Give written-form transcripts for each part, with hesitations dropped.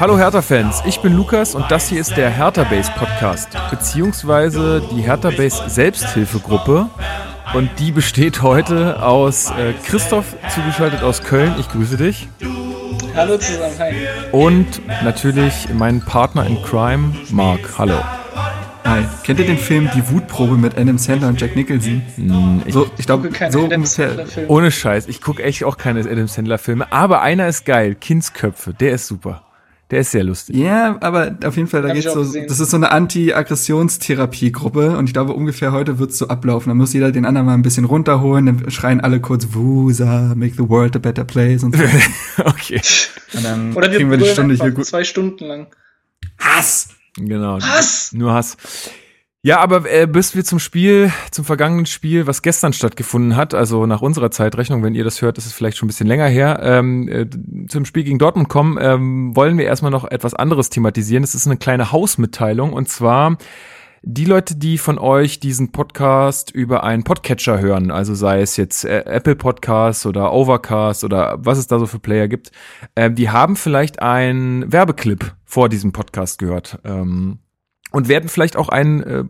Hallo Hertha-Fans, ich bin Lukas und das hier ist der Hertha Base Podcast, beziehungsweise die Hertha Base Selbsthilfegruppe. Und die besteht heute aus Christoph, zugeschaltet aus Köln. Ich grüße dich. Hallo zusammen, hi. Und natürlich meinen Partner in Crime, Marc. Hallo. Hi. Kennt ihr den Film Die Wutprobe mit Adam Sandler und Jack Nicholson? Ich glaube, so ungefähr. Ohne Scheiß, ich gucke echt auch keine Adam Sandler Filme, aber einer ist geil, Kindsköpfe, der ist super. Der ist sehr lustig. Ja, aber auf jeden Fall, da geht's so, das ist so eine Anti-Aggressionstherapie-Gruppe und ich glaube, ungefähr heute wird's so ablaufen. Da muss jeder den anderen mal ein bisschen runterholen, dann schreien alle kurz Wusa, make the world a better place und so. Okay. Und dann oder kriegen wir die Stunde hier gut. 2 Stunden lang. Hass! Genau. Hass! Nur Hass. Ja, aber bis wir zum vergangenen Spiel, was gestern stattgefunden hat, also nach unserer Zeitrechnung, wenn ihr das hört, ist es vielleicht schon ein bisschen länger her, zum Spiel gegen Dortmund kommen, wollen wir erstmal noch etwas anderes thematisieren. Das ist eine kleine Hausmitteilung und zwar die Leute, die von euch diesen Podcast über einen Podcatcher hören, also sei es jetzt Apple Podcasts oder Overcast oder was es da so für Player gibt, die haben vielleicht einen Werbeclip vor diesem Podcast gehört. Und werden vielleicht auch eine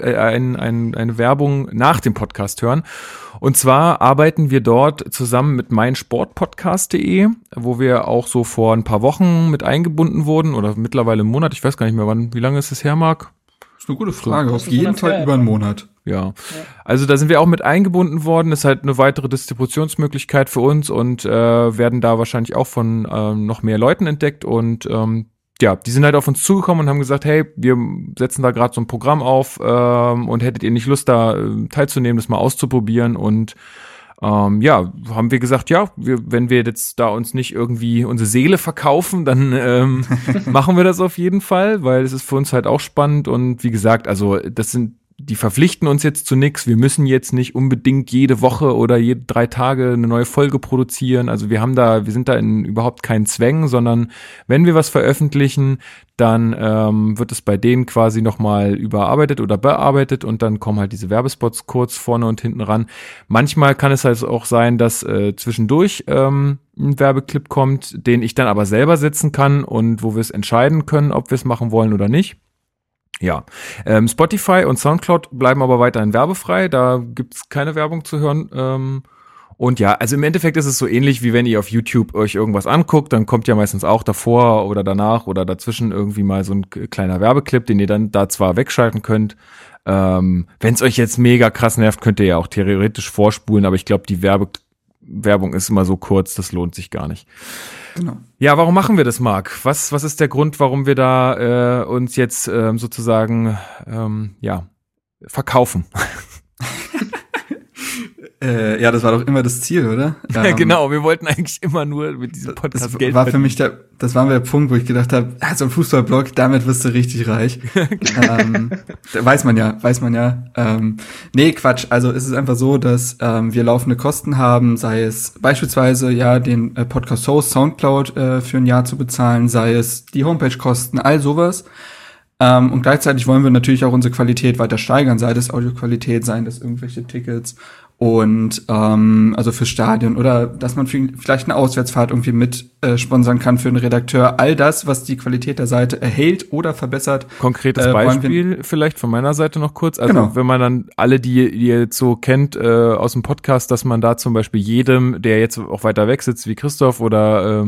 Werbung nach dem Podcast hören. Und zwar arbeiten wir dort zusammen mit meinsportpodcast.de, wo wir auch so vor ein paar Wochen mit eingebunden wurden oder mittlerweile im Monat. Ich weiß gar nicht mehr, wie lange ist es her, Marc? Das ist eine gute Frage. Auf jeden Fall über einen Monat. Ja, also da sind wir auch mit eingebunden worden. Das ist halt eine weitere Distributionsmöglichkeit für uns und werden da wahrscheinlich auch von noch mehr Leuten entdeckt und ja, die sind halt auf uns zugekommen und haben gesagt, hey, wir setzen da gerade so ein Programm auf und hättet ihr nicht Lust, da teilzunehmen, das mal auszuprobieren und ja, haben wir gesagt, ja, wenn wir jetzt da uns nicht irgendwie unsere Seele verkaufen, dann machen wir das auf jeden Fall, weil es ist für uns halt auch spannend und wie gesagt, also die verpflichten uns jetzt zu nichts. Wir müssen jetzt nicht unbedingt jede Woche oder jede 3 Tage eine neue Folge produzieren. Also wir sind da in überhaupt keinen Zwängen, sondern wenn wir was veröffentlichen, dann wird es bei denen quasi nochmal überarbeitet oder bearbeitet und dann kommen halt diese Werbespots kurz vorne und hinten ran. Manchmal kann es halt auch sein, dass zwischendurch ein Werbeclip kommt, den ich dann aber selber setzen kann und wo wir es entscheiden können, ob wir es machen wollen oder nicht. Ja, Spotify und Soundcloud bleiben aber weiterhin werbefrei, da gibt's keine Werbung zu hören. Und ja, also im Endeffekt ist es so ähnlich, wie wenn ihr auf YouTube euch irgendwas anguckt, dann kommt ja meistens auch davor oder danach oder dazwischen irgendwie mal so ein kleiner Werbeclip, den ihr dann da zwar wegschalten könnt. Wenn es euch jetzt mega krass nervt, könnt ihr ja auch theoretisch vorspulen, aber ich glaube, die Werbung ist immer so kurz, das lohnt sich gar nicht. Genau. Ja, warum machen wir das, Marc? Was ist der Grund, warum wir da uns jetzt sozusagen verkaufen? Ja, das war doch immer das Ziel, oder? Genau, wir wollten eigentlich immer nur mit diesem Podcast Geld war für mich das war der Punkt, wo ich gedacht habe, so ein Fußballblog, damit wirst du richtig reich. Weiß man ja. Nee, Quatsch. Also es ist einfach so, dass wir laufende Kosten haben, sei es beispielsweise ja den Podcast-Host Soundcloud für ein Jahr zu bezahlen, sei es die Homepage-Kosten, all sowas. Und gleichzeitig wollen wir natürlich auch unsere Qualität weiter steigern, sei das Audioqualität, seien das irgendwelche Tickets und also fürs Stadion oder dass man vielleicht eine Auswärtsfahrt irgendwie mit sponsern kann für einen Redakteur. All das, was die Qualität der Seite erhält oder verbessert. Konkretes Beispiel vielleicht von meiner Seite noch kurz. Also genau. Wenn man dann alle, die ihr jetzt so kennt aus dem Podcast, dass man da zum Beispiel jedem, der jetzt auch weiter weg sitzt wie Christoph oder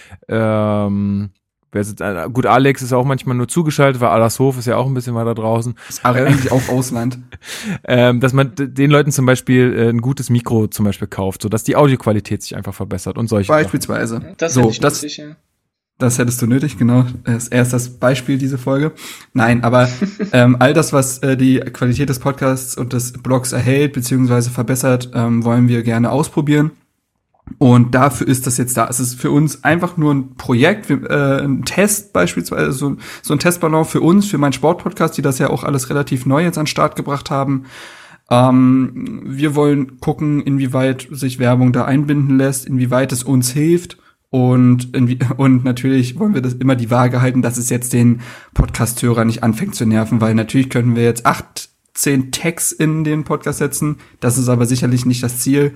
gut, Alex ist auch manchmal nur zugeschaltet, weil Allershof ist ja auch ein bisschen weiter draußen. Ist eigentlich auch Ausland. Dass man den Leuten zum Beispiel ein gutes Mikro zum Beispiel kauft, sodass die Audioqualität sich einfach verbessert und solche Beispielsweise. Sachen. Das hätte ich nötig, ja. Das hättest du nötig, genau. Er ist das Beispiel, diese Folge. Nein, aber all das, was die Qualität des Podcasts und des Blogs erhält, beziehungsweise verbessert, wollen wir gerne ausprobieren. Und dafür ist das jetzt da. Es ist für uns einfach nur ein Projekt, ein Test beispielsweise, so ein Testballon für uns, für meinen Sportpodcast, die das ja auch alles relativ neu jetzt an den Start gebracht haben. Wir wollen gucken, inwieweit sich Werbung da einbinden lässt, inwieweit es uns hilft. Und natürlich wollen wir das immer die Waage halten, dass es jetzt den Podcast-Hörer nicht anfängt zu nerven, weil natürlich können wir jetzt 10 Tags in den Podcast setzen. Das ist aber sicherlich nicht das Ziel.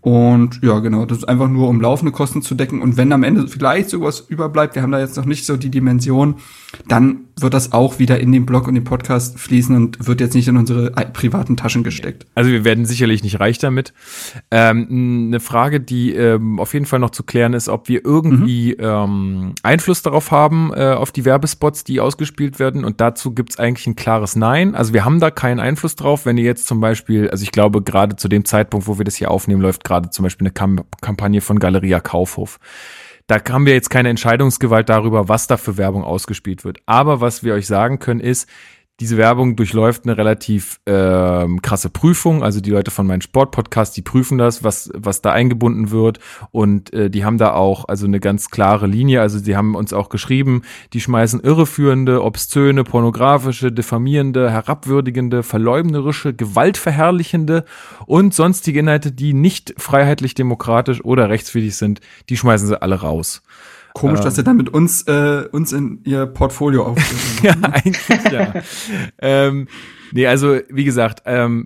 Und ja, genau, das ist einfach nur, um laufende Kosten zu decken. Und wenn am Ende vielleicht sowas überbleibt, wir haben da jetzt noch nicht so die Dimension, dann wird das auch wieder in den Blog und den Podcast fließen und wird jetzt nicht in unsere privaten Taschen gesteckt. Also wir werden sicherlich nicht reich damit. Eine Frage, die auf jeden Fall noch zu klären ist, ob wir irgendwie Einfluss darauf haben, auf die Werbespots, die ausgespielt werden. Und dazu gibt's eigentlich ein klares Nein. Also wir haben da keinen Einfluss drauf. Wenn ihr jetzt zum Beispiel, also ich glaube gerade zu dem Zeitpunkt, wo wir das hier aufnehmen, läuft gerade zum Beispiel eine Kampagne von Galeria Kaufhof. Da haben wir jetzt keine Entscheidungsgewalt darüber, was da für Werbung ausgespielt wird. Aber was wir euch sagen können ist, diese Werbung durchläuft eine relativ krasse Prüfung. Also die Leute von meinem Sportpodcast, die prüfen das, was da eingebunden wird. Und die haben da auch also eine ganz klare Linie. Also die haben uns auch geschrieben, die schmeißen irreführende, obszöne, pornografische, diffamierende, herabwürdigende, verleumderische, gewaltverherrlichende und sonstige Inhalte, die nicht freiheitlich, demokratisch oder rechtswidrig sind, die schmeißen sie alle raus. Komisch, dass sie dann mit uns in ihr Portfolio aufnehmen. Ja, eigentlich ja. Nee, also wie gesagt,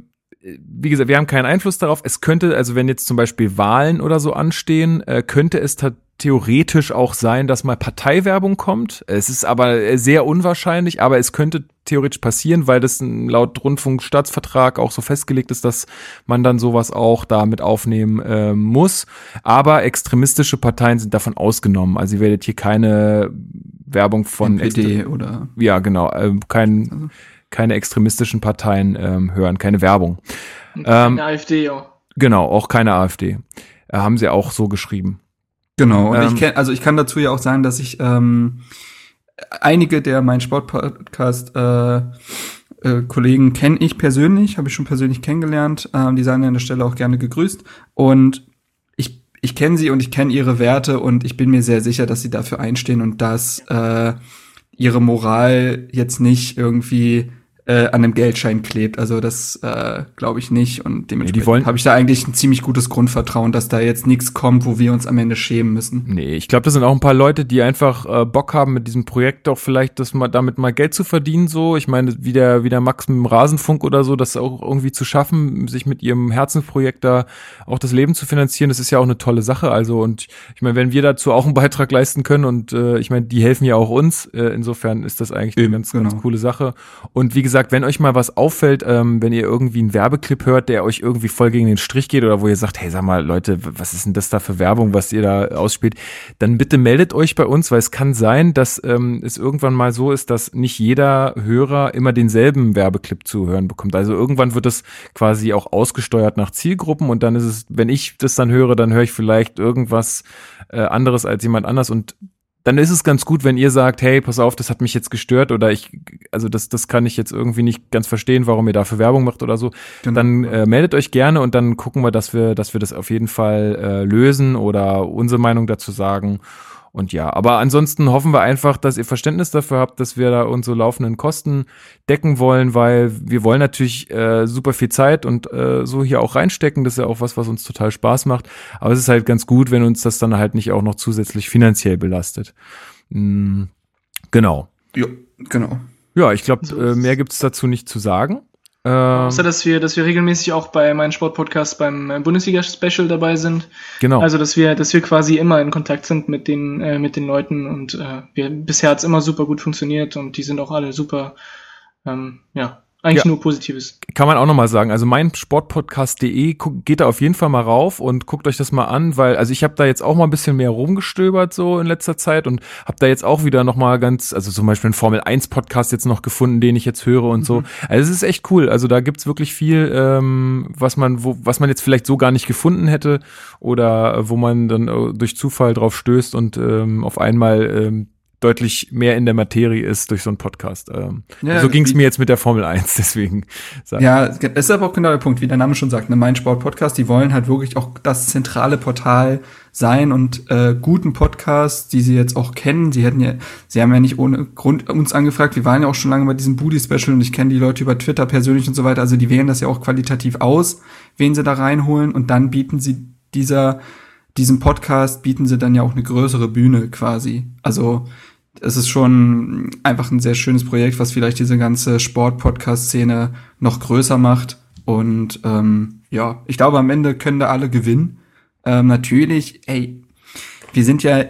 wir haben keinen Einfluss darauf. Es könnte, also wenn jetzt zum Beispiel Wahlen oder so anstehen, könnte es theoretisch auch sein, dass mal Parteiwerbung kommt. Es ist aber sehr unwahrscheinlich, aber es könnte theoretisch passieren, weil das laut Rundfunkstaatsvertrag auch so festgelegt ist, dass man dann sowas auch da mit aufnehmen muss. Aber extremistische Parteien sind davon ausgenommen. Also ihr werdet hier keine Werbung von NPD oder ja, genau, keine extremistischen Parteien hören, keine Werbung. Keine AfD auch. Genau, auch keine AfD. Haben sie auch so geschrieben. Genau, und ich kann dazu ja auch sagen, dass ich einige der mein Sportpodcast Kollegen kenne ich persönlich, habe ich schon persönlich kennengelernt, die seien an der Stelle auch gerne gegrüßt und ich kenne sie und ich kenne ihre Werte und ich bin mir sehr sicher, dass sie dafür einstehen und dass ihre Moral jetzt nicht irgendwie an einem Geldschein klebt. Also das glaube ich nicht. Und dementsprechend habe ich da eigentlich ein ziemlich gutes Grundvertrauen, dass da jetzt nichts kommt, wo wir uns am Ende schämen müssen. Nee, ich glaube, das sind auch ein paar Leute, die einfach Bock haben, mit diesem Projekt auch vielleicht damit mal Geld zu verdienen. So, ich meine, wie der Max mit dem Rasenfunk oder so, das auch irgendwie zu schaffen, sich mit ihrem Herzensprojekt da auch das Leben zu finanzieren, das ist ja auch eine tolle Sache. Also und ich meine, wenn wir dazu auch einen Beitrag leisten können und ich meine, die helfen ja auch uns, insofern ist das eigentlich eine ganz coole Sache. Und wie gesagt, wenn euch mal was auffällt, wenn ihr irgendwie einen Werbeclip hört, der euch irgendwie voll gegen den Strich geht oder wo ihr sagt, hey, sag mal, Leute, was ist denn das da für Werbung, was ihr da ausspielt, dann bitte meldet euch bei uns, weil es kann sein, dass es irgendwann mal so ist, dass nicht jeder Hörer immer denselben Werbeclip zu hören bekommt. Also irgendwann wird das quasi auch ausgesteuert nach Zielgruppen und dann ist es, wenn ich das dann höre ich vielleicht irgendwas anderes als jemand anders und dann ist es ganz gut, wenn ihr sagt, hey, pass auf, das hat mich jetzt gestört oder das kann ich jetzt irgendwie nicht ganz verstehen, warum ihr dafür Werbung macht oder so. Genau. Dann meldet euch gerne und dann gucken wir, dass wir das auf jeden Fall lösen oder unsere Meinung dazu sagen. Und ja, aber ansonsten hoffen wir einfach, dass ihr Verständnis dafür habt, dass wir da unsere laufenden Kosten decken wollen, weil wir wollen natürlich super viel Zeit und so hier auch reinstecken. Das ist ja auch was uns total Spaß macht. Aber es ist halt ganz gut, wenn uns das dann halt nicht auch noch zusätzlich finanziell belastet. Genau. Ja, genau. Ja, ich glaube, mehr gibt's dazu nicht zu sagen. Außer, dass wir regelmäßig auch bei meinem Sportpodcast beim Bundesliga-Special dabei sind. Genau. Also, dass wir quasi immer in Kontakt sind mit den Leuten und bisher hat's immer super gut funktioniert und die sind auch alle super, nur Positives. Kann man auch nochmal sagen, also meinsportpodcast.de, geht da auf jeden Fall mal rauf und guckt euch das mal an, weil, also ich habe da jetzt auch mal ein bisschen mehr rumgestöbert so in letzter Zeit und habe da jetzt auch wieder nochmal also zum Beispiel einen Formel-1-Podcast jetzt noch gefunden, den ich jetzt höre und so. Also es ist echt cool, also da gibt's wirklich viel, was man jetzt vielleicht so gar nicht gefunden hätte oder wo man dann durch Zufall drauf stößt und auf einmal deutlich mehr in der Materie ist durch so einen Podcast. So ging es mir jetzt mit der Formel 1, deswegen. Ja, das ist aber auch genau der Punkt, wie der Name schon sagt, ne, Mein Sport-Podcast, die wollen halt wirklich auch das zentrale Portal sein und guten Podcasts, die sie jetzt auch kennen. Sie haben ja nicht ohne Grund uns angefragt, wir waren ja auch schon lange bei diesem Booty-Special und ich kenne die Leute über Twitter persönlich und so weiter, also die wählen das ja auch qualitativ aus, wen sie da reinholen und dann bieten sie diesem Podcast bieten sie dann ja auch eine größere Bühne quasi. Also es ist schon einfach ein sehr schönes Projekt, was vielleicht diese ganze Sport-Podcast-Szene noch größer macht. Und ich glaube, am Ende können da alle gewinnen. Natürlich, wir sind ja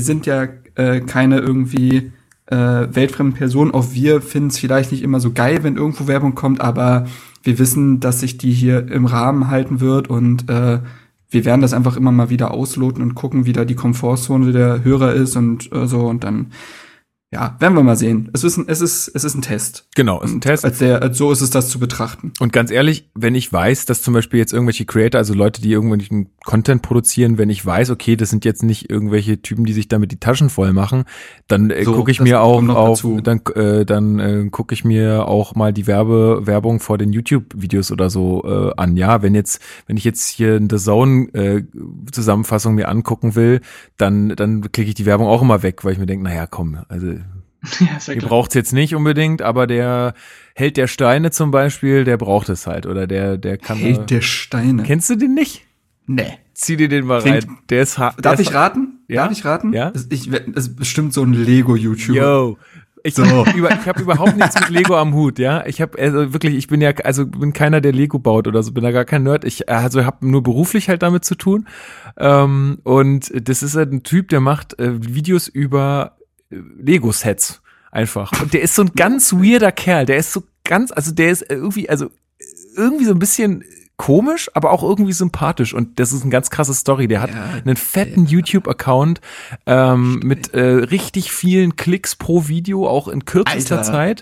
keine irgendwie weltfremden Personen. Auch wir finden es vielleicht nicht immer so geil, wenn irgendwo Werbung kommt, aber wir wissen, dass sich die hier im Rahmen halten wird und wir werden das einfach immer mal wieder ausloten und gucken, wie da die Komfortzone der Hörer ist und so und dann werden wir mal sehen. Es ist ein Test. Genau, es ist ein Test. So ist es das zu betrachten. Und ganz ehrlich, wenn ich weiß, dass zum Beispiel jetzt irgendwelche Creator, also Leute, die irgendwelchen Content produzieren, wenn ich weiß, okay, das sind jetzt nicht irgendwelche Typen, die sich damit die Taschen voll machen, dann gucke ich mir auch dann gucke ich mir auch mal die Werbung vor den YouTube-Videos oder so an. Ja, wenn ich jetzt hier eine Zone-Zusammenfassung mir angucken will, dann klicke ich die Werbung auch immer weg, weil ich mir denke, naja, komm, also ihr braucht's jetzt nicht unbedingt, aber der Held der Steine zum Beispiel, der braucht es halt. Oder der kann. Held der Steine. Kennst du den nicht? Nee. Zieh dir den mal rein. Der ist Darf ich raten? Ja? Darf ich raten? Ja. Es ist bestimmt so ein Lego-YouTuber. Yo. Ich habe überhaupt nichts mit Lego am Hut, ja. Ich bin keiner, der Lego baut oder so, bin da gar kein Nerd. Ich habe nur beruflich halt damit zu tun. Und das ist halt ein Typ, der macht Videos über Lego-Sets einfach. Und der ist so ein ganz weirder Kerl. Der ist so der ist irgendwie so ein bisschen komisch, aber auch irgendwie sympathisch. Und das ist eine ganz krasse Story. Der hat einen fetten YouTube-Account mit richtig vielen Klicks pro Video, auch in kürzester Zeit.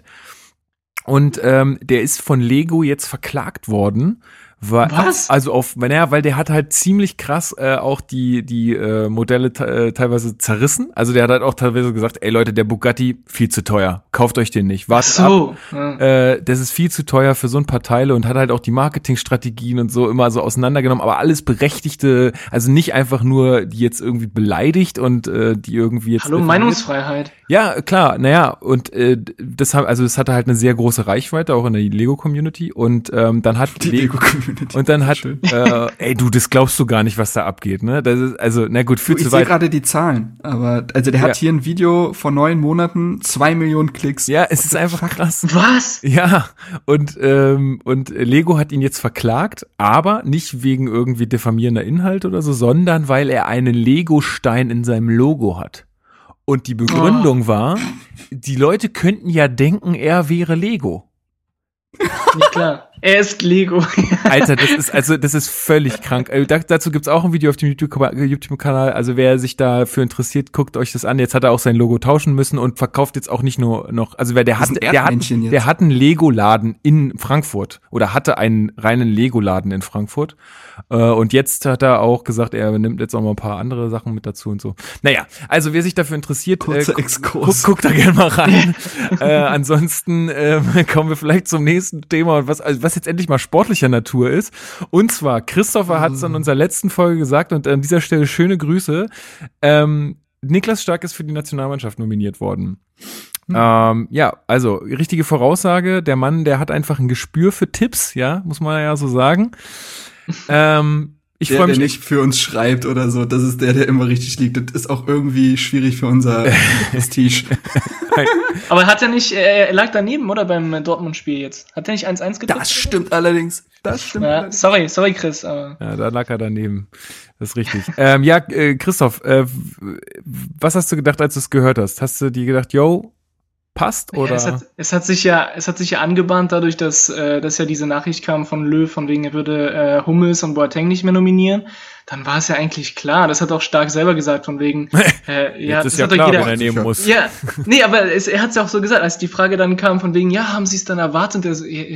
Und der ist von Lego jetzt verklagt worden. Was? Also weil der hat halt ziemlich krass auch die Modelle teilweise zerrissen. Also der hat halt auch teilweise gesagt, ey Leute, der Bugatti, viel zu teuer. Kauft euch den nicht. Wartet ab. Ja. Das ist viel zu teuer für so ein paar Teile und hat halt auch die Marketingstrategien und so immer so auseinandergenommen. Aber alles Berechtigte, also nicht einfach nur die jetzt irgendwie beleidigt und die irgendwie jetzt... Hallo, Meinungsfreiheit. Ja, klar, und das hatte halt eine sehr große Reichweite, auch in der Lego-Community. Und dann hat die Lego-Community. Und dann hat, das glaubst du gar nicht, was da abgeht, ne? Das ist, also, na gut, viel zu weit. Ich sehe gerade die Zahlen, aber, der hat hier ein Video vor 9 Monaten, 2 Millionen Klicks. Ja, es ist einfach krass. Was? Ja, und Lego hat ihn jetzt verklagt, aber nicht wegen irgendwie diffamierender Inhalte oder so, sondern weil er einen Lego-Stein in seinem Logo hat. Und die Begründung war, die Leute könnten ja denken, er wäre Lego. Ja, klar. Er ist Lego. Alter, das ist völlig krank. Dazu gibt's auch ein Video auf dem YouTube-Kanal. Also wer sich dafür interessiert, guckt euch das an. Jetzt hat er auch sein Logo tauschen müssen und verkauft jetzt auch nicht nur noch, also der hat einen Lego-Laden in Frankfurt oder hatte einen reinen Lego-Laden in Frankfurt. Und jetzt hat er auch gesagt, er nimmt jetzt auch mal ein paar andere Sachen mit dazu und so. Naja, also wer sich dafür interessiert, guckt da gerne mal rein. Ansonsten kommen wir vielleicht zum nächsten Thema, was jetzt endlich mal sportlicher Natur ist. Und zwar, Christopher hat es in unserer letzten Folge gesagt und an dieser Stelle schöne Grüße. Niklas Stark ist für die Nationalmannschaft nominiert worden. Also richtige Voraussage. Der Mann, der hat einfach ein Gespür für Tipps, ja, muss man ja so sagen. Ich freue mich, der nicht für uns schreibt oder so. Das ist der immer richtig liegt. Das ist auch irgendwie schwierig für unser Prestige. Aber hat er nicht, er lag daneben, oder, beim Dortmund-Spiel jetzt? Hat er nicht 1-1 getippt? Das stimmt allerdings. Sorry, Chris. Aber. Ja, da lag er daneben. Das ist richtig. Christoph, was hast du gedacht, als du es gehört hast? Hast du dir gedacht, passt, oder? Ja, es hat sich ja angebahnt dadurch, dass ja diese Nachricht kam von Löw, von wegen er würde Hummels und Boateng nicht mehr nominieren. Dann war es ja eigentlich klar. Das hat auch Stark selber gesagt, von wegen Jetzt ist ja klar, wenn er nehmen muss. Ja, nee, aber er hat es ja auch so gesagt, als die Frage dann kam von wegen, ja, haben Sie es dann erwartet?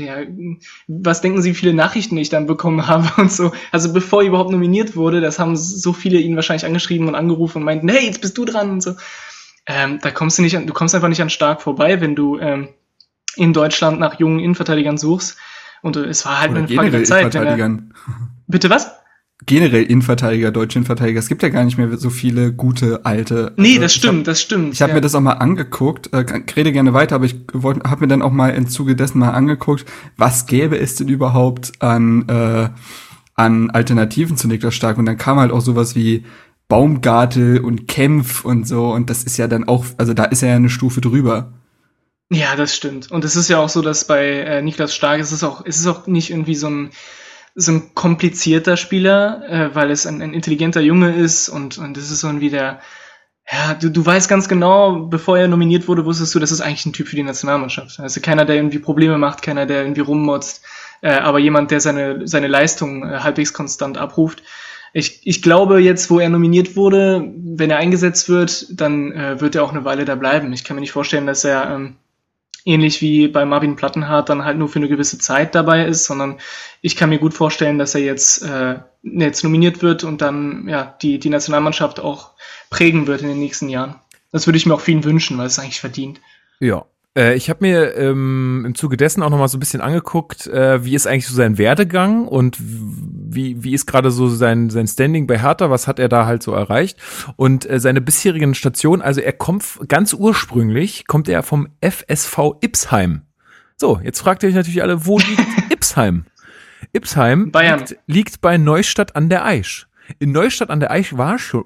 Was denken Sie, wie viele Nachrichten ich dann bekommen habe und so. Also bevor er überhaupt nominiert wurde, das haben so viele ihn wahrscheinlich angeschrieben und angerufen und meinten, hey, jetzt bist du dran und so. Da kommst du kommst einfach nicht an Stark vorbei, wenn du in Deutschland nach jungen Innenverteidigern suchst. Und es war halt eine Frage der Zeit. Bitte was? Generell Innenverteidiger, deutsche Innenverteidiger. Es gibt ja gar nicht mehr so viele gute, alte. Nee, das stimmt. Ich habe mir das auch mal angeguckt, rede gerne weiter, aber ich habe mir dann auch mal im Zuge dessen mal angeguckt, was gäbe es denn überhaupt an Alternativen zu Niklas Stark. Und dann kam halt auch sowas wie Baumgartel und Kempf und so, und das ist ja dann auch, also da ist er ja eine Stufe drüber. Ja, das stimmt. Und es ist ja auch so, dass bei Niklas Stark es ist auch nicht irgendwie so so ein komplizierter Spieler, weil es ein intelligenter Junge ist und das ist so irgendwie der, ja, du weißt ganz genau, bevor er nominiert wurde, wusstest du, das ist eigentlich ein Typ für die Nationalmannschaft. Also keiner, der irgendwie Probleme macht, keiner, der irgendwie rummotzt, aber jemand, der seine Leistung halbwegs konstant abruft. Ich glaube jetzt, wo er nominiert wurde, wenn er eingesetzt wird, dann wird er auch eine Weile da bleiben. Ich kann mir nicht vorstellen, dass er ähnlich wie bei Marvin Plattenhardt dann halt nur für eine gewisse Zeit dabei ist, sondern ich kann mir gut vorstellen, dass er jetzt nominiert wird und dann die Nationalmannschaft auch prägen wird in den nächsten Jahren. Das würde ich mir auch für ihn wünschen, weil es eigentlich verdient. Ja. Ich habe mir im Zuge dessen auch noch mal so ein bisschen angeguckt, wie ist eigentlich so sein Werdegang und wie ist gerade so sein Standing bei Hertha, was hat er da halt so erreicht und seine bisherigen Stationen, also er kommt ganz ursprünglich, kommt er vom FSV Ipsheim. So, jetzt fragt ihr euch natürlich alle, wo liegt Ipsheim? Ipsheim liegt bei Neustadt an der Aisch. In Neustadt an der Aisch war ich schon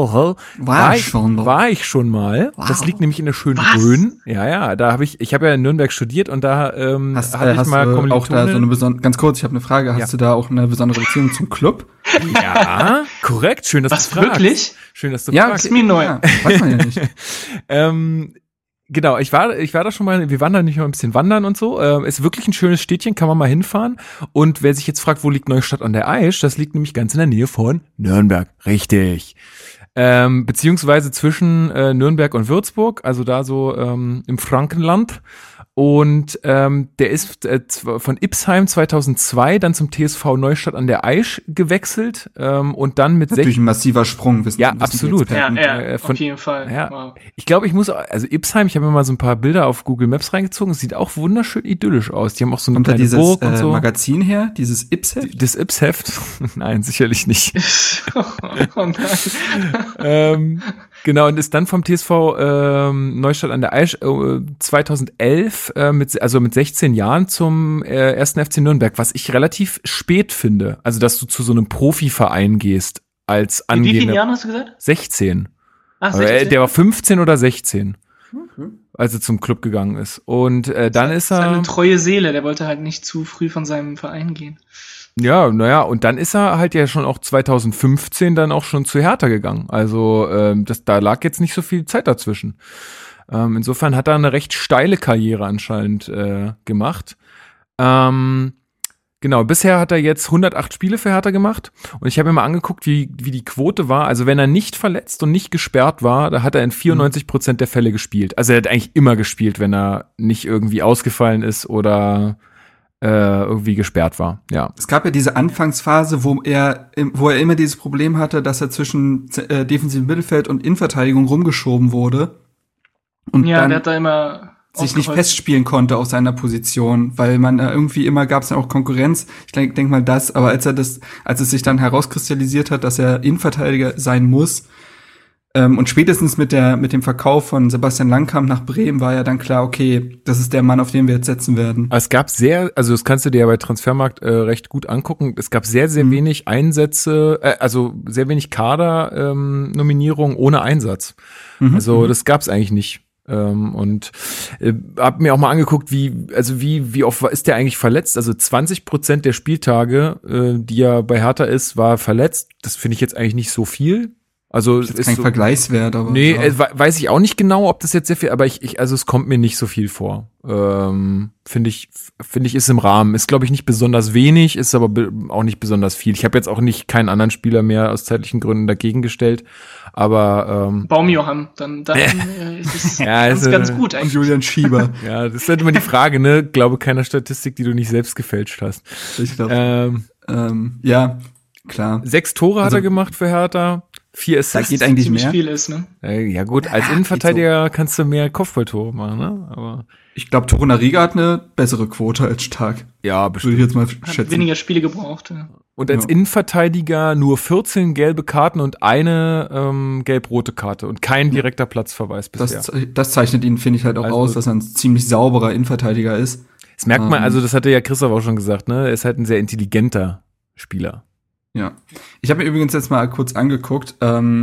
mal. Was? Das liegt nämlich in der schönen Rhön. Ja, da habe ich habe ja in Nürnberg studiert und da hast ich mal Kommilitonen. Auch da so eine ganz kurz, ich habe eine Frage, hast du da auch eine besondere Beziehung zum Club? Ja, korrekt, schön, dass du fragst. Wirklich? Schön, dass du fragst. Ja, ist mir neu. Ja, weiß man ja nicht. Genau, ich war da schon mal, wir waren da nicht mal ein bisschen wandern und so. Ist wirklich ein schönes Städtchen, kann man mal hinfahren. Und wer sich jetzt fragt, wo liegt Neustadt an der Aisch, das liegt nämlich ganz in der Nähe von Nürnberg. Richtig. Beziehungsweise zwischen Nürnberg und Würzburg, also da so im Frankenland. Und der ist von Ipsheim 2002 dann zum TSV Neustadt an der Aisch gewechselt und dann mit natürlich ein massiver Sprung. Ja, absolut. Auf jeden Fall. Ja. Wow. Ich glaube, also Ipsheim, ich habe mir mal so ein paar Bilder auf Google Maps reingezogen. Es sieht auch wunderschön idyllisch aus. Die haben auch so eine kleine Burg und so. Magazin her, dieses Ips-Heft? Das Ips-Heft? Nein, sicherlich nicht. Oh nein. Genau, und ist dann vom TSV Neustadt an der Aisch 2011 mit 16 Jahren zum 1. FC Nürnberg, was ich relativ spät finde. Also, dass du zu so einem Profiverein gehst als angehender. Wie vielen Jahren hast du gesagt? 16. Ach, 16? Der war 15 oder 16. Als er zum Club gegangen ist. Und dann ist er... Eine treue Seele, der wollte halt nicht zu früh von seinem Verein gehen. Ja, naja, und dann ist er halt ja schon auch 2015 dann auch schon zu Hertha gegangen. Also da lag jetzt nicht so viel Zeit dazwischen. Insofern hat er eine recht steile Karriere anscheinend gemacht. Genau, bisher hat er jetzt 108 Spiele für Hertha gemacht und ich habe mir mal angeguckt, wie die Quote war. Also wenn er nicht verletzt und nicht gesperrt war, da hat er in 94% der Fälle gespielt. Also er hat eigentlich immer gespielt, wenn er nicht irgendwie ausgefallen ist oder irgendwie gesperrt war, ja. Es gab ja diese Anfangsphase, wo er immer dieses Problem hatte, dass er zwischen defensivem Mittelfeld und Innenverteidigung rumgeschoben wurde. Und ja, dann der hat da immer sich nicht festspielen konnte auf seiner Position, weil man irgendwie immer gab es dann auch Konkurrenz. Ich denk mal das, aber als es sich dann herauskristallisiert hat, dass er Innenverteidiger sein muss, und spätestens mit dem Verkauf von Sebastian Langkamp nach Bremen war ja dann klar, okay, das ist der Mann, auf den wir jetzt setzen werden. Es gab also das kannst du dir ja bei Transfermarkt recht gut angucken, es gab sehr, sehr wenig Einsätze, also sehr wenig Kader-Nominierungen ohne Einsatz. Also das gab's eigentlich nicht. Und hab mir auch mal angeguckt, wie oft ist der eigentlich verletzt? Also 20% der Spieltage, die er bei Hertha ist, war verletzt. Das finde ich jetzt eigentlich nicht so viel. Also das ist kein Vergleichswert, aber nee, weiß ich auch nicht genau, ob das jetzt sehr viel, aber also es kommt mir nicht so viel vor. Finde ich ist im Rahmen. Ist glaube ich nicht besonders wenig, ist aber auch nicht besonders viel. Ich habe jetzt auch keinen anderen Spieler mehr aus zeitlichen Gründen dagegen gestellt, aber Baumjohann, dann ist es ja, ganz gut eigentlich. Und Julian Schieber. Ja, das ist halt immer die Frage, ne? Glaube keiner Statistik, die du nicht selbst gefälscht hast. Ich glaube. Ja, klar. 6 Tore hat er gemacht für Hertha. 4 Assists. Das geht eigentlich mehr. Viel ist, ne? Ja gut, als Innenverteidiger kannst du mehr Kopfballtore machen, ne? Aber ich glaube, Torunariga hat eine bessere Quote als Stark. Ja, bestimmt. Würde ich jetzt mal schätzen. Hat weniger Spiele gebraucht, ja. Und als Innenverteidiger nur 14 gelbe Karten und eine gelb-rote Karte und kein direkter Platzverweis bisher. Das zeichnet ihn, finde ich, halt auch aus, dass er ein ziemlich sauberer Innenverteidiger ist. Das merkt man, also das hatte ja Christoph auch schon gesagt, ne? Er ist halt ein sehr intelligenter Spieler. Ja. Ich habe mir übrigens jetzt mal kurz angeguckt,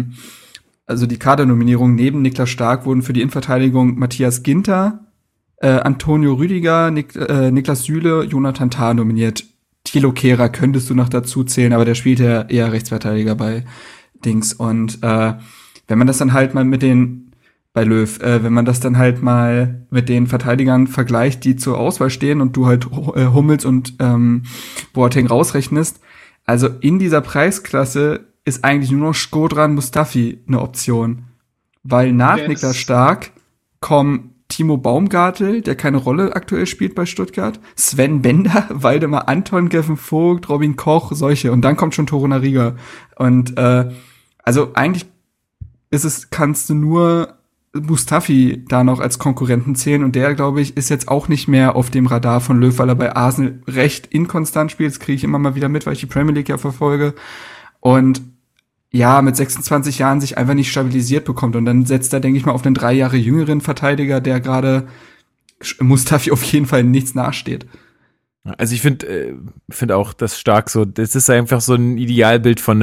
also die Kadernominierung neben Niklas Stark wurden für die Innenverteidigung Matthias Ginter, Antonio Rüdiger, Niklas Süle, Jonathan Tah nominiert. Thilo Kehrer könntest du noch dazu zählen, aber der spielt ja eher Rechtsverteidiger bei Dings. Und wenn man das dann halt mal bei Löw, wenn man das dann halt mal mit den Verteidigern vergleicht, die zur Auswahl stehen und du halt Hummels und Boateng rausrechnest, also in dieser Preisklasse ist eigentlich nur noch Shkodran Mustafi eine Option. Weil nach Niklas Stark kommen Timo Baumgartel, der keine Rolle aktuell spielt bei Stuttgart, Sven Bender, Waldemar Anton, Kevin Vogt, Robin Koch, solche. Und dann kommt schon Torunariga. Und also eigentlich kannst du nur Mustafi da noch als Konkurrenten zählen. Und der, glaube ich, ist jetzt auch nicht mehr auf dem Radar von Löw, weil er bei Arsenal recht inkonstant spielt. Das kriege ich immer mal wieder mit, weil ich die Premier League ja verfolge. Und ja, mit 26 Jahren sich einfach nicht stabilisiert bekommt. Und dann setzt er, denke ich mal, auf einen 3 Jahre jüngeren Verteidiger, der gerade Mustafi auf jeden Fall nichts nachsteht. Also ich finde auch das stark so, das ist einfach so ein Idealbild von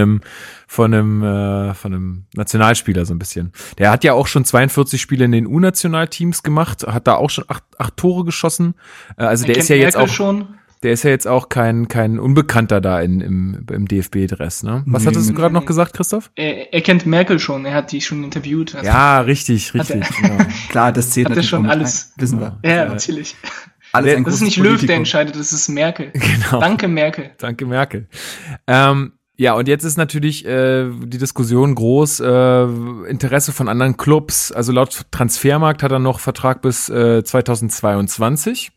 einem Nationalspieler so ein bisschen. Der hat ja auch schon 42 Spiele in den U-Nationalteams gemacht, hat da auch schon 8 Tore geschossen. Also der ist ja jetzt auch schon. Der ist ja jetzt auch kein Unbekannter da im DFB-Dress, ne? Was hattest du gerade noch gesagt, Christoph? Er kennt Merkel schon, er hat die schon interviewt. Also ja, richtig. Genau. Klar, das zählt natürlich schon alles. Wissen wir. Ja, natürlich. Das ist nicht Löw, der entscheidet, das ist Merkel. Genau. Danke, Merkel. Danke, Merkel. Ja, und jetzt ist natürlich die Diskussion groß, Interesse von anderen Clubs. Also laut Transfermarkt hat er noch Vertrag bis 2022.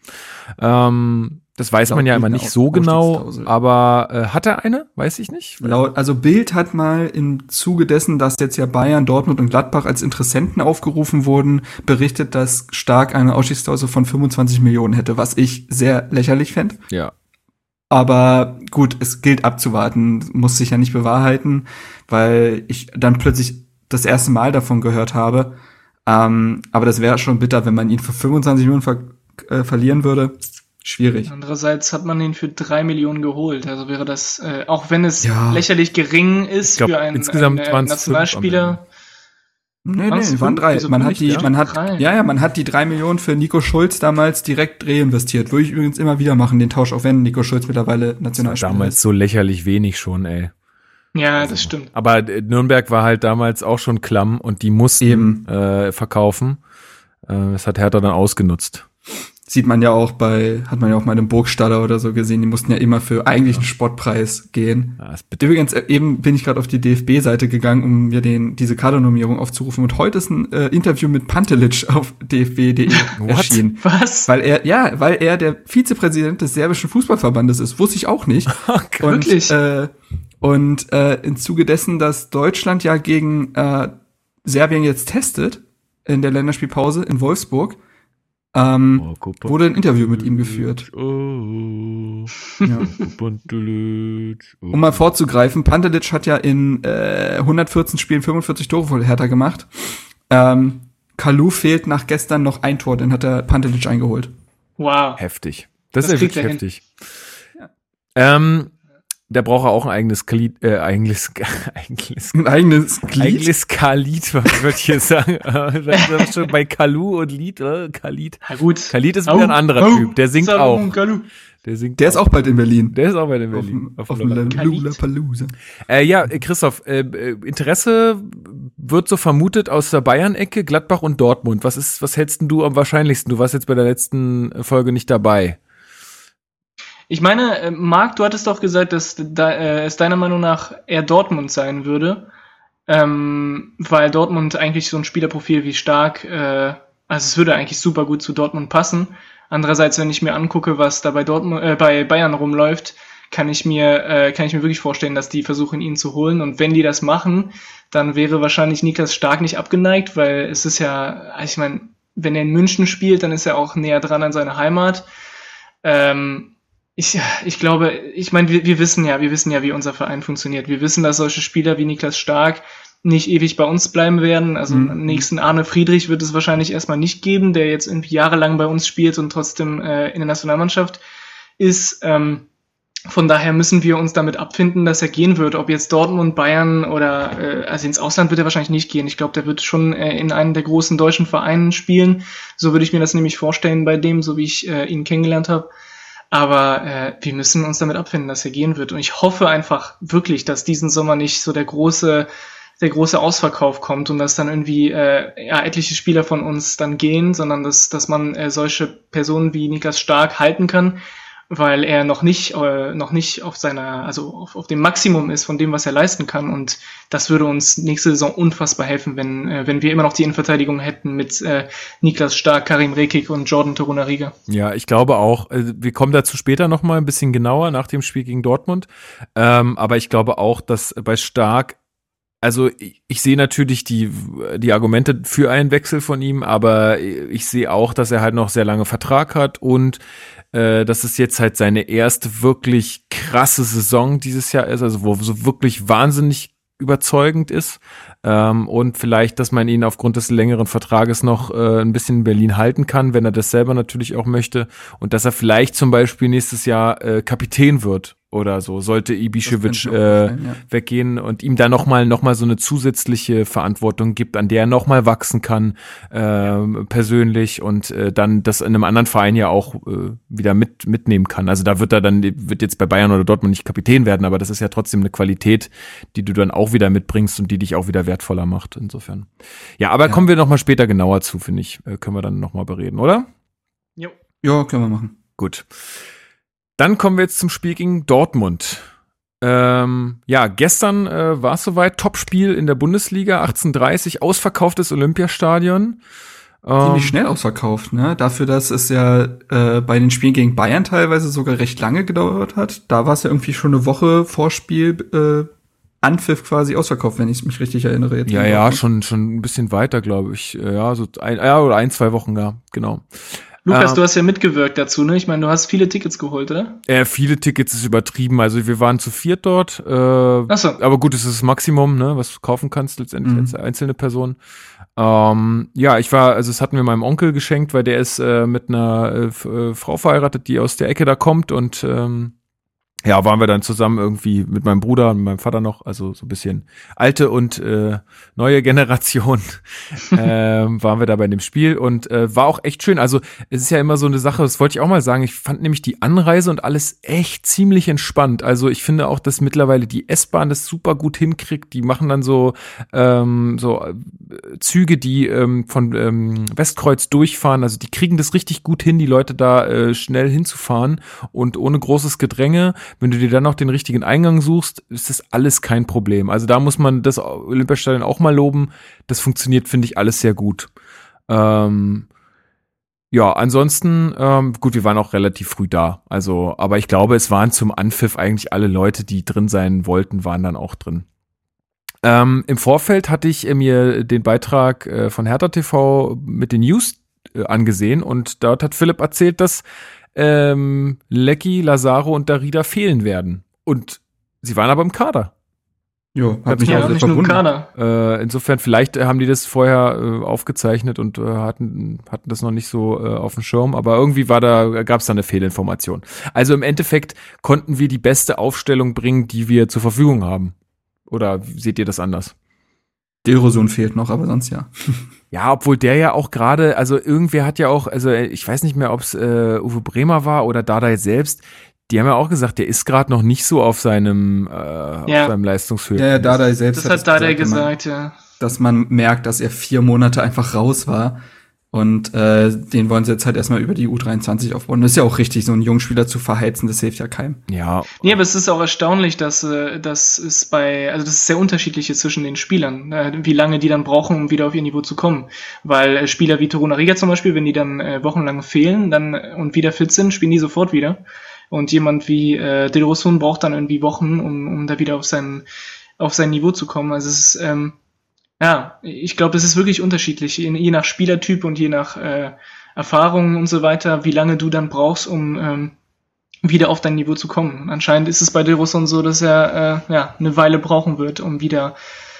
Das weiß man ja immer nicht so genau, aber hat er eine? Weiß ich nicht. Also Bild hat mal im Zuge dessen, dass jetzt ja Bayern, Dortmund und Gladbach als Interessenten aufgerufen wurden, berichtet, dass Stark eine Ausstiegsklausel von 25 Millionen hätte, was ich sehr lächerlich fände. Ja. Aber gut, es gilt abzuwarten, muss sich ja nicht bewahrheiten, weil ich dann plötzlich das erste Mal davon gehört habe. Aber das wäre schon bitter, wenn man ihn für 25 Millionen verlieren würde. Schwierig. Andererseits hat man ihn für 3 Millionen geholt. Also wäre das, auch wenn es lächerlich gering ist für einen Nationalspieler. Nee, waren 3. Man hat die 3 Millionen für Nico Schulz damals direkt reinvestiert. Würde ich übrigens immer wieder machen, den Tausch, auch wenn Nico Schulz mittlerweile Nationalspieler ist. Damals so lächerlich wenig schon, ey. Ja, das stimmt. Aber Nürnberg war halt damals auch schon klamm und die mussten verkaufen. Das hat Hertha dann ausgenutzt. Hat man ja auch mal im Burgstaller oder so gesehen, die mussten ja immer für eigentlich einen Spottpreis gehen. Ja, übrigens, eben bin ich gerade auf die DFB-Seite gegangen, um mir diese Kadernominierung aufzurufen. Und heute ist ein Interview mit Pantelic auf dfb.de erschienen. Was? Weil er der Vizepräsident des serbischen Fußballverbandes ist. Wusste ich auch nicht. Wirklich? Und im Zuge dessen, dass Deutschland ja gegen Serbien jetzt testet, in der Länderspielpause in Wolfsburg, wurde ein Interview mit ihm geführt. Um mal vorzugreifen, Pantelic hat ja in 114 Spielen 45 Tore für Hertha gemacht. Kalou fehlt nach gestern noch ein Tor, den hat der Pantelic eingeholt. Wow. Heftig. Das ist ja wirklich heftig. Ja. Der braucht auch ein eigenes Glied, was würde ich hier sagen? Das ist schon bei Kalou und Lied, Khalid. Ja, gut. Khalid ist wieder ein anderer Typ, der singt auch. Der ist auch bald in Berlin. Auf Lollapalooza. Ja, Christoph, Interesse wird so vermutet aus der Bayern-Ecke, Gladbach und Dortmund. Was hältst denn du am wahrscheinlichsten? Du warst jetzt bei der letzten Folge nicht dabei. Ich meine, Marc, du hattest doch gesagt, dass es deiner Meinung nach eher Dortmund sein würde, weil Dortmund eigentlich so ein Spielerprofil wie Stark, also es würde eigentlich super gut zu Dortmund passen. Andererseits, wenn ich mir angucke, was da bei Bayern rumläuft, kann ich mir wirklich vorstellen, dass die versuchen, ihn zu holen. Und wenn die das machen, dann wäre wahrscheinlich Niklas Stark nicht abgeneigt, weil es ist ja, ich meine, wenn er in München spielt, dann ist er auch näher dran an seine Heimat. Ich glaube, ich meine, wir wissen ja, wie unser Verein funktioniert. Wir wissen, dass solche Spieler wie Niklas Stark nicht ewig bei uns bleiben werden. Also nächsten Arne Friedrich wird es wahrscheinlich erstmal nicht geben, der jetzt irgendwie jahrelang bei uns spielt und trotzdem in der Nationalmannschaft ist. Von daher müssen wir uns damit abfinden, dass er gehen wird. Ob jetzt Dortmund, Bayern oder also ins Ausland wird er wahrscheinlich nicht gehen. Ich glaube, der wird schon in einem der großen deutschen Vereinen spielen. So würde ich mir das nämlich vorstellen bei dem, so wie ich ihn kennengelernt habe. Aber wir müssen uns damit abfinden, dass er gehen wird. Und ich hoffe einfach wirklich, dass diesen Sommer nicht so der große Ausverkauf kommt und dass dann irgendwie etliche Spieler von uns dann gehen, sondern dass man solche Personen wie Niklas Stark halten kann, weil er noch nicht auf seiner, also auf dem Maximum ist von dem, was er leisten kann. Und das würde uns nächste Saison unfassbar helfen, wenn wir immer noch die Innenverteidigung hätten mit Niklas Stark, Karim Rekik und Jordan Torunariga. Ja, ich glaube auch, wir kommen dazu später nochmal ein bisschen genauer nach dem Spiel gegen Dortmund. Aber ich glaube auch, dass bei Stark, also ich sehe natürlich die Argumente für einen Wechsel von ihm, aber ich sehe auch, dass er halt noch sehr lange Vertrag hat und dass es jetzt halt seine erste wirklich krasse Saison dieses Jahr ist, also wo so wirklich wahnsinnig überzeugend ist und vielleicht, dass man ihn aufgrund des längeren Vertrages noch ein bisschen in Berlin halten kann, wenn er das selber natürlich auch möchte und dass er vielleicht zum Beispiel nächstes Jahr Kapitän wird oder so, sollte Ibišević weggehen und ihm da noch mal so eine zusätzliche Verantwortung gibt, an der er noch mal wachsen kann, persönlich und dann das in einem anderen Verein ja auch wieder mitnehmen kann. Also da wird jetzt bei Bayern oder Dortmund nicht Kapitän werden, aber das ist ja trotzdem eine Qualität, die du dann auch wieder mitbringst und die dich auch wieder wertvoller macht, insofern. Ja, aber kommen wir noch mal später genauer zu, finde ich. Können wir dann noch mal bereden, oder? Jo. Ja, können wir machen. Gut. Dann kommen wir jetzt zum Spiel gegen Dortmund. Gestern war es soweit. Topspiel in der Bundesliga, 18:30, ausverkauftes Olympiastadion. Ziemlich schnell ausverkauft, ne? Dafür, dass es ja bei den Spielen gegen Bayern teilweise sogar recht lange gedauert hat. Da war es ja irgendwie schon eine Woche vor Spiel Anpfiff quasi ausverkauft, wenn ich mich richtig erinnere. Jetzt schon ein bisschen weiter, glaube ich. Ja, so oder 1-2 Wochen, ja, genau. Lukas, du hast ja mitgewirkt dazu, ne? Ich meine, du hast viele Tickets geholt, oder? Viele Tickets ist übertrieben. Also wir waren zu 4 dort. Ach so. Aber gut, es ist das Maximum, ne, was du kaufen kannst letztendlich als einzelne Person. Das hatten wir meinem Onkel geschenkt, weil der ist mit einer Frau verheiratet, die aus der Ecke da kommt und waren wir dann zusammen irgendwie mit meinem Bruder und meinem Vater noch, also so ein bisschen alte und neue Generation, waren wir da bei dem Spiel und war auch echt schön. Also es ist ja immer so eine Sache, das wollte ich auch mal sagen, ich fand nämlich die Anreise und alles echt ziemlich entspannt. Also ich finde auch, dass mittlerweile die S-Bahn das super gut hinkriegt. Die machen dann so Züge, die von Westkreuz durchfahren. Also die kriegen das richtig gut hin, die Leute da schnell hinzufahren und ohne großes Gedränge. Wenn du dir dann noch den richtigen Eingang suchst, ist das alles kein Problem. Also da muss man das Olympiastadion auch mal loben. Das funktioniert, finde ich, alles sehr gut. Ansonsten, gut, wir waren auch relativ früh da. Also, aber ich glaube, es waren zum Anpfiff eigentlich alle Leute, die drin sein wollten, waren dann auch drin. Im Vorfeld hatte ich mir den Beitrag von Hertha TV mit den News angesehen und dort hat Philipp erzählt, dass Lecky, Lazaro und Darida fehlen werden. Und sie waren aber im Kader. Jo, hat mich auch nicht nur im Kader. Insofern, vielleicht haben die das vorher aufgezeichnet und hatten das noch nicht so auf dem Schirm, aber irgendwie gab es da eine Fehlinformation. Also im Endeffekt konnten wir die beste Aufstellung bringen, die wir zur Verfügung haben. Oder seht ihr das anders? Dilrosun fehlt noch, aber sonst ja. Ja, obwohl der ja auch gerade, also irgendwer hat ja auch, also ich weiß nicht mehr, ob es Uwe Bremer war oder Dardai selbst, die haben ja auch gesagt, der ist gerade noch nicht so auf seinem Leistungshöhe. Ja, Dardai selbst das hat Dardai gesagt, ja. Dass man merkt, dass er 4 Monate einfach raus war. Und den wollen sie jetzt halt erstmal über die U23 aufbauen. Das ist ja auch richtig, so einen jungen Spieler zu verheizen, das hilft ja keinem. Ja. Nee, aber es ist auch erstaunlich, dass das ist sehr unterschiedlich ist zwischen den Spielern, wie lange die dann brauchen, um wieder auf ihr Niveau zu kommen. Weil Spieler wie Torunariga zum Beispiel, wenn die dann wochenlang fehlen dann und wieder fit sind, spielen die sofort wieder. Und jemand wie Dilrosun braucht dann irgendwie Wochen, um da wieder auf sein Niveau zu kommen. Also es ist ich glaube, es ist wirklich unterschiedlich, je nach Spielertyp und je nach Erfahrung und so weiter, wie lange du dann brauchst, um wieder auf dein Niveau zu kommen. Und anscheinend ist es bei Dilrosun so, dass er eine Weile brauchen wird, um wieder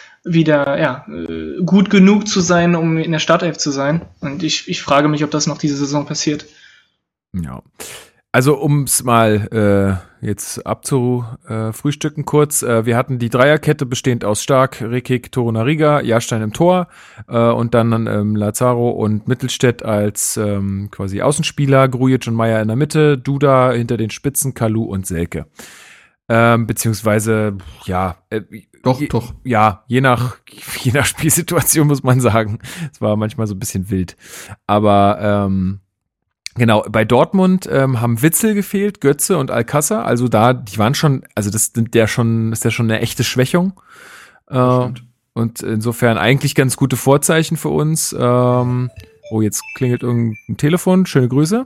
gut genug zu sein, um in der Startelf zu sein. Und ich frage mich, ob das noch diese Saison passiert. Ja. Also um's mal jetzt abzufrühstücken kurz. Wir hatten die Dreierkette bestehend aus Stark, Rekik, Torunariga, Jahrstein im Tor und dann Lazaro und Mittelstädt als quasi Außenspieler, Grujic und Meier in der Mitte, Duda hinter den Spitzen, Kalu und Selke. Beziehungsweise, ja. Doch. Ja, je nach Spielsituation muss man sagen. Es war manchmal so ein bisschen wild. Aber genau, bei Dortmund haben Witzel gefehlt, Götze und Alcázar. Also die waren schon, also ist ja schon eine echte Schwächung. Und insofern eigentlich ganz gute Vorzeichen für uns. Jetzt klingelt irgendein Telefon. Schöne Grüße.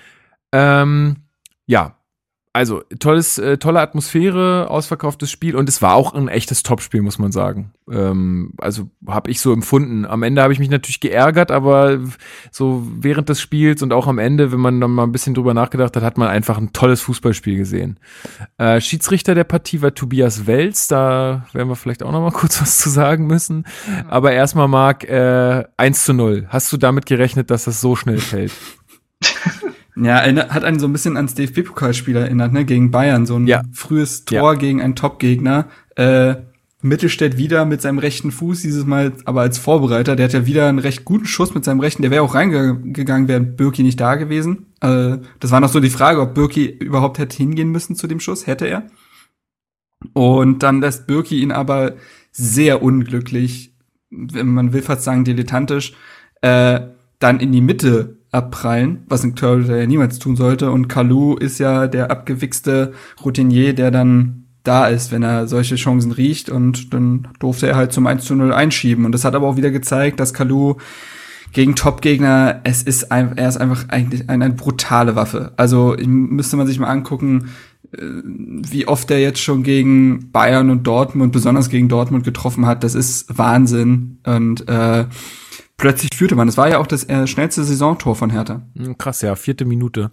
Ja. Also, tolle Atmosphäre, ausverkauftes Spiel und es war auch ein echtes Topspiel, muss man sagen. Also, habe ich so empfunden. Am Ende habe ich mich natürlich geärgert, aber so während des Spiels und auch am Ende, wenn man dann mal ein bisschen drüber nachgedacht hat, hat man einfach ein tolles Fußballspiel gesehen. Schiedsrichter der Partie war Tobias Welz, da werden wir vielleicht auch noch mal kurz was zu sagen müssen. Aber erstmal, Marc, 1:0. Hast du damit gerechnet, dass das so schnell fällt? Ja, hat einen so ein bisschen ans DFB-Pokalspiel erinnert, ne, gegen Bayern, so ein frühes Tor gegen einen Top-Gegner. Mittelstädt wieder mit seinem rechten Fuß, dieses Mal aber als Vorbereiter. Der hat ja wieder einen recht guten Schuss mit seinem rechten, der wäre auch reingegangen, wäre Bürki nicht da gewesen. Das war noch so die Frage, ob Bürki überhaupt hätte hingehen müssen zu dem Schuss, hätte er. Und dann lässt Bürki ihn aber sehr unglücklich, man will fast sagen dilettantisch, dann in die Mitte abprallen, was ein Torhüter ja niemals tun sollte. Und Kalu ist ja der abgewichste Routinier, der dann da ist, wenn er solche Chancen riecht. Und dann durfte er halt zum 1:0 einschieben. Und das hat aber auch wieder gezeigt, dass Kalu gegen Top-Gegner, er ist einfach eigentlich eine brutale Waffe. Also müsste man sich mal angucken, wie oft er jetzt schon gegen Bayern und Dortmund, besonders gegen Dortmund getroffen hat. Das ist Wahnsinn. Und plötzlich führte man. Das war ja auch das schnellste Saisontor von Hertha. Krass, ja, 4. Minute.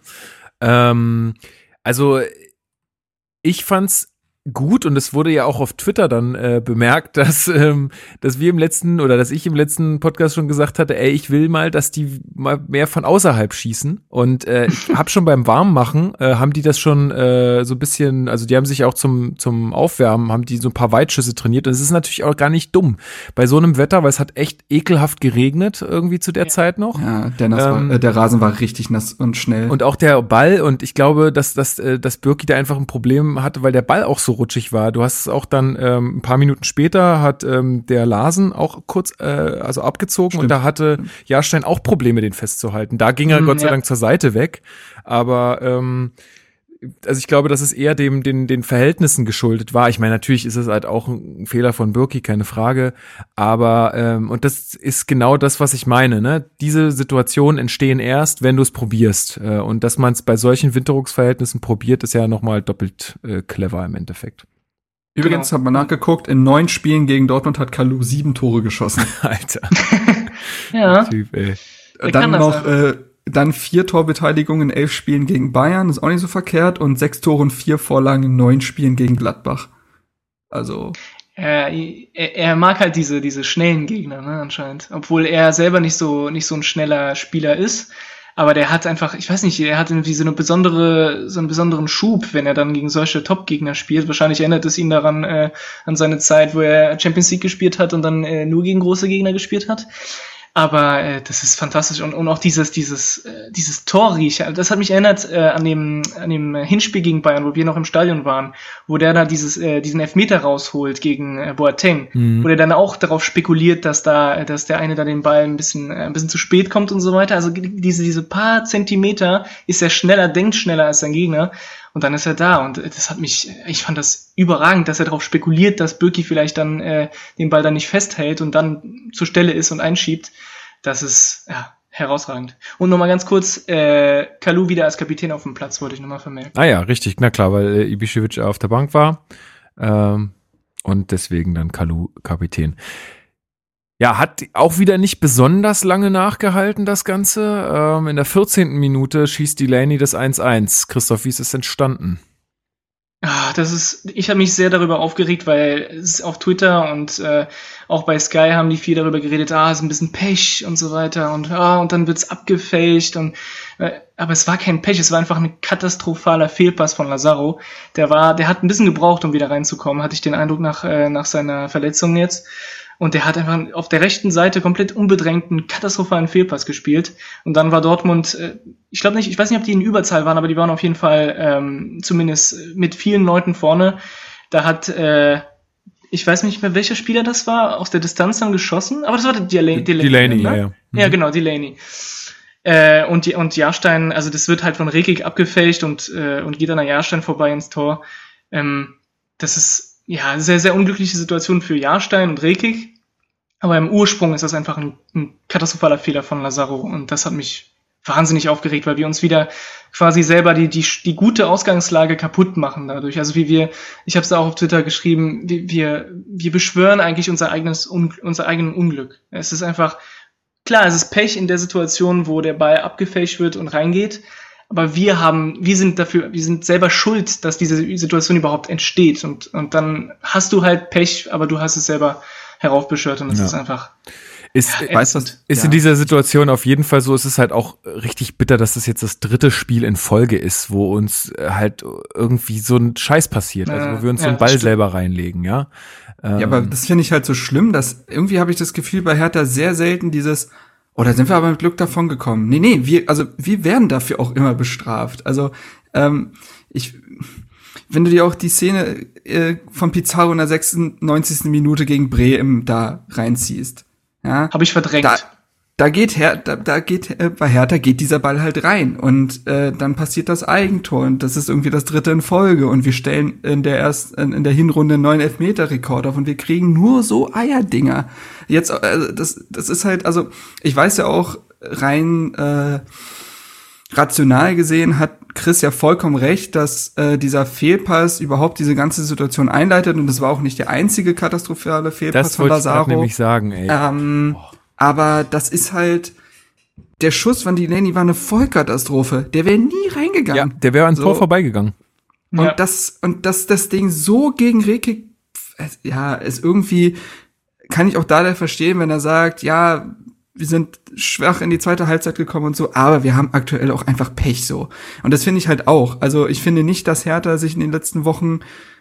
Also ich fand's gut und es wurde ja auch auf Twitter dann bemerkt, dass wir im letzten oder dass ich im letzten Podcast schon gesagt hatte, ich will mal, dass die mal mehr von außerhalb schießen und ich habe schon beim Warmmachen haben die das schon so ein bisschen, also die haben sich auch zum Aufwärmen, haben die so ein paar Weitschüsse trainiert und es ist natürlich auch gar nicht dumm bei so einem Wetter, weil es hat echt ekelhaft geregnet irgendwie zu der Zeit noch. Ja, der Rasen war richtig nass und schnell. Und auch der Ball und ich glaube, dass Bürki da einfach ein Problem hatte, weil der Ball auch so rutschig war. Du hast es auch dann ein paar Minuten später hat der Larsen auch kurz also abgezogen. Stimmt. Und da hatte Jahrstein auch Probleme, den festzuhalten. Da ging er Gott sei Dank zur Seite weg. Aber also ich glaube, dass es eher den Verhältnissen geschuldet war. Ich meine, natürlich ist es halt auch ein Fehler von Bürki, keine Frage. Aber und das ist genau das, was ich meine. Ne? Diese Situationen entstehen erst, wenn du es probierst. Und dass man es bei solchen Winterungsverhältnissen probiert, ist ja nochmal doppelt clever im Endeffekt. Übrigens hat man nachgeguckt, in 9 Spielen gegen Dortmund hat Kalu 7 Tore geschossen. Alter. Ja. Typ, ey. Dann noch dann 4 Torbeteiligungen in 11 Spielen gegen Bayern, ist auch nicht so verkehrt, und 6 Tore und 4 Vorlagen in 9 Spielen gegen Gladbach. Also er mag halt diese schnellen Gegner, ne, anscheinend. Obwohl er selber nicht so ein schneller Spieler ist. Aber der hat einfach, ich weiß nicht, er hat irgendwie so einen besonderen Schub, wenn er dann gegen solche Top-Gegner spielt. Wahrscheinlich erinnert es ihn daran, an seine Zeit, wo er Champions League gespielt hat und dann nur gegen große Gegner gespielt hat. Aber das ist fantastisch und auch dieses Torriechen, das hat mich erinnert an dem Hinspiel gegen Bayern, wo wir noch im Stadion waren, wo der da diesen Elfmeter rausholt gegen Boateng, wo der dann auch darauf spekuliert, dass der eine da den Ball ein bisschen zu spät kommt und so weiter. Also diese paar Zentimeter ist er denkt schneller als sein Gegner. Und dann ist er da und ich fand das überragend, dass er darauf spekuliert, dass Bürki vielleicht dann den Ball dann nicht festhält und dann zur Stelle ist und einschiebt. Das ist herausragend. Und nochmal ganz kurz, Kalu wieder als Kapitän auf dem Platz, wollte ich nochmal vermelden. Ah ja, richtig, na klar, weil Ibišević auf der Bank war und deswegen dann Kalu Kapitän. Ja, hat auch wieder nicht besonders lange nachgehalten, das Ganze. In der 14. Minute schießt Delaney das 1:1. Christoph, wie ist es entstanden? Ich habe mich sehr darüber aufgeregt, weil es auf Twitter und auch bei Sky haben die viel darüber geredet, ist ein bisschen Pech und so weiter und dann wird's abgefälscht aber es war kein Pech, es war einfach ein katastrophaler Fehlpass von Lazaro. Der hat ein bisschen gebraucht, um wieder reinzukommen, hatte ich den Eindruck nach seiner Verletzung jetzt. Und der hat einfach auf der rechten Seite komplett unbedrängt einen katastrophalen Fehlpass gespielt. Und dann war Dortmund, ich weiß nicht, ob die in Überzahl waren, aber die waren auf jeden Fall zumindest mit vielen Leuten vorne. Da hat, ich weiß nicht mehr, welcher Spieler das war, aus der Distanz dann geschossen, aber das war Delaney, ne? Ja. Ja, genau, Delaney. Und Jahrstein, also das wird halt von Rekik abgefälscht und geht dann an Jahrstein vorbei ins Tor. Das ist ja sehr, sehr unglückliche Situation für Jahrstein und Rekik. Aber im Ursprung ist das einfach ein katastrophaler Fehler von Lazaro. Und das hat mich wahnsinnig aufgeregt, weil wir uns wieder quasi selber die gute Ausgangslage kaputt machen dadurch. Also ich habe es auch auf Twitter geschrieben, wir beschwören eigentlich unser eigenes Unglück. Es ist einfach, klar, es ist Pech in der Situation, wo der Ball abgefälscht wird und reingeht. Aber wir sind selber schuld, dass diese Situation überhaupt entsteht. Und dann hast du halt Pech, aber du hast es selber heraufbeschwört und das ist einfach ist in dieser Situation auf jeden Fall so. Es ist halt auch richtig bitter, dass das jetzt das 3. Spiel in Folge ist, wo uns halt irgendwie so ein Scheiß passiert, also wo wir uns so einen Ball selber reinlegen, ja. Ja, aber das finde ich halt so schlimm, dass irgendwie habe ich das Gefühl bei Hertha sehr selten dieses da sind wir aber mit Glück davon gekommen. Nee, wir werden dafür auch immer bestraft. Also, wenn du dir auch die Szene von Pizarro in der 96. Minute gegen Bremen da reinziehst, ja. Habe ich verdrängt. Bei Hertha geht dieser Ball halt rein und dann passiert das Eigentor und das ist irgendwie das 3. in Folge und wir stellen in der Hinrunde einen neuen Elfmeter-Rekord auf und wir kriegen nur so Eierdinger. Jetzt, das ist halt, also ich weiß ja auch rein rational gesehen hat Chris ja vollkommen recht, dass dieser Fehlpass überhaupt diese ganze Situation einleitet und das war auch nicht der einzige katastrophale Fehlpass von Lazaro. Das wollte ich nämlich sagen, ey. Aber das ist halt, der Schuss von Delaney war eine Vollkatastrophe. Der wäre nie reingegangen. Ja, der wäre ans Tor vorbeigegangen. Und das Ding so gegen Rekik, ist irgendwie, kann ich auch da verstehen, wenn er sagt, ja, wir sind schwach in die zweite Halbzeit gekommen und so, aber wir haben aktuell auch einfach Pech so. Und das finde ich halt auch. Also ich finde nicht, dass Hertha sich in den letzten Wochen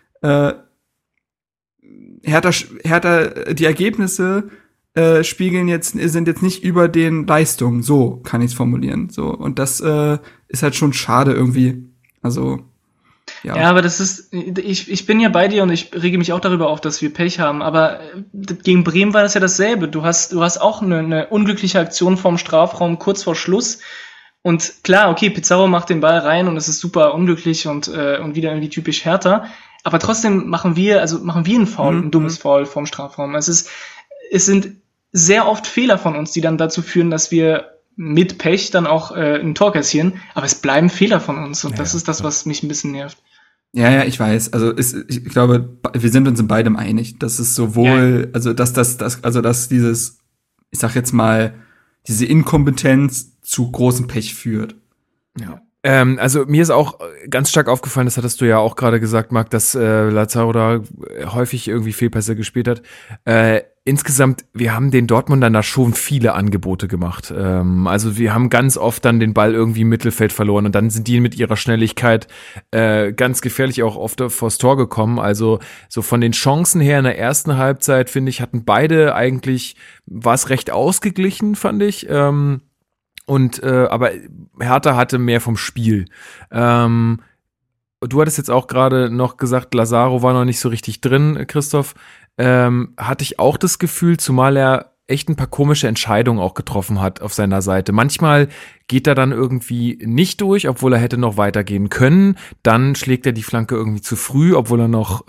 Hertha die Ergebnisse sind jetzt nicht über den Leistungen, so kann ich es formulieren. So, und das ist halt schon schade irgendwie. Also ja, aber das ist, ich bin ja bei dir und ich rege mich auch darüber auf, dass wir Pech haben, aber gegen Bremen war das ja dasselbe. Du hast auch eine unglückliche Aktion vorm Strafraum kurz vor Schluss und klar, okay, Pizarro macht den Ball rein und es ist super unglücklich und wieder irgendwie typisch Hertha, aber trotzdem machen wir einen Foul, ein dummes Foul vorm Strafraum. Es sind sehr oft Fehler von uns, die dann dazu führen, dass wir mit Pech dann auch ein Tor kassieren, aber es bleiben Fehler von uns und das ist das, was mich ein bisschen nervt. Ja, ich weiß. Also ich glaube, wir sind uns in beidem einig, dass es sowohl, also dass dieses, ich sag jetzt mal, diese Inkompetenz zu großem Pech führt. Ja. Also mir ist auch ganz stark aufgefallen, das hattest du ja auch gerade gesagt, Marc, dass Lazaro da häufig irgendwie Fehlpässe gespielt hat. Insgesamt, wir haben den Dortmundern da schon viele Angebote gemacht. Also wir haben ganz oft dann den Ball irgendwie im Mittelfeld verloren und dann sind die mit ihrer Schnelligkeit ganz gefährlich auch oft vors Tor gekommen. Also so von den Chancen her in der ersten Halbzeit, finde ich, hatten beide eigentlich, war es recht ausgeglichen, fand ich. Aber Hertha hatte mehr vom Spiel. Du hattest jetzt auch gerade noch gesagt, Lazaro war noch nicht so richtig drin, Christoph. Hatte ich auch das Gefühl, zumal er echt ein paar komische Entscheidungen auch getroffen hat auf seiner Seite. Manchmal geht er dann irgendwie nicht durch, obwohl er hätte noch weitergehen können. Dann schlägt er die Flanke irgendwie zu früh, obwohl er noch,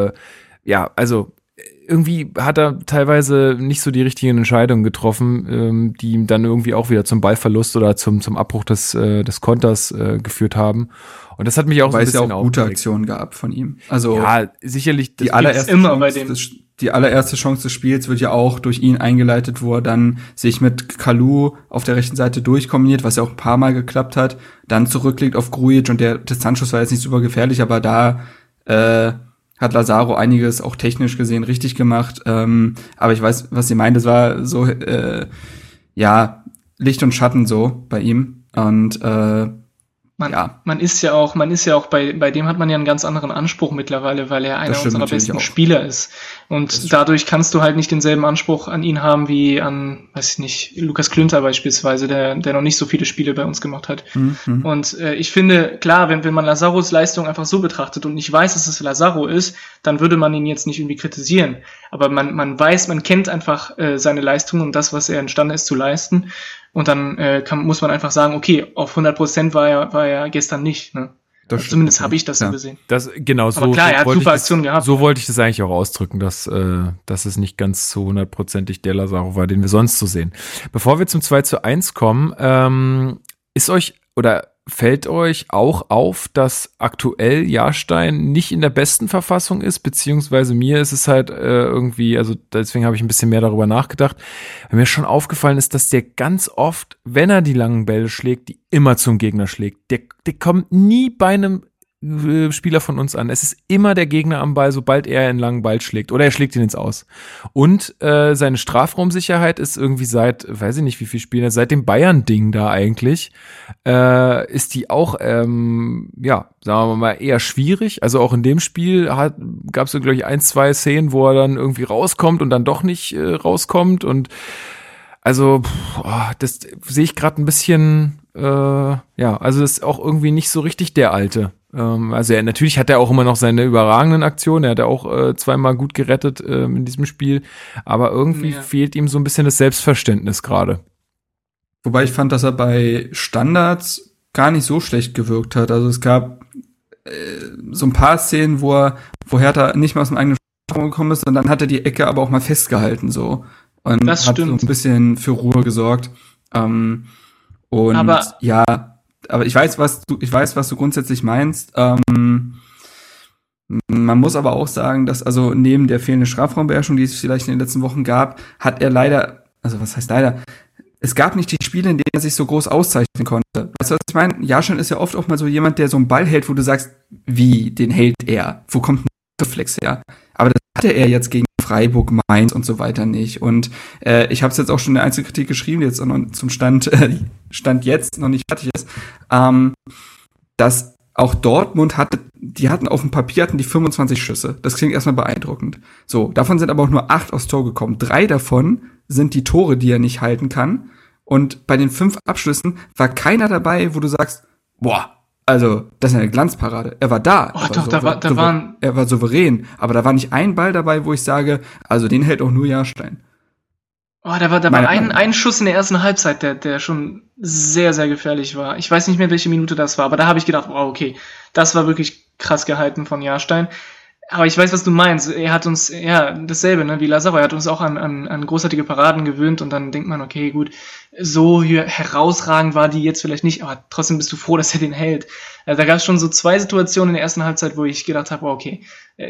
irgendwie hat er teilweise nicht so die richtigen Entscheidungen getroffen, die ihm dann irgendwie auch wieder zum Ballverlust oder zum Abbruch des Konters geführt haben. Und das hat mich auch so ein bisschen aufgeregt. Weil es ja auch gute Aktionen gab von ihm. Also ja, sicherlich. Die allererste Chance des Spiels wird ja auch durch ihn eingeleitet, wo er dann sich mit Kalou auf der rechten Seite durchkombiniert, was ja auch ein paar Mal geklappt hat, dann zurücklegt auf Grujic und der Distanzschuss war jetzt nicht super gefährlich, aber da hat Lazaro einiges auch technisch gesehen richtig gemacht. Aber ich weiß, was ihr meint. Das war so, Licht und Schatten so bei ihm. Und Man ist ja auch bei dem hat man ja einen ganz anderen Anspruch mittlerweile, weil er einer unserer besten Spieler ist. Und dadurch kannst du halt nicht denselben Anspruch an ihn haben wie an, weiß ich nicht, Lukas Klünter beispielsweise, der noch nicht so viele Spiele bei uns gemacht hat. Mhm. Und ich finde, klar, wenn man Lazaros Leistung einfach so betrachtet und nicht weiß, dass es Lazaro ist, dann würde man ihn jetzt nicht irgendwie kritisieren. Aber man kennt einfach seine Leistung und das, was er imstande ist zu leisten. Und dann muss man einfach sagen, okay, auf 100% war er gestern nicht. Ne? Also zumindest habe ich das so gesehen. Genau, so. Aber klar, er hat super Aktionen gehabt. So wollte ich das eigentlich auch ausdrücken, dass es nicht ganz so 100%ig der Lazaro war, den wir sonst so sehen. Bevor wir zum 2:1 kommen, fällt euch auch auf, dass aktuell Jahrstein nicht in der besten Verfassung ist, beziehungsweise mir ist es halt irgendwie, also deswegen habe ich ein bisschen mehr darüber nachgedacht, weil mir schon aufgefallen ist, dass der ganz oft, wenn er die langen Bälle schlägt, die immer zum Gegner schlägt. Der kommt nie bei einem Spieler von uns an. Es ist immer der Gegner am Ball, sobald er einen langen Ball schlägt. Oder er schlägt ihn ins Aus. Und seine Strafraumsicherheit ist irgendwie seit, weiß ich nicht wie viel Spielen, seit dem Bayern-Ding da eigentlich, ist die auch, sagen wir mal, eher schwierig. Also auch in dem Spiel gab es so, glaube ich, 1-2 Szenen, wo er dann irgendwie rauskommt und dann doch nicht rauskommt. Und also, das sehe ich gerade ein bisschen, also das ist auch irgendwie nicht so richtig der Alte. Also natürlich hat er auch immer noch seine überragenden Aktionen, er hat ja auch zweimal gut gerettet in diesem Spiel, aber irgendwie fehlt ihm so ein bisschen das Selbstverständnis gerade. Wobei ich fand, dass er bei Standards gar nicht so schlecht gewirkt hat. Also es gab so ein paar Szenen, wo Hertha nicht mal aus dem eigenen Strafraum gekommen ist und dann hat er die Ecke aber auch mal festgehalten so und das hat stimmt. so ein bisschen für Ruhe gesorgt. Aber ich weiß, was du grundsätzlich meinst. Man muss aber auch sagen, dass also neben der fehlenden Strafraumbeherrschung, die es vielleicht in den letzten Wochen gab, hat er leider, also was heißt leider, es gab nicht die Spiele, in denen er sich so groß auszeichnen konnte. Weißt du, was ich meine? Jahrstein ist ja oft auch mal so jemand, der so einen Ball hält, wo du sagst, wie, den hält er? Wo kommt ein Reflex her? Aber das hatte er jetzt gegen Freiburg, Mainz und so weiter nicht. Und ich habe es jetzt auch schon in der Einzelkritik geschrieben, die jetzt noch zum Stand jetzt noch nicht fertig ist, dass auch Dortmund hatten auf dem Papier die 25 Schüsse. Das klingt erstmal beeindruckend. So, davon sind aber auch nur 8 aufs Tor gekommen. 3 davon sind die Tore, die er nicht halten kann. Und bei den 5 Abschlüssen war keiner dabei, wo du sagst, boah, also, das ist eine Glanzparade. Er war da. Er war souverän. Aber da war nicht ein Ball dabei, wo ich sage, also den hält auch nur Jahrstein. Da war ein Schuss in der ersten Halbzeit, der schon sehr, sehr gefährlich war. Ich weiß nicht mehr, welche Minute das war, aber da habe ich gedacht, okay, das war wirklich krass gehalten von Jahrstein. Aber ich weiß, was du meinst. Er hat uns, dasselbe, ne, wie Lazaro. Er hat uns auch an großartige Paraden gewöhnt und dann denkt man, okay, gut, so herausragend war die jetzt vielleicht nicht, aber trotzdem bist du froh, dass er den hält. Also da gab es schon so 2 Situationen in der ersten Halbzeit, wo ich gedacht habe, okay,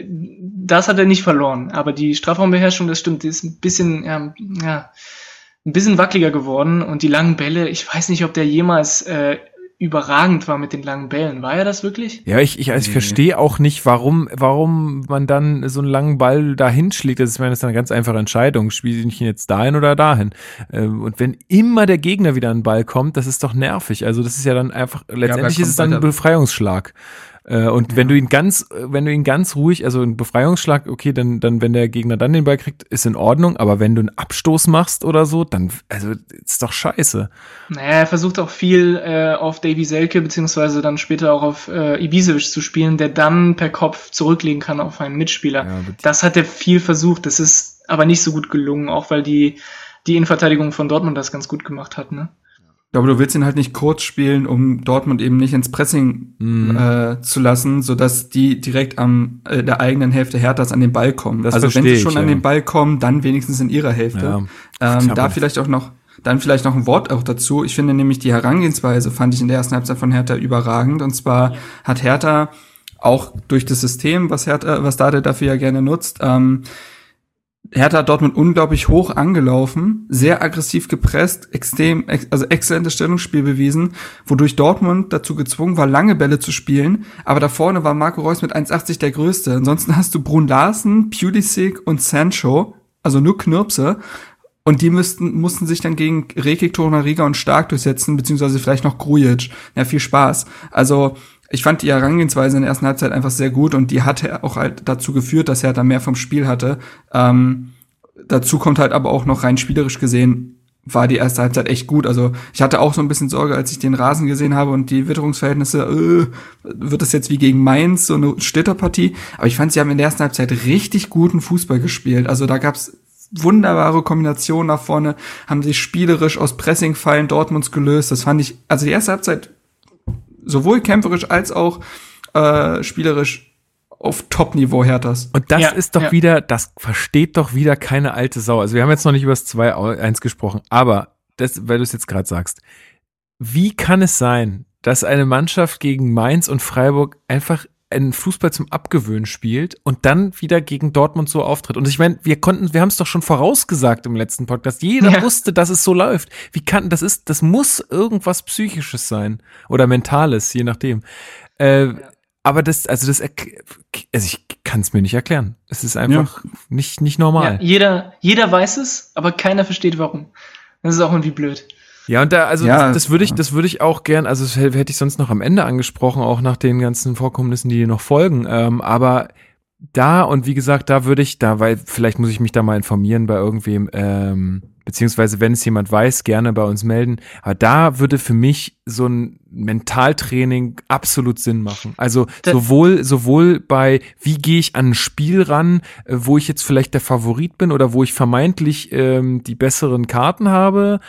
das hat er nicht verloren. Aber die Strafraumbeherrschung, das stimmt, die ist ein bisschen, ein bisschen wackeliger geworden und die langen Bälle, ich weiß nicht, ob der jemals überragend war mit den langen Bällen. War er das wirklich? Ja, ich verstehe auch nicht, warum man dann so einen langen Ball dahin schlägt. Das ist eine ganz einfache Entscheidung. Spiele ich ihn jetzt dahin oder dahin? Und wenn immer der Gegner wieder an den Ball kommt, das ist doch nervig. Also das ist ja dann einfach, letztendlich ist es dann ein Befreiungsschlag. Und wenn du ihn ganz ruhig, also ein Befreiungsschlag, okay, dann, wenn der Gegner dann den Ball kriegt, ist in Ordnung, aber wenn du einen Abstoß machst oder so, dann, also, ist doch scheiße. Naja, er versucht auch viel auf Davy Selke, beziehungsweise dann später auch auf Ibisevic zu spielen, der dann per Kopf zurücklegen kann auf einen Mitspieler. Ja, das hat er viel versucht, das ist aber nicht so gut gelungen, auch weil die Innenverteidigung von Dortmund das ganz gut gemacht hat, ne? Aber du willst ihn halt nicht kurz spielen, um Dortmund eben nicht ins Pressing zu lassen, sodass die direkt am der eigenen Hälfte Herthas an den Ball kommen. Das also wenn sie schon an den Ball kommen, dann wenigstens in ihrer Hälfte. Ja. Da vielleicht noch ein Wort auch dazu. Ich finde nämlich die Herangehensweise fand ich in der ersten Halbzeit von Hertha überragend. Und zwar hat Hertha auch durch das System, was Dardai dafür ja gerne nutzt, Hertha hat Dortmund unglaublich hoch angelaufen, sehr aggressiv gepresst, exzellentes Stellungsspiel bewiesen, wodurch Dortmund dazu gezwungen war, lange Bälle zu spielen. Aber da vorne war Marco Reus mit 1,80 der Größte. Ansonsten hast du Brun Larsen, Pulisic und Sancho, also nur Knirpse. Und die mussten sich dann gegen Rekik, Torunariga und Stark durchsetzen, beziehungsweise vielleicht noch Grujic. Ja, viel Spaß. Also ich fand die Herangehensweise in der ersten Halbzeit einfach sehr gut und die hatte auch halt dazu geführt, dass Hertha mehr vom Spiel hatte. Dazu kommt halt aber auch noch rein spielerisch gesehen, war die erste Halbzeit echt gut. Also ich hatte auch so ein bisschen Sorge, als ich den Rasen gesehen habe und die Witterungsverhältnisse, wird das jetzt wie gegen Mainz so eine Schlitterpartie? Aber ich fand, sie haben in der ersten Halbzeit richtig guten Fußball gespielt. Also da gab's wunderbare Kombinationen nach vorne, haben sich spielerisch aus Pressingfallen Dortmunds gelöst. Das fand ich, also die erste Halbzeit sowohl kämpferisch als auch spielerisch auf Top-Niveau Herthas. Und das ist doch wieder, das versteht doch wieder keine alte Sau. Also wir haben jetzt noch nicht über das 2-1 gesprochen, aber das, weil du es jetzt gerade sagst, wie kann es sein, dass eine Mannschaft gegen Mainz und Freiburg einfach einen Fußball zum Abgewöhnen spielt und dann wieder gegen Dortmund so auftritt? Und ich meine, wir haben es doch schon vorausgesagt im letzten Podcast. Jeder wusste, dass es so läuft. Das muss irgendwas Psychisches sein oder Mentales, je nachdem. Aber ich kann es mir nicht erklären. Es ist einfach nicht normal. Ja, jeder weiß es, aber keiner versteht warum. Das ist auch irgendwie blöd. Ja, und das würde ich auch gern, also das hätte ich sonst noch am Ende angesprochen, auch nach den ganzen Vorkommnissen, die noch folgen, aber da, und wie gesagt, weil vielleicht muss ich mich da mal informieren bei irgendwem, beziehungsweise wenn es jemand weiß, gerne bei uns melden, aber da würde für mich so ein Mentaltraining absolut Sinn machen. Also sowohl bei, wie gehe ich an ein Spiel ran, wo ich jetzt vielleicht der Favorit bin oder wo ich vermeintlich die besseren Karten habe,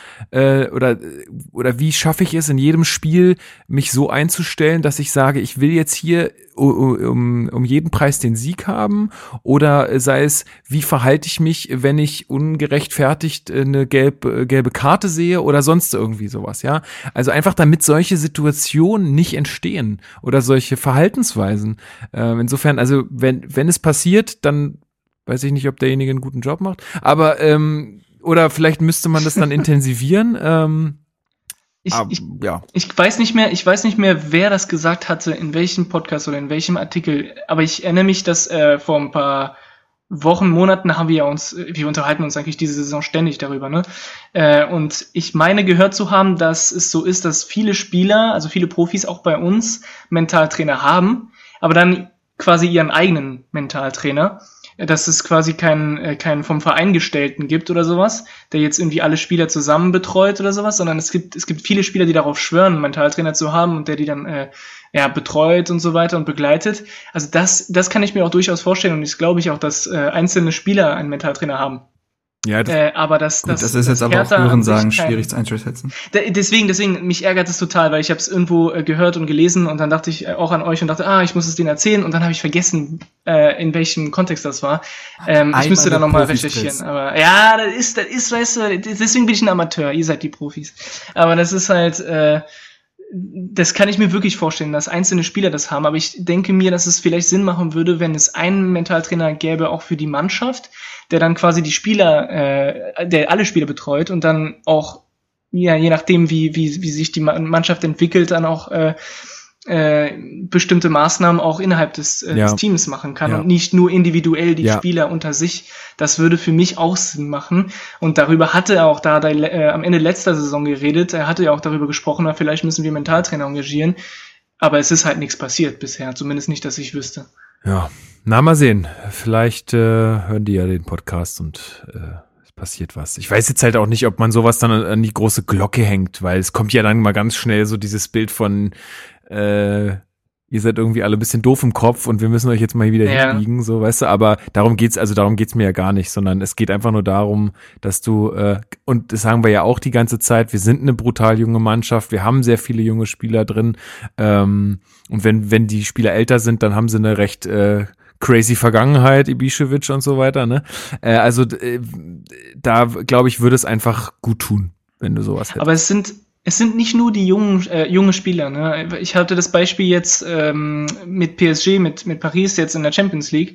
oder wie schaffe ich es in jedem Spiel, mich so einzustellen, dass ich sage, ich will jetzt hier um jeden Preis den Sieg haben, oder sei es, wie verhalte ich mich, wenn ich ungerechtfertigt eine gelbe Karte sehe oder sonst irgendwie sowas, ja. Also einfach damit solche Situationen nicht entstehen oder solche Verhaltensweisen. Insofern, also wenn es passiert, dann weiß ich nicht, ob derjenige einen guten Job macht, aber oder vielleicht müsste man das dann intensivieren. Ich weiß nicht mehr, wer das gesagt hatte, in welchem Podcast oder in welchem Artikel, aber ich erinnere mich, dass vor ein paar Wochen, Monaten wir unterhalten uns eigentlich diese Saison ständig darüber, ne? Und ich meine gehört zu haben, dass es so ist, dass viele Spieler, also viele Profis auch bei uns Mentaltrainer haben, aber dann quasi ihren eigenen Mentaltrainer, dass es quasi keinen vom Verein Gestellten gibt oder sowas, der jetzt irgendwie alle Spieler zusammen betreut oder sowas, sondern es gibt viele Spieler, die darauf schwören, einen Mentaltrainer zu haben und der die dann betreut und so weiter und begleitet. Also das kann ich mir auch durchaus vorstellen, und ich glaube auch, dass einzelne Spieler einen Mentaltrainer haben. Ja, aber das ist jetzt aber auch Hörensagen schwierig einzuschätzen. Deswegen, mich ärgert es total, weil ich habe es irgendwo gehört und gelesen und dann dachte ich auch an euch und dachte, ich muss es denen erzählen, und dann habe ich vergessen, in welchem Kontext das war. Ich müsste da nochmal recherchieren. Aber ja, das ist, weißt du, deswegen bin ich ein Amateur, ihr seid die Profis. Aber das ist halt, das kann ich mir wirklich vorstellen, dass einzelne Spieler das haben, aber ich denke mir, dass es vielleicht Sinn machen würde, wenn es einen Mentaltrainer gäbe, auch für die Mannschaft, der dann quasi die Spieler, der alle Spieler betreut und dann auch, je nachdem, wie sich die Mannschaft entwickelt, dann auch bestimmte Maßnahmen auch innerhalb des Teams machen kann und nicht nur individuell die Spieler unter sich. Das würde für mich auch Sinn machen. Und darüber hatte er auch am Ende letzter Saison geredet. Er hatte ja auch darüber gesprochen, vielleicht müssen wir Mentaltrainer engagieren. Aber es ist halt nichts passiert bisher. Zumindest nicht, dass ich wüsste. Ja, mal sehen. Vielleicht hören die ja den Podcast und es passiert was. Ich weiß jetzt halt auch nicht, ob man sowas dann an die große Glocke hängt, weil es kommt ja dann mal ganz schnell so dieses Bild von ihr seid irgendwie alle ein bisschen doof im Kopf und wir müssen euch jetzt mal wieder hinbiegen, so, weißt du, aber darum geht's mir ja gar nicht, sondern es geht einfach nur darum, dass du, und das sagen wir ja auch die ganze Zeit, wir sind eine brutal junge Mannschaft, wir haben sehr viele junge Spieler drin, und wenn die Spieler älter sind, dann haben sie eine recht crazy Vergangenheit, Ibišević und so weiter, ne, also da, glaube ich, würde es einfach gut tun, wenn du sowas hättest. Aber es sind nicht nur die junge Spieler. Ne? Ich hatte das Beispiel jetzt mit PSG, mit Paris jetzt in der Champions League.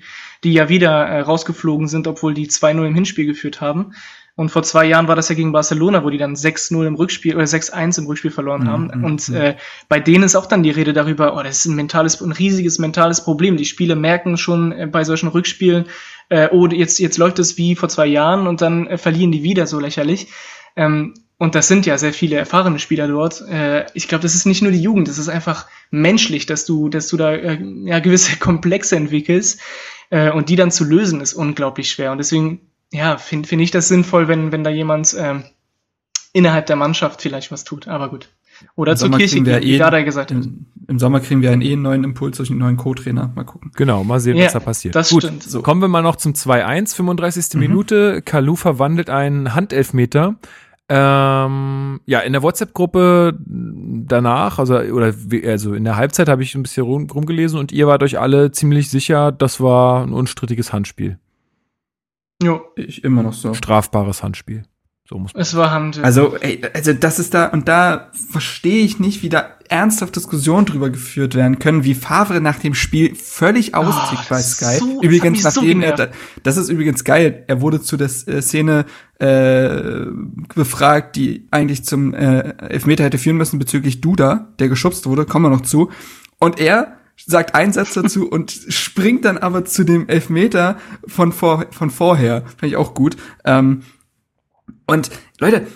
die ja wieder rausgeflogen sind, obwohl die 2-0 im Hinspiel geführt haben. Und vor 2 Jahren war das ja gegen Barcelona, wo die dann 6-0 im Rückspiel oder 6-1 im Rückspiel verloren haben. Und bei denen ist auch dann die Rede darüber, das ist ein riesiges mentales Problem. Die Spieler merken schon bei solchen Rückspielen, jetzt läuft es wie vor 2 Jahren und dann verlieren die wieder so lächerlich. Und das sind ja sehr viele erfahrene Spieler dort. Ich glaube, das ist nicht nur die Jugend, das ist einfach menschlich, dass du da gewisse Komplexe entwickelst. Und die dann zu lösen, ist unglaublich schwer. Und deswegen finde ich das sinnvoll, wenn da jemand innerhalb der Mannschaft vielleicht was tut. Aber gut. Oder zur Kirche gehen, wie Dada gesagt hat. Im Sommer kriegen wir einen neuen Impuls durch einen neuen Co-Trainer. Mal gucken. Genau, mal sehen, was da passiert. Das gut, stimmt. So. Kommen wir mal noch zum 2-1, 35. Minute. Kalou verwandelt einen Handelfmeter. In der WhatsApp-Gruppe danach, also in der Halbzeit habe ich ein bisschen rumgelesen und ihr wart euch alle ziemlich sicher, das war ein unstrittiges Handspiel. Jo. Ich immer noch so. Strafbares Handspiel. So muss man. Es war Hand. Also das ist da verstehe ich nicht, wie da ernsthaft Diskussionen drüber geführt werden können, wie Favre nach dem Spiel völlig austickt bei Sky. Übrigens, das ist übrigens geil. Er wurde zu der Szene befragt, die eigentlich zum Elfmeter hätte führen müssen bezüglich Duda, der geschubst wurde, kommen wir noch zu. Und er sagt einen Satz dazu und springt dann aber zu dem Elfmeter von vorher. Fand ich auch gut. Und Leute,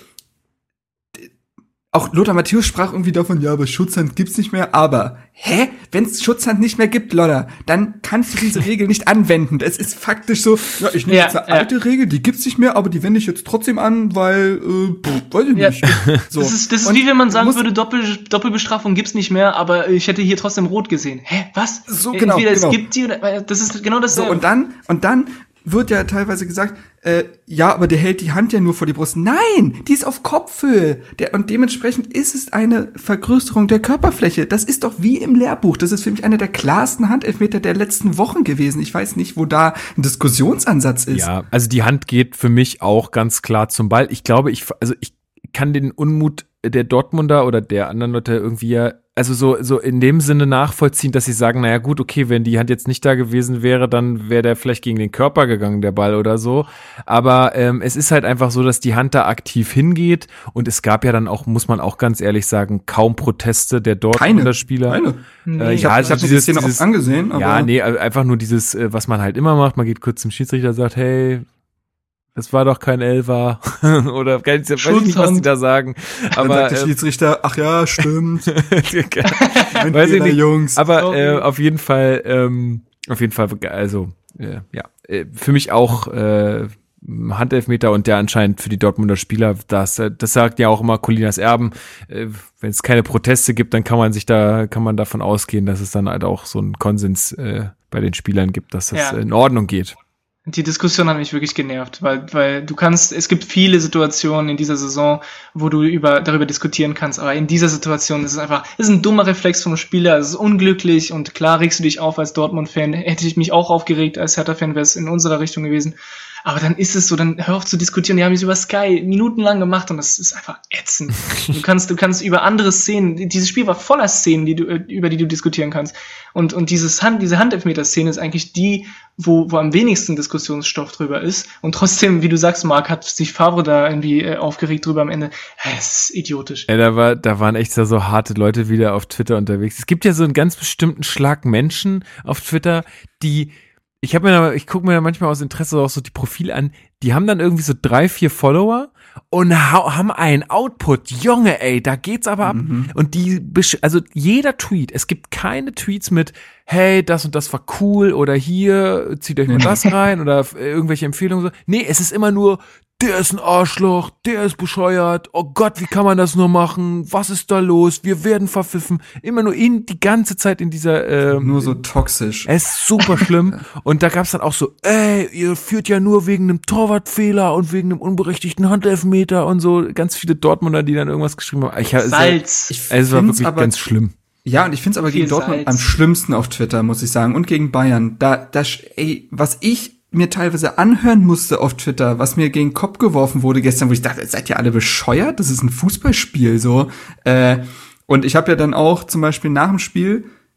auch Lothar Matthäus sprach irgendwie davon, ja, aber Schutzhand gibt's nicht mehr, aber, wenn es Schutzhand nicht mehr gibt, Lothar, dann kannst du diese Regel nicht anwenden. Es ist faktisch so, ja, ich nehme jetzt eine alte Regel, die gibt's nicht mehr, aber die wende ich jetzt trotzdem an, weil, weiß ich nicht. So. Das ist wie wenn man sagen würde, Doppelbestrafung gibt's nicht mehr, aber ich hätte hier trotzdem rot gesehen. Was? So, genau. Entweder es gibt die oder, das ist genau das. So, und dann wird ja teilweise gesagt, aber der hält die Hand ja nur vor die Brust. Nein, die ist auf Kopfhöhe. Und dementsprechend ist es eine Vergrößerung der Körperfläche. Das ist doch wie im Lehrbuch. Das ist für mich einer der klarsten Handelfmeter der letzten Wochen gewesen. Ich weiß nicht, wo da ein Diskussionsansatz ist. Ja, also die Hand geht für mich auch ganz klar zum Ball. Ich glaube, ich kann den Unmut der Dortmunder oder der anderen Leute irgendwie so in dem Sinne nachvollziehen, dass sie sagen, naja gut, okay, wenn die Hand jetzt nicht da gewesen wäre, dann wäre der vielleicht gegen den Körper gegangen, der Ball oder so. Aber es ist halt einfach so, dass die Hand da aktiv hingeht und es gab ja dann auch, muss man auch ganz ehrlich sagen, kaum Proteste der Dortmunder Spieler. Keine. Ich hab diese Szene oft angesehen. Aber einfach nur dieses, was man halt immer macht, man geht kurz zum Schiedsrichter und sagt, hey, das war doch kein Elfer. Oder weiß ich nicht, was die da sagen. Aber dann sagt der Schiedsrichter, ach ja, stimmt. Weiß ich nicht, Jungs. Aber auf jeden Fall, also für mich auch Handelfmeter und der anscheinend für die Dortmunder Spieler, das sagt ja auch immer Colinas Erben, wenn es keine Proteste gibt, dann kann man davon ausgehen, dass es dann halt auch so einen Konsens bei den Spielern gibt, dass das in Ordnung geht. Die Diskussion hat mich wirklich genervt, weil es gibt viele Situationen in dieser Saison, wo du darüber diskutieren kannst, aber in dieser Situation ist es ein dummer Reflex vom Spieler, es ist unglücklich und klar regst du dich auf als Dortmund-Fan, hätte ich mich auch aufgeregt als Hertha-Fan, wäre es in unserer Richtung gewesen. Aber dann ist es so, dann hör auf zu diskutieren. Die haben es über Sky minutenlang gemacht und das ist einfach ätzend. Du kannst über andere Szenen, dieses Spiel war voller Szenen, über die du diskutieren kannst. Und diese Handelfmeter-Szene ist eigentlich die, wo am wenigsten Diskussionsstoff drüber ist. Und trotzdem, wie du sagst, Marc, hat sich Favre da irgendwie aufgeregt drüber am Ende. Es ist idiotisch. Ja, da waren echt so harte Leute wieder auf Twitter unterwegs. Es gibt ja so einen ganz bestimmten Schlag Menschen auf Twitter, die ich gucke mir da manchmal aus Interesse auch so die Profile an, die haben dann irgendwie so 3-4 Follower und haben einen Output. Junge, ey, da geht's aber ab. Und also jeder Tweet, es gibt keine Tweets mit, hey, das und das war cool oder hier, zieht euch mal das rein oder irgendwelche Empfehlungen so. Nee, es ist immer nur, der ist ein Arschloch, der ist bescheuert, oh Gott, wie kann man das nur machen, was ist da los, wir werden verpfiffen, immer nur die ganze Zeit in dieser nur so toxisch. Es ist super schlimm und da gab's dann auch so, ihr führt ja nur wegen einem Torwartfehler und wegen einem unberechtigten Handelfmeter und so, ganz viele Dortmunder, die dann irgendwas geschrieben haben. Salz. Es war wirklich ganz schlimm. Ja, und ich find's aber gegen Dortmund am schlimmsten auf Twitter, muss ich sagen, und gegen Bayern. Was ich mir teilweise anhören musste auf Twitter, was mir gegen den Kopf geworfen wurde gestern, wo ich dachte, seid ihr alle bescheuert? Das ist ein Fußballspiel, so. Und ich habe ja dann auch zum Beispiel nach dem Spiel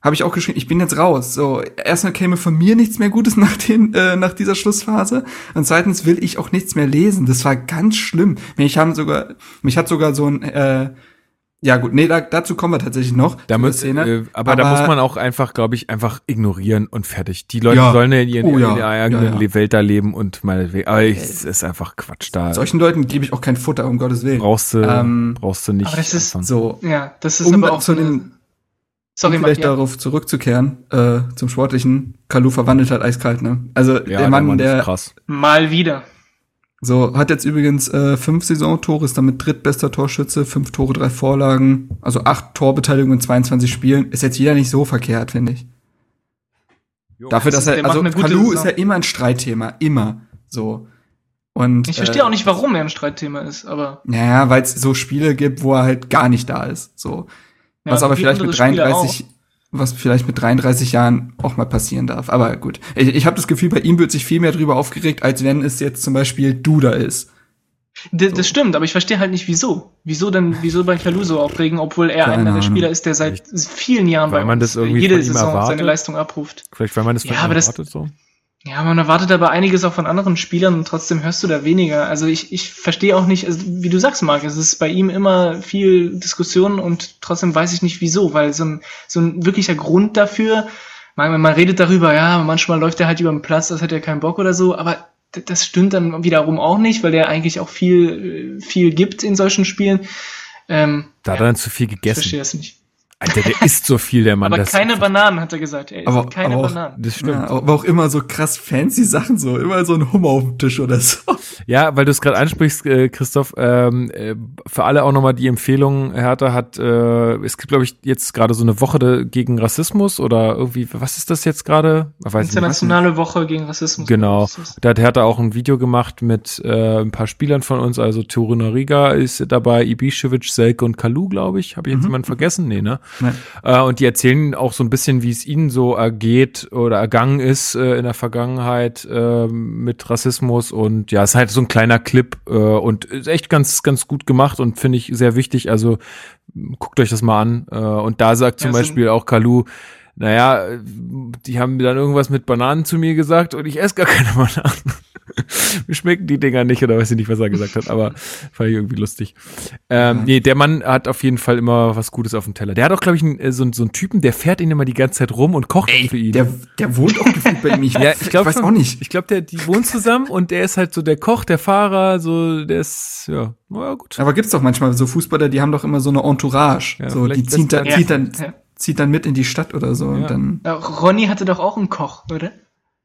Habe ich auch geschrieben, ich bin jetzt raus. So, erstmal käme von mir nichts mehr Gutes nach dieser Schlussphase. Und zweitens will ich auch nichts mehr lesen. Das war ganz schlimm. Mich hat sogar so ein, ja gut, nee, dazu kommen wir tatsächlich noch. Aber da muss man auch einfach, glaube ich, einfach ignorieren und fertig. Die Leute sollen ja in ihrer eigenen Welt da leben und meinetwegen. Aber es ist einfach Quatsch da. Solchen Leuten gebe ich auch kein Futter, um Gottes Willen. Brauchst du nicht. Aber das ist so. Ja, das ist aber auch zu den vielleicht darauf zurückzukehren, zum Sportlichen, Kalou verwandelt halt eiskalt, ne? Also der Mann, der ist krass. Mal wieder. So, hat jetzt übrigens 5 Saisontore, ist damit drittbester Torschütze, 5 Tore, 3 Vorlagen, also 8 Torbeteiligungen in 22 Spielen. Ist jetzt wieder nicht so verkehrt, finde ich. Dafür, dass Kalou ist ja immer ein Streitthema, immer so. Und ich verstehe auch nicht, warum er ein Streitthema ist, aber. Naja, weil es so Spiele gibt, wo er halt gar nicht da ist, so. Ja, was aber vielleicht mit 33 Jahren auch mal passieren darf. Aber gut. Ich habe das Gefühl, bei ihm wird sich viel mehr drüber aufgeregt, als wenn es jetzt zum Beispiel Duda ist. Das stimmt, aber ich verstehe halt nicht, wieso. Wieso bei Kalou so aufregen, obwohl er einer der Spieler ist, der seit vielen Jahren bei uns jede Saison seine Leistung abruft. Vielleicht, weil man das von ihm erwartet so. Ja, man erwartet aber einiges auch von anderen Spielern und trotzdem hörst du da weniger. Also ich verstehe auch nicht, also wie du sagst, Marc, es ist bei ihm immer viel Diskussion und trotzdem weiß ich nicht wieso, weil so ein wirklicher Grund dafür, man redet darüber, ja, manchmal läuft er halt über den Platz, das hat er keinen Bock oder so, aber das stimmt dann wiederum auch nicht, weil der eigentlich auch viel gibt in solchen Spielen. Da hat er dann zu viel gegessen. Ich verstehe das nicht. Alter, der isst so viel, der Mann. Aber keine Bananen, hat er gesagt. Er isst keine Bananen. Das stimmt. Ja, aber auch immer so krass fancy Sachen, so immer so ein Hummer auf dem Tisch oder so. Ja, weil du es gerade ansprichst, Christoph, für alle auch nochmal die Empfehlung, Hertha hat, es gibt, glaube ich, jetzt gerade so eine Woche gegen Rassismus oder irgendwie, was ist das jetzt gerade? Internationale Woche gegen Rassismus. Genau. Da hat Hertha auch ein Video gemacht mit ein paar Spielern von uns, also Torunariga ist dabei, Ibišević, Selke und Kalou, glaube ich. Habe ich jetzt jemanden vergessen? Nee, ne? Und die erzählen auch so ein bisschen, wie es ihnen so ergeht oder ergangen ist in der Vergangenheit mit Rassismus und ja, es ist halt so ein kleiner Clip und ist echt ganz, ganz gut gemacht und finde ich sehr wichtig, also guckt euch das mal an und da sagt zum Beispiel auch Kalou, naja, die haben dann irgendwas mit Bananen zu mir gesagt und ich esse gar keine Bananen. Mir schmecken die Dinger nicht oder weiß ich nicht, was er gesagt hat, aber fand ich irgendwie lustig. Nee, der Mann hat auf jeden Fall immer was Gutes auf dem Teller. Der hat auch, glaube ich, so einen Typen, der fährt ihn immer die ganze Zeit rum und kocht für ihn. Der wohnt auch gefühlt bei ihm. Ich weiß auch nicht. Ich glaube, die wohnen zusammen und der ist halt so der Koch, der Fahrer, so, der ist, ja, naja, gut. Aber gibt's doch manchmal so Fußballer, die haben doch immer so eine Entourage. Ja, so, die zieht dann mit in die Stadt oder so. Ja. Und dann. Ronny hatte doch auch einen Koch, oder?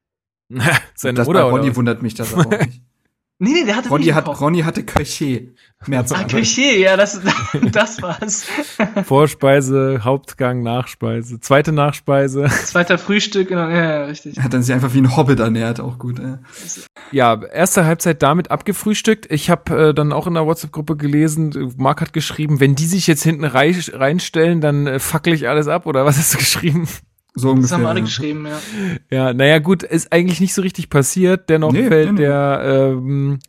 Seine Mutter, Ronny wundert mich das aber auch nicht. Nee, der hatte Ronny hatte Köche. Köche, ja, das war's. Vorspeise, Hauptgang, Nachspeise, zweite Nachspeise. Zweiter Frühstück, genau, ja, richtig. Er hat dann sich einfach wie ein Hobbit ernährt, auch gut. Ja, erste Halbzeit damit abgefrühstückt. Ich habe dann auch in der WhatsApp-Gruppe gelesen, Marc hat geschrieben, wenn die sich jetzt hinten reinstellen, dann fackel ich alles ab, oder was hast du geschrieben? So ungefähr. Das haben alle geschrieben, ja. Ja, naja, gut, ist eigentlich nicht so richtig passiert. Dennoch fällt der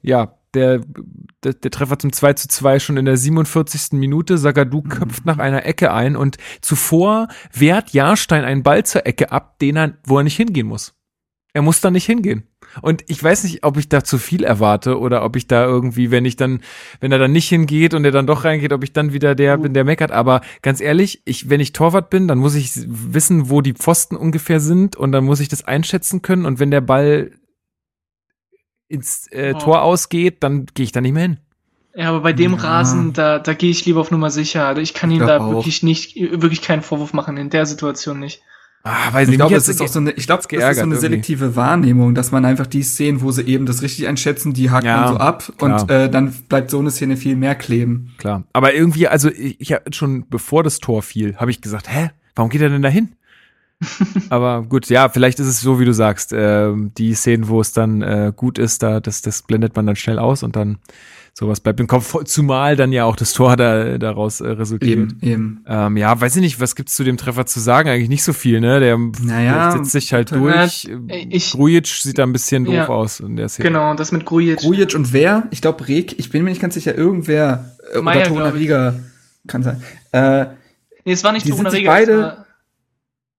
Treffer zum 2:2 schon in der 47. Minute. Zagadou köpft nach einer Ecke ein und zuvor wehrt Jahrstein einen Ball zur Ecke ab, wo er nicht hingehen muss. Er muss da nicht hingehen. Und ich weiß nicht, ob ich da zu viel erwarte oder ob ich da irgendwie, wenn er dann nicht hingeht und er dann doch reingeht, ob ich dann wieder der bin, der meckert. Aber ganz ehrlich, wenn ich Torwart bin, dann muss ich wissen, wo die Pfosten ungefähr sind und dann muss ich das einschätzen können. Und wenn der Ball ins Tor ausgeht, dann gehe ich da nicht mehr hin. Ja, aber bei dem Rasen, da gehe ich lieber auf Nummer sicher. Ich kann ihm da wirklich keinen Vorwurf machen, in der Situation nicht. Ich glaube, es ist auch so eine selektive Wahrnehmung, dass man einfach die Szenen, wo sie eben das richtig einschätzen, die hakt man so ab klar. Und dann bleibt so eine Szene viel mehr kleben. Klar, aber irgendwie, also ich schon bevor das Tor fiel, habe ich gesagt, warum geht er denn da hin? Aber gut, ja, vielleicht ist es so, wie du sagst, die Szenen, wo es dann gut ist, das blendet man dann schnell aus und dann sowas bleibt im Kopf, zumal dann ja auch das Tor daraus resultiert. Eben. Ja, weiß ich nicht, was gibt's zu dem Treffer zu sagen? Eigentlich nicht so viel, ne? Der setzt sich halt durch. Grujic sieht da ein bisschen doof aus in der Szene. Genau, das mit Grujic. Grujic und wer? Ich glaube Rek, ich bin mir nicht ganz sicher, irgendwer Meier, oder Torunariga kann sein. Nee, es war nicht Torunariga.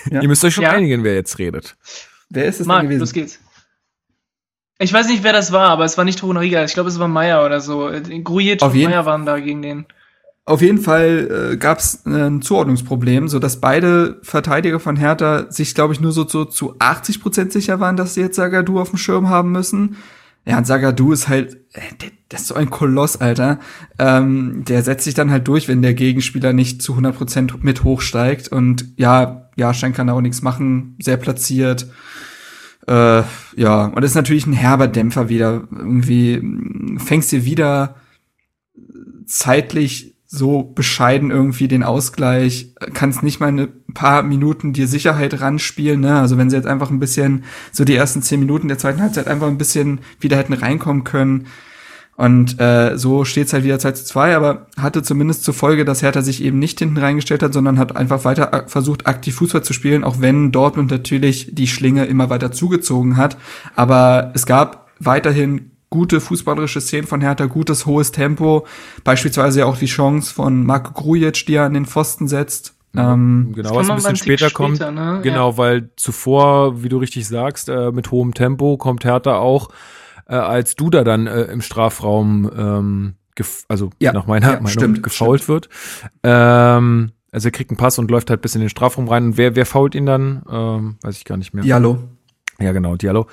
Ja. Ihr müsst euch schon einigen, wer jetzt redet. Wer ist es denn gewesen? Los geht's. Ich weiß nicht, wer das war, aber es war nicht Torunariga. Ich glaube, es war Meier oder so. Grujic und Meier waren da gegen den. Auf jeden Fall gab es ein Zuordnungsproblem, so dass beide Verteidiger von Hertha sich, glaube ich, nur so zu 80% sicher waren, dass sie jetzt Zagadou auf dem Schirm haben müssen. Ja, und Zagadou ist halt, das ist so ein Koloss, Alter. Der setzt sich dann halt durch, wenn der Gegenspieler nicht zu 100% mit hochsteigt. Und ja, Jahrstein kann da auch nichts machen, sehr platziert. Und das ist natürlich ein herber Dämpfer wieder. Irgendwie fängst du wieder zeitlich so bescheiden irgendwie den Ausgleich, kannst nicht mal ein paar Minuten dir Sicherheit ranspielen, ne? Also wenn sie jetzt einfach ein bisschen, so die ersten 10 Minuten der zweiten Halbzeit einfach ein bisschen wieder hätten reinkommen können. Und so steht's halt wieder 2:2, aber hatte zumindest zur Folge, dass Hertha sich eben nicht hinten reingestellt hat, sondern hat einfach weiter versucht, aktiv Fußball zu spielen, auch wenn Dortmund natürlich die Schlinge immer weiter zugezogen hat. Aber es gab weiterhin gute fußballerische Szenen von Hertha, gutes, hohes Tempo. Beispielsweise ja auch die Chance von Marko Grujic, die er an den Pfosten setzt. Genau, was ein bisschen später kommt. Ne? Genau, weil zuvor, wie du richtig sagst, mit hohem Tempo kommt Hertha auch, als Duda dann im Strafraum nach meiner Meinung gefoult wird. Also er kriegt einen Pass und läuft halt bis in den Strafraum rein. Und wer foult ihn dann? Weiß ich gar nicht mehr. Diallo. Ja, genau, Diallo.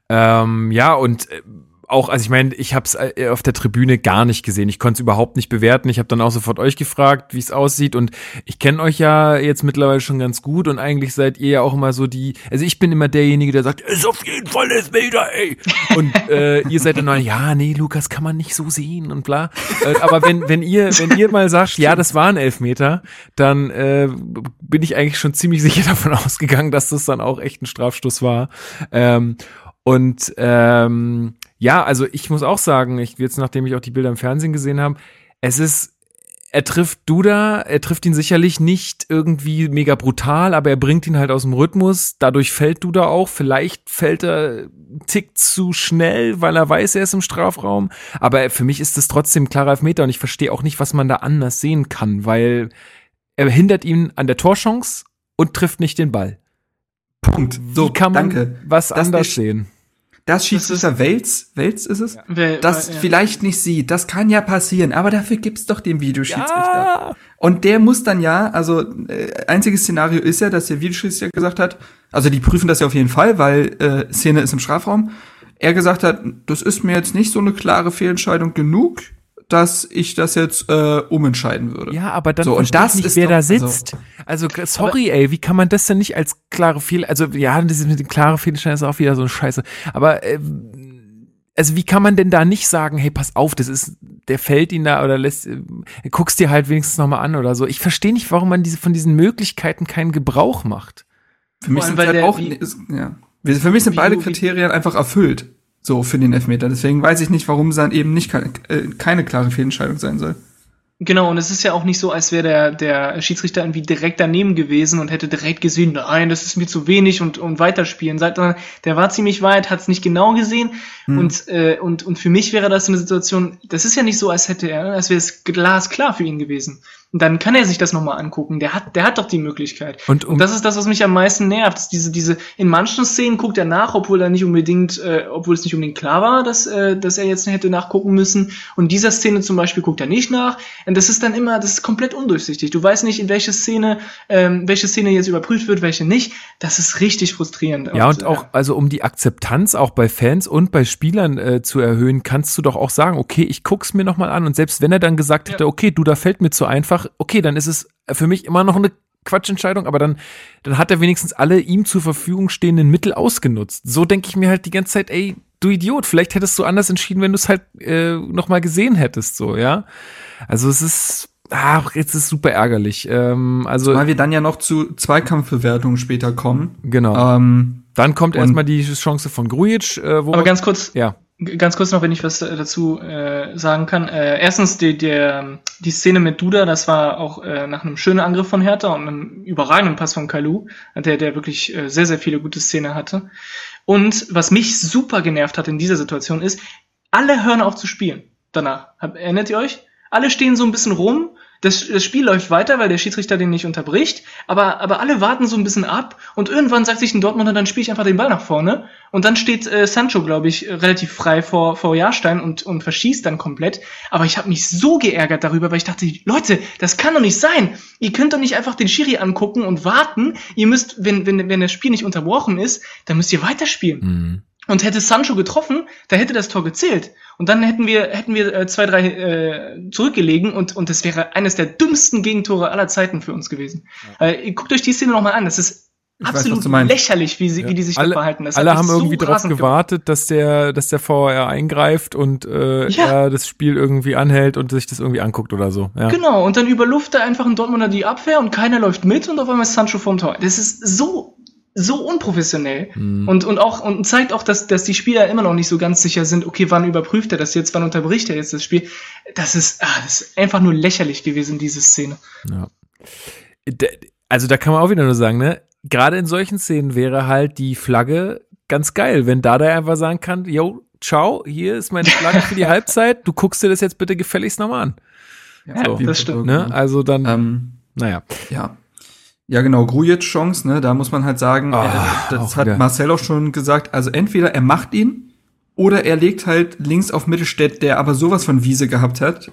Auch, also ich meine, ich habe es auf der Tribüne gar nicht gesehen. Ich konnte es überhaupt nicht bewerten. Ich habe dann auch sofort euch gefragt, wie es aussieht. Und ich kenne euch ja jetzt mittlerweile schon ganz gut. Und eigentlich seid ihr ja auch immer so also ich bin immer derjenige, der sagt, ist auf jeden Fall Elfmeter, ey. Und ihr seid dann noch, ja, nee, Lukas, kann man nicht so sehen und bla. Aber wenn ihr mal sagt, ja, das war ein Elfmeter, dann bin ich eigentlich schon ziemlich sicher davon ausgegangen, dass das dann auch echt ein Strafstoß war. Ja, also ich muss auch sagen, jetzt nachdem ich auch die Bilder im Fernsehen gesehen habe, er trifft Duda, er trifft ihn sicherlich nicht irgendwie mega brutal, aber er bringt ihn halt aus dem Rhythmus, dadurch fällt Duda auch, vielleicht fällt er einen Tick zu schnell, weil er weiß, er ist im Strafraum, aber für mich ist das trotzdem ein klarer Elfmeter und ich verstehe auch nicht, was man da anders sehen kann, weil er hindert ihn an der Torchance und trifft nicht den Ball. Punkt. Wie kann man was anders sehen? Das Schiedsrichter Wels ist es, das vielleicht nicht sieht. Das kann ja passieren, aber dafür gibt's doch den Videoschiedsrichter. Ja. Und der muss dann einziges Szenario ist ja, dass der Videoschiedsrichter gesagt hat, also die prüfen das ja auf jeden Fall, weil Szene ist im Strafraum. Er gesagt hat, das ist mir jetzt nicht so eine klare Fehlentscheidung genug, dass ich das jetzt umentscheiden würde. Ja, aber dann verstehe ich nicht, wer da sitzt. Also sorry, ey, wie kann man das denn nicht als klare Fehl... Also ja, das mit dem klaren Fehlentscheid ist auch wieder so eine Scheiße. Aber also wie kann man denn da nicht sagen, hey, pass auf, der fällt ihn da oder guckst dir halt wenigstens nochmal an oder so. Ich verstehe nicht, warum man von diesen Möglichkeiten keinen Gebrauch macht. Für mich sind für mich sind beide Kriterien einfach erfüllt. So für den Elfmeter. Deswegen weiß ich nicht, warum es dann eben nicht keine klare Fehlentscheidung sein soll. Genau, und es ist ja auch nicht so, als wäre der Schiedsrichter irgendwie direkt daneben gewesen und hätte direkt gesehen, nein, das ist mir zu wenig und weiterspielen. Der war ziemlich weit, hat es nicht genau gesehen und für mich wäre das so eine Situation, das ist ja nicht so, als wäre es glasklar für ihn gewesen. Und dann kann er sich das nochmal angucken. Der hat doch die Möglichkeit. Und das ist das, was mich am meisten nervt. Diese in manchen Szenen guckt er nach, obwohl es nicht unbedingt klar war, dass er jetzt hätte nachgucken müssen. Und in dieser Szene zum Beispiel guckt er nicht nach. Und das ist komplett undurchsichtig. Du weißt nicht, in welche Szene jetzt überprüft wird, welche nicht. Das ist richtig frustrierend. Ja, und auch, also um die Akzeptanz auch bei Fans und bei Spielern zu erhöhen, kannst du doch auch sagen, okay, ich guck's mir nochmal an. Und selbst wenn er dann gesagt hätte, okay, da fällt mir zu einfach, okay, dann ist es für mich immer noch eine Quatschentscheidung, aber dann hat er wenigstens alle ihm zur Verfügung stehenden Mittel ausgenutzt. So denke ich mir halt die ganze Zeit, ey, du Idiot, vielleicht hättest du anders entschieden, wenn du es halt nochmal gesehen hättest, so, ja. Also es ist, jetzt ist super ärgerlich. Weil wir dann ja noch zu Zweikampfbewertungen später kommen. Genau. Dann kommt erstmal die Chance von Grujic. Aber ganz kurz noch, wenn ich was dazu sagen kann. Erstens, die Szene mit Duda, das war auch nach einem schönen Angriff von Hertha und einem überragenden Pass von Kalou, der wirklich sehr, sehr viele gute Szenen hatte. Und was mich super genervt hat in dieser Situation ist, alle hören auf zu spielen danach. Erinnert ihr euch? Alle stehen so ein bisschen rum. das Spiel läuft weiter, weil der Schiedsrichter den nicht unterbricht, aber alle warten so ein bisschen ab und irgendwann sagt sich ein Dortmunder, dann spiele ich einfach den Ball nach vorne und dann steht Sancho, glaube ich, relativ frei vor Jahrstein und verschießt dann komplett. Aber ich habe mich so geärgert darüber, weil ich dachte, Leute, das kann doch nicht sein. Ihr könnt doch nicht einfach den Schiri angucken und warten. Ihr müsst, wenn das Spiel nicht unterbrochen ist, dann müsst ihr weiterspielen. Mhm. Und hätte Sancho getroffen, da hätte das Tor gezählt. Und dann hätten wir 2-3 zurückgelegen und das wäre eines der dümmsten Gegentore aller Zeiten für uns gewesen. Ja. Guckt euch die Szene nochmal an, das ist absolut lächerlich, wie die sich da verhalten. Das alle haben irgendwie darauf gewartet, dass der VR eingreift und er das Spiel irgendwie anhält und sich das irgendwie anguckt oder so. Ja. Genau, und dann überluftet einfach ein Dortmunder die Abwehr und keiner läuft mit und auf einmal ist Sancho vorm Tor. Das ist so unprofessionell und zeigt auch, dass die Spieler immer noch nicht so ganz sicher sind, okay, wann überprüft er das jetzt, wann unterbricht er jetzt das Spiel. Das ist einfach nur lächerlich gewesen, diese Szene. Ja. Also da kann man auch wieder nur sagen, ne, gerade in solchen Szenen wäre halt die Flagge ganz geil, wenn Dardai einfach sagen kann, yo, ciao, hier ist meine Flagge für die Halbzeit, du guckst dir das jetzt bitte gefälligst nochmal an. Ja, so, das stimmt. Ne? Also dann, naja. Ja, genau, Grujic Chance, ne, da muss man halt sagen, das hat Marcel auch schon gesagt, also entweder er macht ihn oder er legt halt links auf Mittelstädt, der aber sowas von Wiese gehabt hat,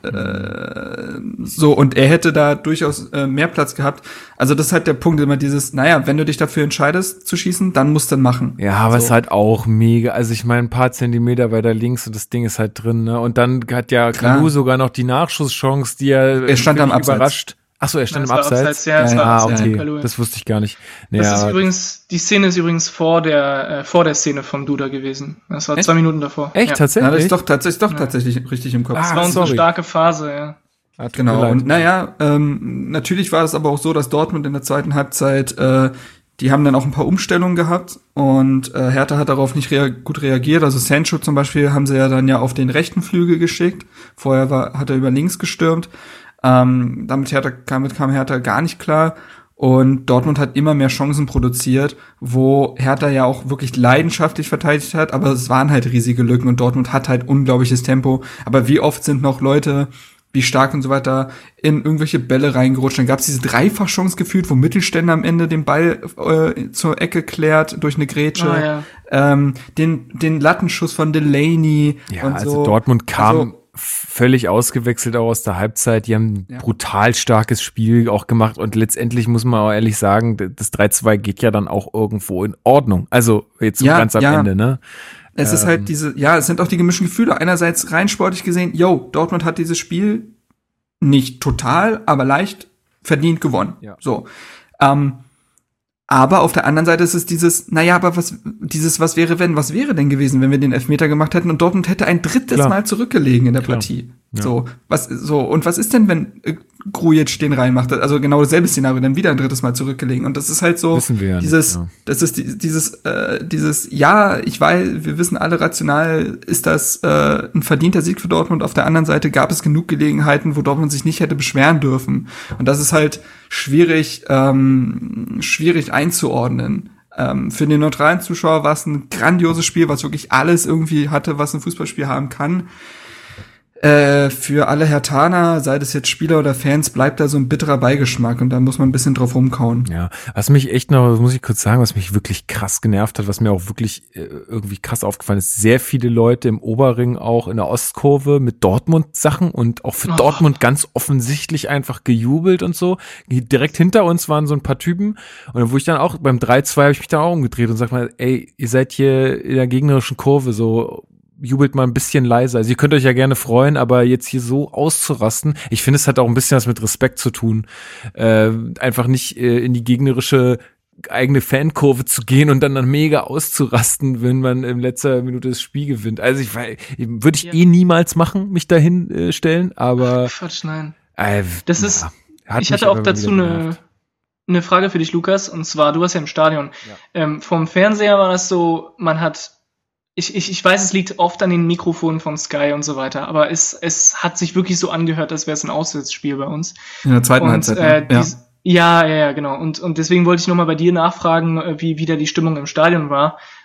und er hätte da durchaus mehr Platz gehabt. Also das ist halt der Punkt, immer dieses, naja, wenn du dich dafür entscheidest zu schießen, dann musst du dann machen. Ja, aber es ist halt auch mega, also ich meine, ein paar Zentimeter weiter links und das Ding ist halt drin, ne, und dann hat ja Kalu sogar noch die Nachschusschance, die er stand am Abseits. Überrascht. Achso, er stand im Abseits? Okay. Das wusste ich gar nicht. Die Szene ist übrigens vor der Szene von Duda gewesen. Das war 2 Minuten davor. Echt? Tatsächlich? Na, das ist doch tatsächlich richtig im Kopf. Das war unsere starke Phase, ja. Genau. Und natürlich war es aber auch so, dass Dortmund in der zweiten Halbzeit, die haben dann auch ein paar Umstellungen gehabt und Hertha hat darauf nicht gut reagiert. Also Sancho zum Beispiel haben sie ja dann auf den rechten Flügel geschickt. Vorher hat er über links gestürmt. Damit kam Hertha gar nicht klar und Dortmund hat immer mehr Chancen produziert, wo Hertha ja auch wirklich leidenschaftlich verteidigt hat, aber es waren halt riesige Lücken und Dortmund hat halt unglaubliches Tempo, aber wie oft sind noch Leute, wie Stark und so weiter, in irgendwelche Bälle reingerutscht, dann gab es diese Dreifachchance gefühlt, wo Mittelständler am Ende den Ball zur Ecke klärt durch eine Grätsche, den Lattenschuss von Delaney und so. Also Dortmund kam völlig ausgewechselt auch aus der Halbzeit. Die haben ein brutal starkes Spiel auch gemacht und letztendlich muss man auch ehrlich sagen, das 3-2 geht ja dann auch irgendwo in Ordnung. Also jetzt so ganz am Ende, ne? Es ist halt es sind auch die gemischten Gefühle. Einerseits rein sportlich gesehen, Dortmund hat dieses Spiel nicht total, aber leicht verdient gewonnen. Ja. So. Aber auf der anderen Seite ist es dieses, aber was wäre denn gewesen, wenn wir den Elfmeter gemacht hätten und Dortmund hätte ein drittes Mal zurückgelegen in der Partie. Ja. Und was ist denn, wenn Grujic den reinmacht? Also genau dasselbe Szenario, dann wieder ein drittes Mal zurückgelegen. Und das ist halt so, wissen wir ja dieses, nicht, das ist ich weiß, wir wissen alle rational, ist das ein verdienter Sieg für Dortmund. Auf der anderen Seite gab es genug Gelegenheiten, wo Dortmund sich nicht hätte beschweren dürfen. Und das ist halt schwierig einzuordnen. Für den neutralen Zuschauer war es ein grandioses Spiel, was wirklich alles irgendwie hatte, was ein Fußballspiel haben kann. Für alle Herthaner, sei das jetzt Spieler oder Fans, bleibt da so ein bitterer Beigeschmack und da muss man ein bisschen drauf rumkauen. Ja, was mich echt noch, das muss ich kurz sagen, was mich wirklich krass genervt hat, was mir auch wirklich irgendwie krass aufgefallen ist, sehr viele Leute im Oberring auch in der Ostkurve mit Dortmund-Sachen und auch für Dortmund ganz offensichtlich einfach gejubelt und so. Direkt hinter uns waren so ein paar Typen und wo ich dann auch beim 3-2 habe ich mich dann auch umgedreht und sag mal, ey, ihr seid hier in der gegnerischen Kurve so, jubelt mal ein bisschen leiser. Also ihr könnt euch ja gerne freuen, aber jetzt hier so auszurasten, ich finde, es hat auch ein bisschen was mit Respekt zu tun. Einfach nicht in die gegnerische eigene Fankurve zu gehen und dann mega auszurasten, wenn man in letzter Minute das Spiel gewinnt. Also würde ich niemals machen, mich dahin stellen, aber Quatsch, nein. Das ist, ich hatte auch dazu eine Frage für dich, Lukas, und zwar, du warst ja im Stadion. Ja. Vom Fernseher war das so, man hat Ich weiß, es liegt oft an den Mikrofonen von Sky und so weiter, aber es hat sich wirklich so angehört, als wäre es ein Auswärtsspiel bei uns. In der zweiten Halbzeit. Ja, genau. Und deswegen wollte ich nochmal bei dir nachfragen, wie da die Stimmung im Stadion war.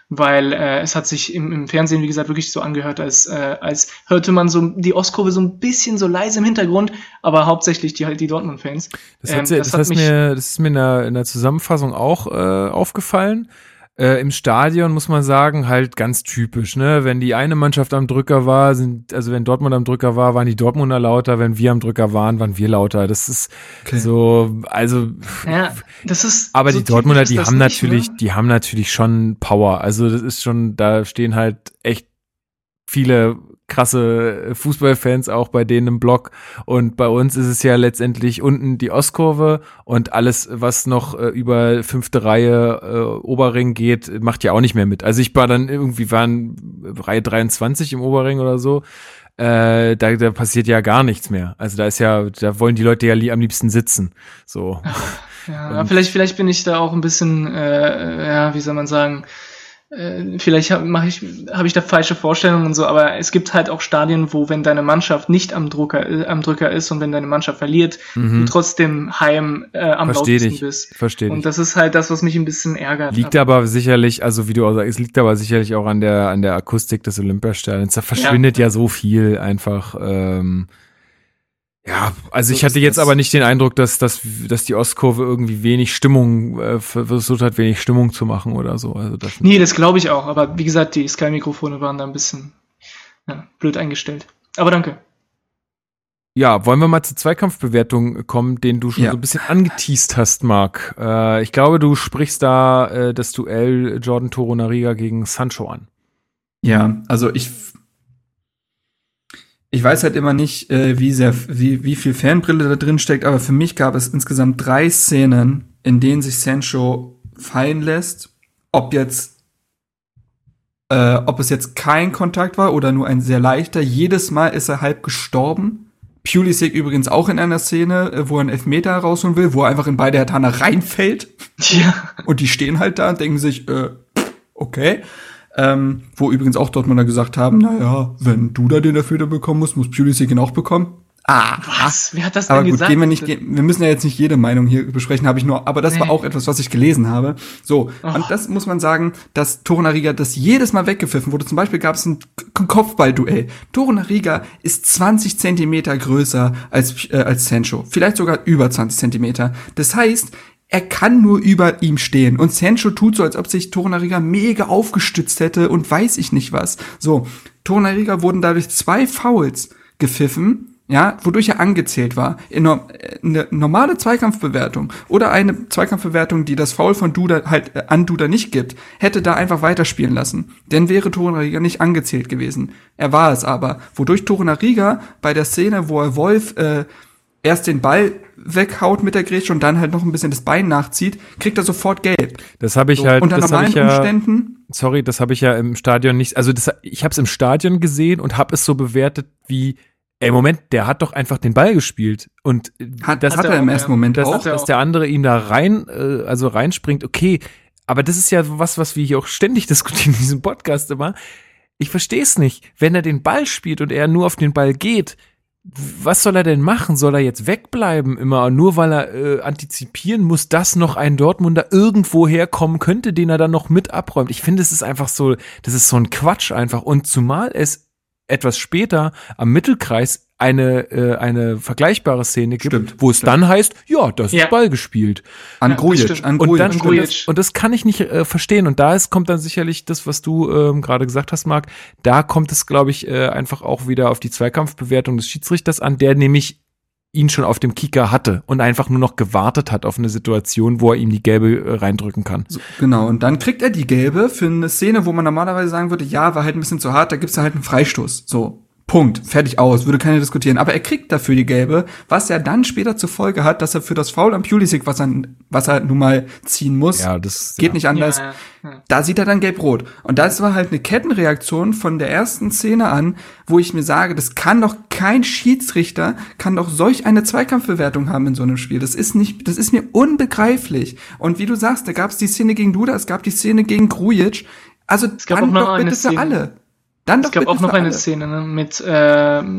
weil es hat sich im Fernsehen, wie gesagt, wirklich so angehört, als hörte man so die Ostkurve so ein bisschen so leise im Hintergrund, aber hauptsächlich die Dortmund-Fans. Das ist mir in der Zusammenfassung auch aufgefallen. Im Stadion muss man sagen, halt ganz typisch, ne? Wenn die eine Mannschaft am Drücker war, wenn Dortmund am Drücker war, waren die Dortmunder lauter, wenn wir am Drücker waren wir lauter. Das ist so, also. Ja, das ist. Aber so die Dortmunder, die haben natürlich schon Power. Also das ist schon, da stehen halt echt viele krasse Fußballfans auch bei denen im Block, und bei uns ist es ja letztendlich unten die Ostkurve und alles, was noch über 5. Reihe Oberring geht, macht ja auch nicht mehr mit. Also ich war dann waren Reihe 23 im Oberring oder so, da passiert ja gar nichts mehr. Also da wollen die Leute ja am liebsten sitzen. So. Ja, vielleicht bin ich da auch ein bisschen, wie soll man sagen, vielleicht habe ich da falsche Vorstellungen und so, aber es gibt halt auch Stadien, wo, wenn deine Mannschaft nicht am Drücker ist und wenn deine Mannschaft verliert, du trotzdem heim am lautesten bist. Verstehe ich. Und das ist halt das, was mich ein bisschen ärgert. Liegt aber sicherlich, also wie du auch sagst, es liegt aber sicherlich auch an der Akustik des Olympiastadions. Da verschwindet ja so viel einfach. Ja, also ich hatte jetzt aber nicht den Eindruck, dass die Ostkurve irgendwie wenig Stimmung versucht hat, wenig Stimmung zu machen oder so. Also das glaube ich auch. Aber wie gesagt, die Sky-Mikrofone waren da ein bisschen blöd eingestellt. Aber danke. Ja, wollen wir mal zur Zweikampfbewertung kommen, den du schon so ein bisschen angeteast hast, Marc. Ich glaube, du sprichst da das Duell Jordan Torunariga gegen Sancho an. Ja, also ich weiß halt immer nicht, wie viel Fanbrille da drin steckt, aber für mich gab es insgesamt 3 Szenen, in denen sich Sancho fallen lässt, ob es jetzt kein Kontakt war oder nur ein sehr leichter. Jedes Mal ist er halb gestorben. Pulisic übrigens auch in einer Szene, wo er einen Elfmeter rausholen will, wo er einfach in beide Hertaner reinfällt. Ja. Und die stehen halt da und denken sich, okay. Wo übrigens auch Dortmunder gesagt haben, naja, wenn du da den Elfmeter bekommen musst, muss Pulisic ihn auch bekommen. Was? Wer hat das denn gesagt? Aber gut, wir müssen ja jetzt nicht jede Meinung hier besprechen, aber das war auch etwas, was ich gelesen habe. So, und das muss man sagen, dass Torunariga das jedes Mal weggepfiffen wurde. Zum Beispiel gab es ein Kopfballduell. Torunariga ist 20 Zentimeter größer als Sancho. Vielleicht sogar über 20 Zentimeter. Das heißt, er kann nur über ihm stehen. Und Sancho tut so, als ob sich Torunariga mega aufgestützt hätte und weiß ich nicht was. So, Torunariga wurden dadurch 2 Fouls gepfiffen, ja, wodurch er angezählt war. Eine normale Zweikampfbewertung oder eine Zweikampfbewertung, die das Foul von Duda halt an Duda nicht gibt, hätte da einfach weiterspielen lassen. Denn wäre Torunariga nicht angezählt gewesen. Er war es aber. Wodurch Torunariga bei der Szene, wo er Wolf erst den Ball weghaut mit der Grätsche und dann halt noch ein bisschen das Bein nachzieht, kriegt er sofort gelb. Das habe ich halt unter normalen Umständen. Sorry, das habe ich ja im Stadion nicht. Also ich habe es im Stadion gesehen und habe es so bewertet wie, Moment, der hat doch einfach den Ball gespielt und das hat er im ersten Moment auch, dass der andere ihm da reinspringt. Okay, aber das ist ja was wir hier auch ständig diskutieren in diesem Podcast immer. Ich verstehe es nicht, wenn er den Ball spielt und er nur auf den Ball geht. Was soll er denn machen? Soll er jetzt wegbleiben immer, nur weil er antizipieren muss, dass noch ein Dortmunder irgendwo herkommen könnte, den er dann noch mit abräumt? Ich finde, es ist einfach so, das ist so ein Quatsch einfach. Und zumal es etwas später am Mittelkreis eine vergleichbare Szene gibt, wo es dann heißt, ja, das ist Ball gespielt. An Grujic. Und das kann ich nicht verstehen. Und kommt dann sicherlich das, was du gerade gesagt hast, Marc, da kommt es, glaube ich, einfach auch wieder auf die Zweikampfbewertung des Schiedsrichters an, der nämlich ihn schon auf dem Kicker hatte und einfach nur noch gewartet hat auf eine Situation, wo er ihm die gelbe reindrücken kann. So, genau, und dann kriegt er die gelbe für eine Szene, wo man normalerweise sagen würde, ja, war halt ein bisschen zu hart, da gibt's halt einen Freistoß. So. Punkt. Fertig aus. Würde keiner diskutieren. Aber er kriegt dafür die gelbe, was er dann später zur Folge hat, dass er für das Foul am Pulisic, was er nun mal ziehen muss, geht nicht anders. Ja. Da sieht er dann gelb-rot. Und das war halt eine Kettenreaktion von der ersten Szene an, wo ich mir sage, das kann doch kein Schiedsrichter, kann doch solch eine Zweikampfbewertung haben in so einem Spiel. Das ist mir unbegreiflich. Und wie du sagst, da gab es die Szene gegen Duda, es gab die Szene gegen Grujic. Also dann doch bitte für alle. Es gab auch noch eine Szene, ne, mit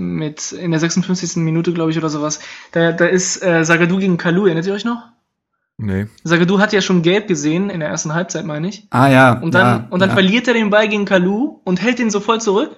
in der 56. Minute, glaube ich, oder sowas. Da ist Zagadou gegen Kalou, erinnert ihr euch noch? Nee. Sagadu hat ja schon gelb gesehen in der ersten Halbzeit, meine ich. Ah ja. Und dann verliert er den Ball gegen Kalou und hält den so voll zurück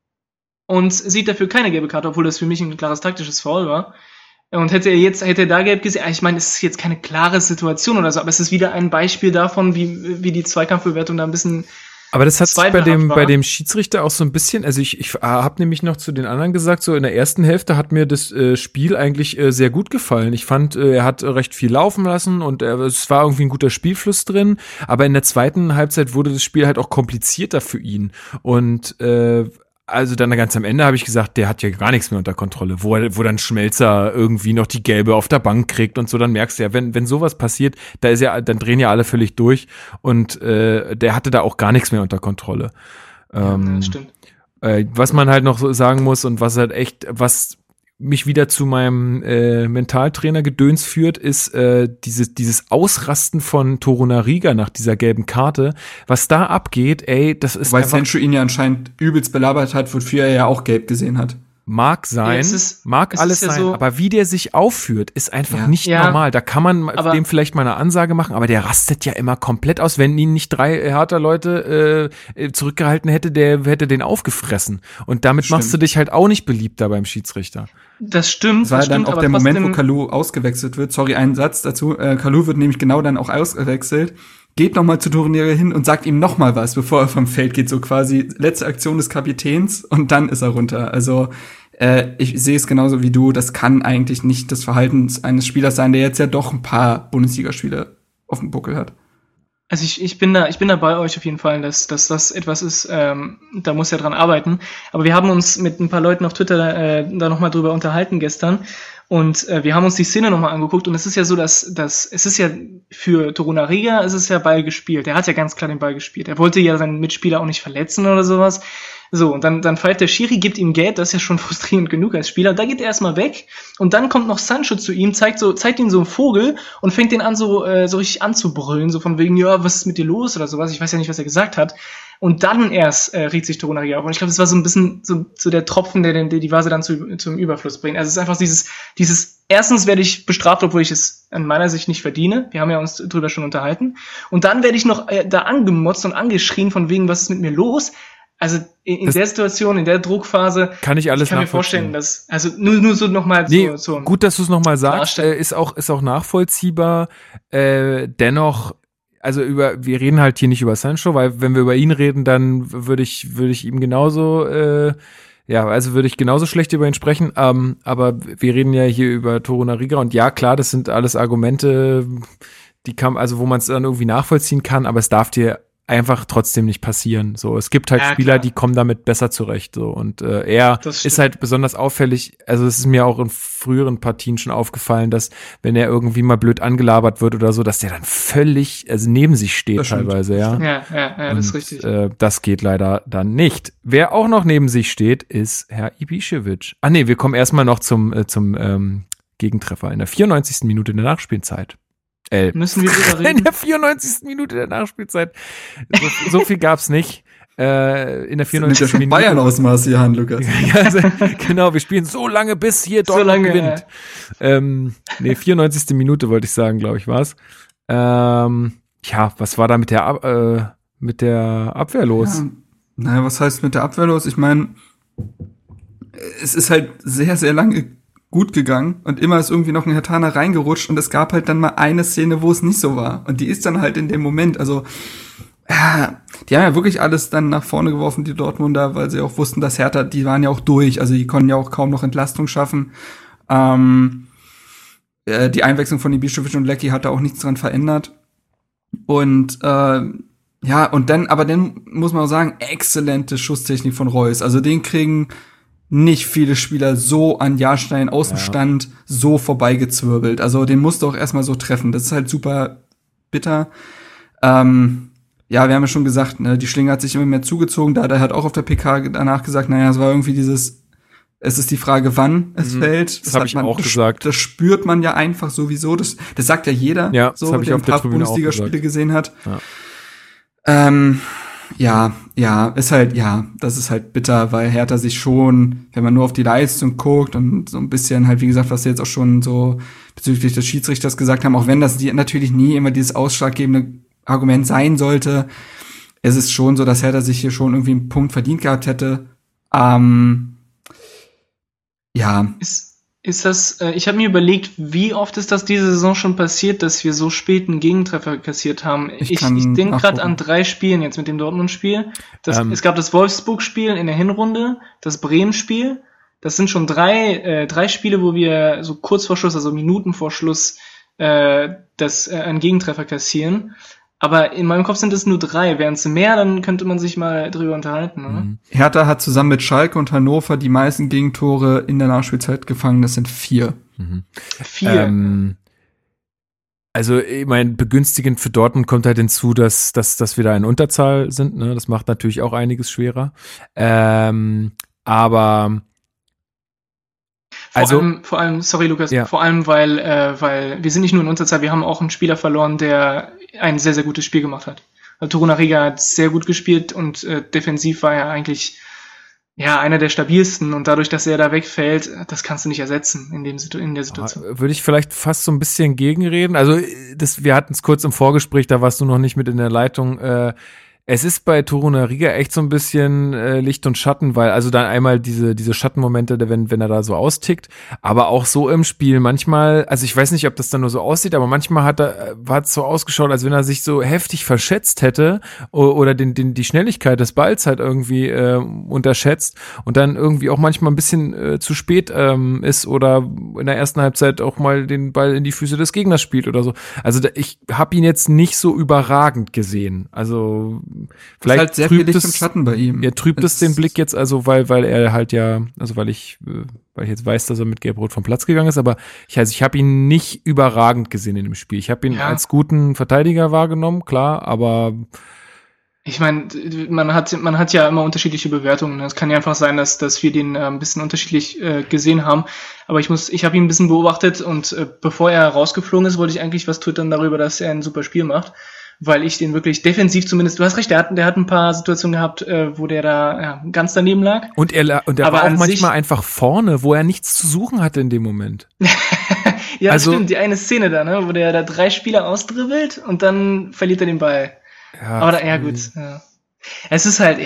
und sieht dafür keine gelbe Karte, obwohl das für mich ein klares taktisches Foul war. Und hätte er da gelb gesehen, ich meine, es ist jetzt keine klare Situation oder so, aber es ist wieder ein Beispiel davon, wie die Zweikampfbewertung da ein bisschen. Aber das hat sich bei dem Schiedsrichter auch so ein bisschen, also ich habe nämlich noch zu den anderen gesagt, so in der ersten Hälfte hat mir das Spiel eigentlich sehr gut gefallen. Ich fand, er hat recht viel laufen lassen und es war irgendwie ein guter Spielfluss drin, aber in der zweiten Halbzeit wurde das Spiel halt auch komplizierter für ihn und also dann ganz am Ende habe ich gesagt, der hat ja gar nichts mehr unter Kontrolle, wo dann Schmelzer irgendwie noch die Gelbe auf der Bank kriegt und so, dann merkst du ja, wenn sowas passiert, dann drehen ja alle völlig durch und der hatte da auch gar nichts mehr unter Kontrolle. Ja, stimmt. Was man halt noch so sagen muss und was mich wieder zu meinem Mentaltrainer-Gedöns führt, ist dieses Ausrasten von Torunariga nach dieser gelben Karte. Was da abgeht, das ist weil Sancho ihn ja anscheinend übelst belabert hat, wofür er ja auch gelb gesehen hat. Mag sein, mag alles sein, so, aber wie der sich aufführt, ist einfach nicht normal. Da kann man dem vielleicht mal eine Ansage machen, aber der rastet ja immer komplett aus. Wenn ihn nicht 3 Hertha-Leute zurückgehalten hätte, der hätte den aufgefressen. Und damit machst du dich halt auch nicht beliebter beim Schiedsrichter. Das stimmt. Das war dann auch der Moment, wo Kalou ausgewechselt wird. Sorry, einen Satz dazu. Kalou wird nämlich genau dann auch ausgewechselt. Geht nochmal zu Torunariga hin und sagt ihm nochmal was, bevor er vom Feld geht. So quasi letzte Aktion des Kapitäns und dann ist er runter. Also ich sehe es genauso wie du. Das kann eigentlich nicht das Verhalten eines Spielers sein, der jetzt ja doch ein paar Bundesligaspiele auf dem Buckel hat. Also ich bin da bei euch auf jeden Fall, dass das etwas ist, da muss er dran arbeiten. Aber wir haben uns mit ein paar Leuten auf Twitter da nochmal drüber unterhalten gestern und wir haben uns die Szene nochmal angeguckt und es ist ja so, dass es ist ja für Torunariga, es ist ja Ball gespielt. Er hat ja ganz klar den Ball gespielt. Er wollte ja seinen Mitspieler auch nicht verletzen oder sowas. So, und dann pfeift der Schiri, gibt ihm Gelb, das ist ja schon frustrierend genug als Spieler. Da geht er erstmal weg und dann kommt noch Sancho zu ihm, zeigt ihm so einen Vogel und fängt den an so richtig anzubrüllen, so von wegen, ja, was ist mit dir los oder sowas. Ich weiß ja nicht, was er gesagt hat. Und dann erst regt sich Torunariga auf. Und ich glaube, das war so ein bisschen so der Tropfen, der die Vase dann zum Überfluss bringt. Also es ist einfach dieses erstens werde ich bestraft, obwohl ich es an meiner Sicht nicht verdiene. Wir haben ja uns drüber schon unterhalten. Und dann werde ich noch da angemotzt und angeschrien von wegen, was ist mit mir los? Also in der Situation, in der Druckphase, kann ich mir vorstellen, dass also nur so nochmal so gut, dass du es nochmal sagst, ist auch nachvollziehbar. Dennoch, also wir reden halt hier nicht über Sancho, weil wenn wir über ihn reden, dann würde ich ihm genauso würde ich genauso schlecht über ihn sprechen. Aber wir reden ja hier über Torunariga und ja, klar, das sind alles Argumente, wo man es dann irgendwie nachvollziehen kann, aber es darf dir einfach trotzdem nicht passieren. So, es gibt halt Spieler, klar, die kommen damit besser zurecht. So, und er ist halt besonders auffällig. Also es ist mir auch in früheren Partien schon aufgefallen, dass wenn er irgendwie mal blöd angelabert wird oder so, dass der dann völlig neben sich steht teilweise. Ja, das ist richtig. Das geht leider dann nicht. Wer auch noch neben sich steht, ist Herr Ibišević. Wir kommen erstmal noch zum Gegentreffer in der 94. Minute der Nachspielzeit. Müssen wir drüber reden? In der 94. Minute der Nachspielzeit. So viel gab's nicht. In der 94. Minute. Bayern-Ausmaß hier, Han, Lukas. Genau, wir spielen so lange, bis hier Dortmund gewinnt. 94. Minute wollte ich sagen, glaube ich, war's. Was war da mit der Abwehr los? Ja, was heißt mit der Abwehr los? Ich meine, es ist halt sehr, sehr lange gut gegangen und immer ist irgendwie noch ein Herthaner reingerutscht und es gab halt dann mal eine Szene, wo es nicht so war und die ist dann halt in dem Moment, also die haben ja wirklich alles dann nach vorne geworfen, die Dortmunder, weil sie auch wussten, dass Hertha, die waren ja auch durch, also die konnten ja auch kaum noch Entlastung schaffen. Die Einwechslung von Ibišević und Lecky hat da auch nichts dran verändert und dann muss man auch sagen, exzellente Schusstechnik von Reus, also den kriegen nicht viele Spieler so an Jahrstein aus dem Stand so vorbeigezwirbelt. Also den musst du auch erstmal so treffen. Das ist halt super bitter. Wir haben ja schon gesagt, ne, die Schlinge hat sich immer mehr zugezogen. Der hat auch auf der PK danach gesagt, es war irgendwie es ist die Frage, wann es fällt. Das habe ich auch gesagt. Das spürt man ja einfach sowieso. Das sagt ja jeder, so, der ein paar Bundesligaspiele gesehen hat. Ja. Ja, ist halt, das ist halt bitter, weil Hertha sich schon, wenn man nur auf die Leistung guckt und so ein bisschen halt, wie gesagt, was sie jetzt auch schon so bezüglich des Schiedsrichters gesagt haben, auch wenn das natürlich nie immer dieses ausschlaggebende Argument sein sollte, es ist schon so, dass Hertha sich hier schon irgendwie einen Punkt verdient gehabt hätte. Ist das, ich habe mir überlegt, wie oft ist das diese Saison schon passiert, dass wir so spät einen Gegentreffer kassiert haben? Ich denke gerade an 3 Spielen jetzt mit dem Dortmund-Spiel. Es gab das Wolfsburg-Spiel in der Hinrunde, das Bremen-Spiel. Das sind schon 3 Spiele, wo wir so kurz vor Schluss, also Minuten vor Schluss, einen Gegentreffer kassieren. Aber in meinem Kopf sind es nur 3. Wären es mehr, dann könnte man sich mal drüber unterhalten, oder? Hertha hat zusammen mit Schalke und Hannover die meisten Gegentore in der Nachspielzeit gefangen. Das sind 4. 4? Also, ich meine, begünstigend für Dortmund kommt halt hinzu, dass wir da in Unterzahl sind. Ne? Das macht natürlich auch einiges schwerer. Aber vor allem, sorry Lukas, vor allem, weil wir sind nicht nur in Unterzahl, wir haben auch einen Spieler verloren, der ein sehr, sehr gutes Spiel gemacht hat. Also Torunariga hat sehr gut gespielt und defensiv war er eigentlich einer der stabilsten, und dadurch, dass er da wegfällt, das kannst du nicht ersetzen in der Situation. Würde ich vielleicht fast so ein bisschen gegenreden. Also wir hatten es kurz im Vorgespräch, da warst du noch nicht mit in der Leitung. Es ist bei Torunariga echt so ein bisschen Licht und Schatten, weil also dann einmal diese Schattenmomente, wenn er da so austickt, aber auch so im Spiel manchmal, also ich weiß nicht, ob das dann nur so aussieht, aber manchmal hat es so ausgeschaut, als wenn er sich so heftig verschätzt hätte oder die Schnelligkeit des Balls halt irgendwie unterschätzt und dann irgendwie auch manchmal ein bisschen zu spät ist oder in der ersten Halbzeit auch mal den Ball in die Füße des Gegners spielt oder so. Also ich habe ihn jetzt nicht so überragend gesehen. Also vielleicht halt sehr viel Licht und Schatten bei ihm. Er trübt es den Blick jetzt, also weil er halt weil ich jetzt weiß, dass er mit Gelb-Rot vom Platz gegangen ist, aber ich habe ihn nicht überragend gesehen in dem Spiel. Ich habe ihn als guten Verteidiger wahrgenommen, klar, aber ich meine, man hat ja immer unterschiedliche Bewertungen. Es kann ja einfach sein, dass wir den ein bisschen unterschiedlich gesehen haben. Aber ich habe ihn ein bisschen beobachtet und bevor er rausgeflogen ist, wollte ich eigentlich was twittern darüber, dass er ein super Spiel macht. Weil ich den wirklich defensiv zumindest, du hast recht, der hat ein paar Situationen gehabt, wo der da ganz daneben lag. Und er war auch manchmal einfach vorne, wo er nichts zu suchen hatte in dem Moment. Ja, also, stimmt, die eine Szene da, ne, wo der da 3 Spieler ausdribbelt und dann verliert er den Ball. Ja, aber gut. Ja. Es ist halt,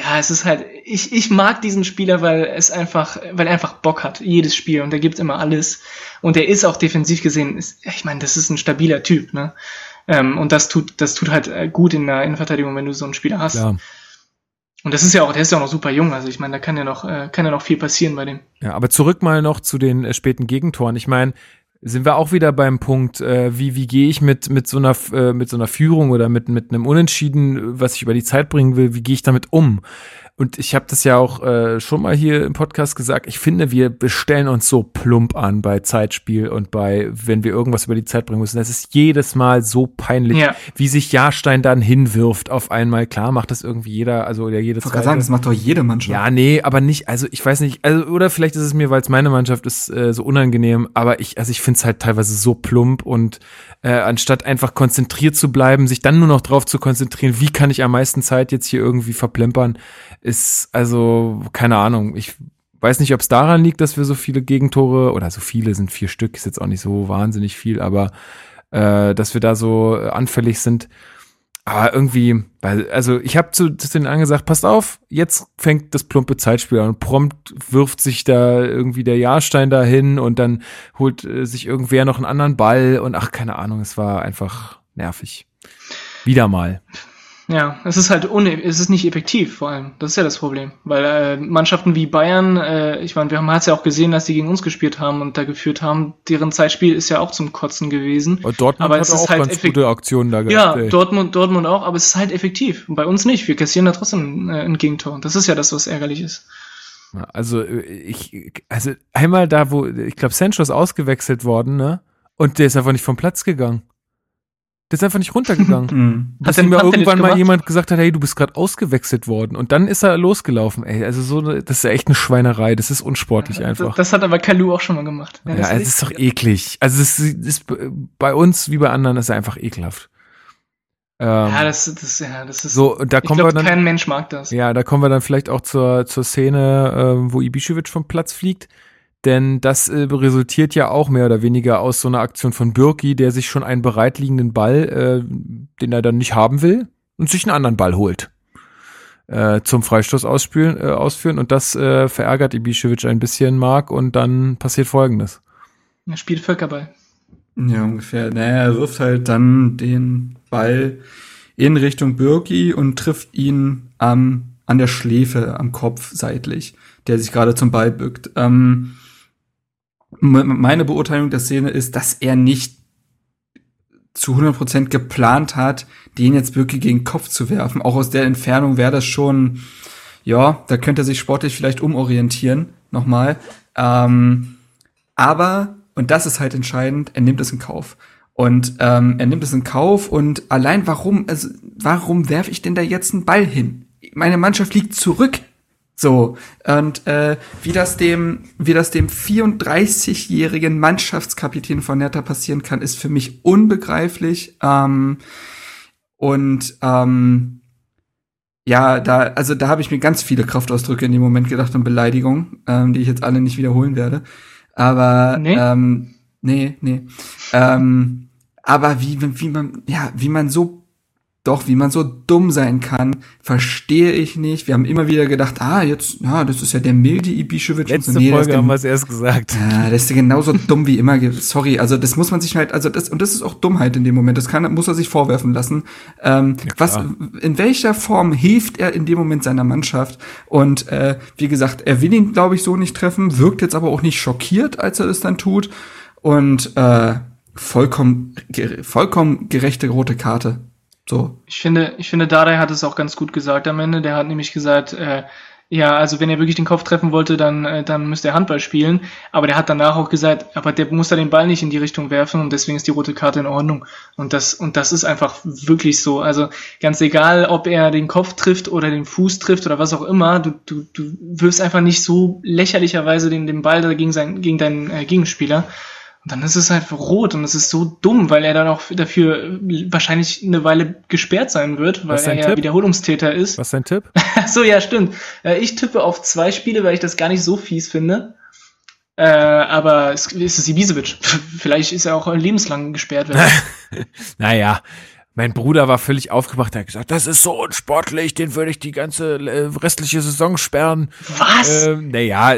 ich mag diesen Spieler, weil er einfach Bock hat, jedes Spiel, und der gibt immer alles. Und er ist auch defensiv gesehen, ich meine, das ist ein stabiler Typ, ne? Und das tut halt gut in der Innenverteidigung, wenn du so einen Spieler hast. Klar. Und der ist ja auch noch super jung, also ich meine, da kann ja noch viel passieren bei dem. Ja, aber zurück mal noch zu den späten Gegentoren. Ich meine, sind wir auch wieder beim Punkt, wie gehe ich mit so einer Führung oder mit einem Unentschieden, was ich über die Zeit bringen will, wie gehe ich damit um? Und ich habe das ja auch schon mal hier im Podcast gesagt, ich finde, wir stellen uns so plump an bei Zeitspiel und wenn wir irgendwas über die Zeit bringen müssen. Das ist jedes Mal so peinlich, wie sich Jahrstein dann hinwirft auf einmal. Klar macht das irgendwie jeder, also oder jede Zweite. Ich wollte sagen, das macht doch jede Mannschaft. Ja, nee, aber nicht, also ich weiß nicht, also oder vielleicht ist es mir, weil es meine Mannschaft ist, so unangenehm, aber ich finde es halt teilweise so plump und anstatt einfach konzentriert zu bleiben, sich dann nur noch drauf zu konzentrieren, wie kann ich am meisten Zeit jetzt hier irgendwie verplempern, ist, also, keine Ahnung, ich weiß nicht, ob es daran liegt, dass wir so viele Gegentore, oder so viele sind 4 Stück, ist jetzt auch nicht so wahnsinnig viel, aber dass wir da so anfällig sind. Aber irgendwie, also ich habe zu denen angesagt, passt auf, jetzt fängt das plumpe Zeitspiel an und prompt wirft sich da irgendwie der Jahrstein dahin und dann holt sich irgendwer noch einen anderen Ball und keine Ahnung, es war einfach nervig. Wieder mal. Ja, es ist nicht effektiv vor allem. Das ist ja das Problem. Weil Mannschaften wie Bayern, ich meine, man hat es ja auch gesehen, dass die gegen uns gespielt haben und da geführt haben, deren Zeitspiel ist ja auch zum Kotzen gewesen. Und Dortmund hat auch ganz gute Aktionen da gehabt. Ja, Dortmund auch, aber es ist halt effektiv. Und bei uns nicht. Wir kassieren da trotzdem ein Gegentor. Das ist ja das, was ärgerlich ist. Also einmal da, wo, ich glaube, Sancho ist ausgewechselt worden, ne? Und der ist einfach nicht vom Platz gegangen. Der ist einfach nicht runtergegangen. Dass mir irgendwann mal jemand gesagt hat, hey, du bist gerade ausgewechselt worden. Und dann ist er losgelaufen. Ey, also das ist ja echt eine Schweinerei. Das ist unsportlich einfach. Das hat aber Kalou auch schon mal gemacht. Ja, es ist doch eklig. Also es ist bei uns wie bei anderen ist er einfach ekelhaft. Das ist so, da kommen wir dann, kein Mensch mag das. Ja, da kommen wir dann vielleicht auch zur Szene, wo Ibišević vom Platz fliegt. Denn das resultiert ja auch mehr oder weniger aus so einer Aktion von Bürki, der sich schon einen bereitliegenden Ball, den er dann nicht haben will, und sich einen anderen Ball holt. Zum Freistoß ausführen. Und das verärgert Ibišević ein bisschen, Marc, und dann passiert Folgendes. Er spielt Völkerball. Ja, ungefähr. Naja, er wirft halt dann den Ball in Richtung Bürki und trifft ihn an der Schläfe, am Kopf seitlich, der sich gerade zum Ball bückt. Meine Beurteilung der Szene ist, dass er nicht zu 100% geplant hat, den jetzt Bürki gegen den Kopf zu werfen. Auch aus der Entfernung wäre das schon, ja, da könnte er sich sportlich vielleicht umorientieren, nochmal. Aber, und das ist halt entscheidend, er nimmt es in Kauf. Und er nimmt es in Kauf und allein warum werfe ich denn da jetzt einen Ball hin? Meine Mannschaft liegt zurück. So, und wie das dem 34-jährigen Mannschaftskapitän von Hertha passieren kann, ist für mich unbegreiflich. Ja, da habe ich mir ganz viele Kraftausdrücke in dem Moment gedacht und Beleidigungen, die ich jetzt alle nicht wiederholen werde. Aber nee. Aber wie man so dumm sein kann, verstehe ich nicht. Wir haben immer wieder gedacht, das ist ja der milde Ibišević. Letzte Folge haben wir es erst gesagt. Ja, das ist genauso dumm wie immer. Sorry, also das muss man sich halt, das ist auch Dummheit in dem Moment. Muss er sich vorwerfen lassen. In welcher Form hilft er in dem Moment seiner Mannschaft? Und wie gesagt, er will ihn, glaube ich, so nicht treffen, wirkt jetzt aber auch nicht schockiert, als er das dann tut. Und vollkommen gerechte rote Karte. So. Ich finde, Dardai hat es auch ganz gut gesagt am Ende. Der hat nämlich gesagt, also wenn er wirklich den Kopf treffen wollte, dann müsste er Handball spielen. Aber der hat danach auch gesagt, aber der muss da den Ball nicht in die Richtung werfen und deswegen ist die rote Karte in Ordnung. Und das ist einfach wirklich so. Also ganz egal, ob er den Kopf trifft oder den Fuß trifft oder was auch immer, du wirfst einfach nicht so lächerlicherweise den Ball gegen deinen Gegenspieler. Und dann ist es halt rot und es ist so dumm, weil er dann auch dafür wahrscheinlich eine Weile gesperrt sein wird, weil er ja Wiederholungstäter ist. Was ist dein Tipp? So, ja, stimmt. Ich tippe auf 2 Spiele, weil ich das gar nicht so fies finde. Aber es ist Ibišević. Vielleicht ist er auch lebenslang gesperrt werden. Naja. Mein Bruder war völlig aufgebracht, er hat gesagt, das ist so unsportlich, den würde ich die ganze restliche Saison sperren. Was? Naja,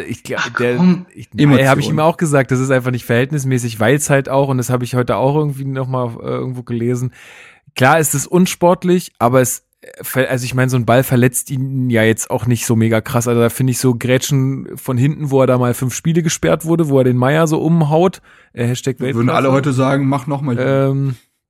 habe ich ihm auch gesagt, das ist einfach nicht verhältnismäßig, weil es halt auch, und das habe ich heute auch irgendwie nochmal irgendwo gelesen, klar ist es unsportlich, aber ich meine, so ein Ball verletzt ihn ja jetzt auch nicht so mega krass, also da finde ich so Grätschen von hinten, wo er da mal 5 Spiele gesperrt wurde, wo er den Meier so umhaut, Hashtag Weltklasse. Würden alle heute sagen, mach nochmal.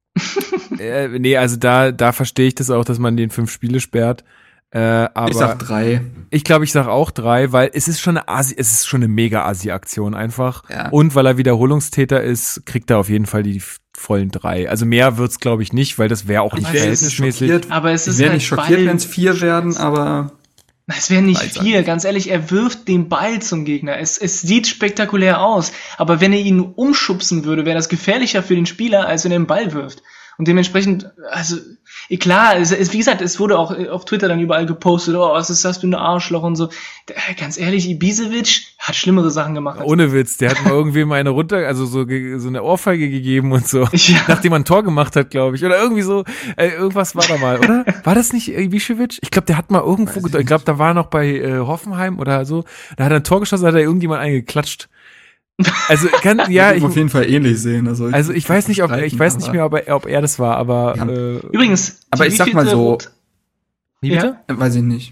Nee, also da verstehe ich das auch, dass man den 5 Spiele sperrt. Aber ich sag 3. Ich glaube, ich sag auch 3, weil es ist schon eine mega Asi-Aktion einfach. Ja. Und weil er Wiederholungstäter ist, kriegt er auf jeden Fall die vollen 3. Also mehr wird's, glaube ich, nicht, weil das wäre auch nicht verhältnismäßig. Aber es ist ich wäre nicht schockiert, wenn es 4 werden, aber es wären nicht 4, ganz ehrlich, er wirft den Ball zum Gegner. Es sieht spektakulär aus, aber wenn er ihn umschubsen würde, wäre das gefährlicher für den Spieler, als wenn er den Ball wirft. Und dementsprechend, also klar, wie gesagt, es wurde auch auf Twitter dann überall gepostet, was ist das für ein Arschloch und so. Ganz ehrlich, Ibišević hat schlimmere Sachen gemacht. Ohne Witz, der hat mal irgendwem eine so eine Ohrfeige gegeben und so, nachdem man ein Tor gemacht hat, glaube ich. Oder irgendwie so, irgendwas war da mal, oder? War das nicht Ibišević? Ich glaube, der hat mal irgendwo, ich glaube, da war noch bei Hoffenheim oder so, da hat er ein Tor geschossen, hat er irgendjemand eingeklatscht. Also ich auf jeden Fall ähnlich sehen. Also ich weiß nicht, nicht mehr, ob er das war, aber übrigens. Aber ich sag mal so. Wie bitte? Ja? Weiß ich nicht.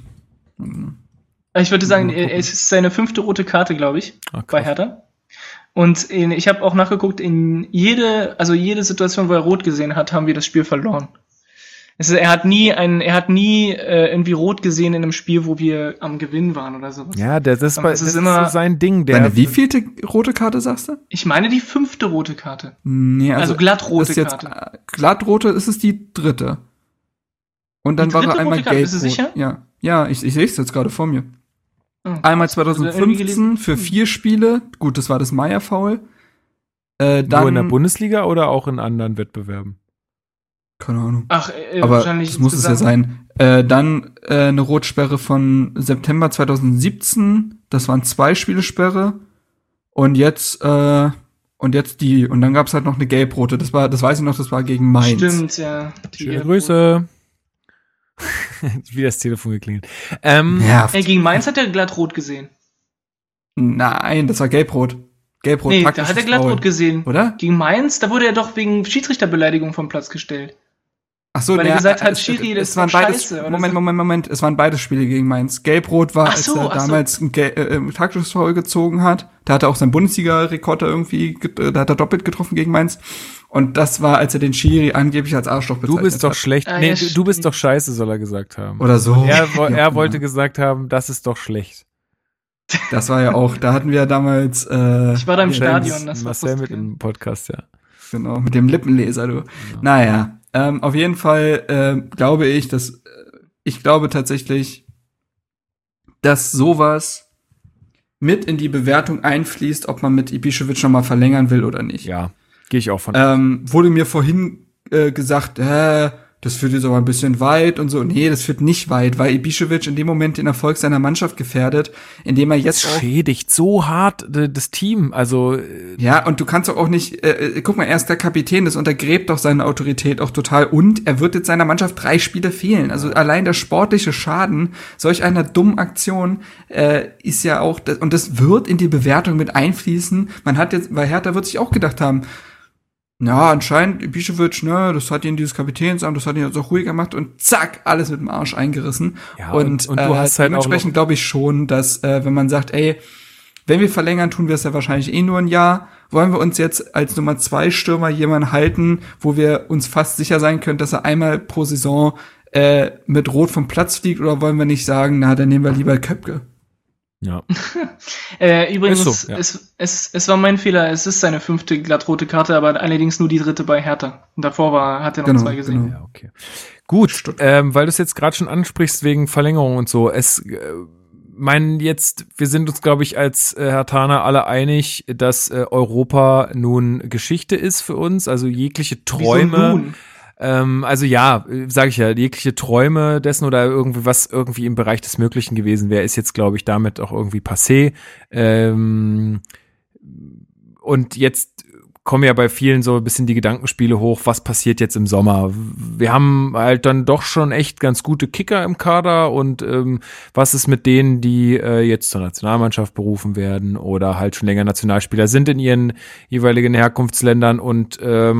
Ich würde sagen, es ist seine 5. rote Karte, glaube ich, bei Hertha. Und ich habe auch nachgeguckt, in jede Situation, wo er rot gesehen hat, haben wir das Spiel verloren. Er hat nie irgendwie rot gesehen in einem Spiel, wo wir am Gewinn waren oder sowas. Ja, das ist immer so sein Ding. Wie vielte rote Karte sagst du? Ich meine die 5. rote Karte. Nee, also glattrote Karte. Glattrote ist es die 3. Und dann war er einmal gelb. Bist du sicher? Ja, ich sehe es jetzt gerade vor mir. Oh, einmal 2015 für 4 Spiele. Gut, das war das Meier-Foul. Nur in der Bundesliga oder auch in anderen Wettbewerben? Keine Ahnung. Ach, aber wahrscheinlich das muss es ja sein. Dann eine Rotsperre von September 2017. Das waren 2 Spielesperre. Und jetzt die. Und dann gab's halt noch eine Gelbrote. Das weiß ich noch, das war gegen Mainz. Stimmt, ja. Schöne Grüße. Wie das Telefon geklingelt. Gegen Mainz hat er glattrot gesehen. Nein, das war gelbrot. Gelbrot. Nee, da hat er glattrot gesehen. Oder? Gegen Mainz, da wurde er doch wegen Schiedsrichterbeleidigung vom Platz gestellt. Ach so, weil er gesagt hat, Schiri, das waren beides, scheiße. Moment. Es waren beides Spiele gegen Mainz. Gelbrot war, als er damals ein Taktisches-Foul gezogen hat. Da hat er auch seinen Bundesliga-Rekord irgendwie, da hat er doppelt getroffen gegen Mainz. Und das war, als er den Schiri angeblich als Arschloch bezeichnet hat. Du bist doch schlecht. Nee, du bist doch scheiße, soll er gesagt haben. Oder so. Er wollte gesagt haben, das ist doch schlecht. Das war ja auch, da hatten wir ja damals ich war da im Stadion, das Marcel mit im Podcast, ja. Genau, mit dem Lippenleser, du. Ja. Naja, auf jeden Fall glaube ich glaube tatsächlich, dass sowas mit in die Bewertung einfließt, ob man mit Ibišević nochmal verlängern will oder nicht. Ja, gehe ich auch von. Wurde mir vorhin gesagt, das führt jetzt aber ein bisschen weit und so. Nee, das führt nicht weit, weil Ibišević in dem Moment den Erfolg seiner Mannschaft gefährdet, indem er jetzt das schädigt so hart das Team, also ja, und du kannst doch auch nicht, guck mal, er ist der Kapitän, das untergräbt doch seine Autorität auch total und er wird jetzt seiner Mannschaft 3 Spiele fehlen. Also allein der sportliche Schaden solch einer dummen Aktion ist ja auch, und das wird in die Bewertung mit einfließen. Man hat jetzt, weil Hertha wird sich auch gedacht haben, ja, anscheinend, Ibišević, ne, das hat ihn dieses Kapitänsamt, das hat ihn jetzt auch ruhig gemacht und zack, alles mit dem Arsch eingerissen. Ja, und du hast halt dementsprechend glaube ich schon, dass, wenn man sagt, ey, wenn wir verlängern, tun wir es ja wahrscheinlich nur ein Jahr. Wollen wir uns jetzt als Nummer 2 Stürmer jemanden halten, wo wir uns fast sicher sein können, dass er einmal pro Saison mit Rot vom Platz fliegt, oder wollen wir nicht sagen, na, dann nehmen wir lieber Köpke? Ja. Übrigens, so, ja. es war mein Fehler, es ist seine 5. glattrote Karte, aber allerdings nur die 3. bei Hertha. Und davor hat er noch 2 gesehen. Genau. Ja, okay. Gut, weil du es jetzt gerade schon ansprichst wegen Verlängerung und so, wir sind uns, glaube ich, als Herthaner alle einig, dass Europa nun Geschichte ist für uns, also jegliche Träume. Wieso nun? Also ja, sage ich ja, jegliche Träume dessen oder irgendwie was irgendwie im Bereich des Möglichen gewesen wäre, ist jetzt, glaube ich, damit auch irgendwie passé. Und jetzt kommen ja bei vielen so ein bisschen die Gedankenspiele hoch, was passiert jetzt im Sommer? Wir haben halt dann doch schon echt ganz gute Kicker im Kader und was ist mit denen, die jetzt zur Nationalmannschaft berufen werden oder halt schon länger Nationalspieler sind in ihren jeweiligen Herkunftsländern und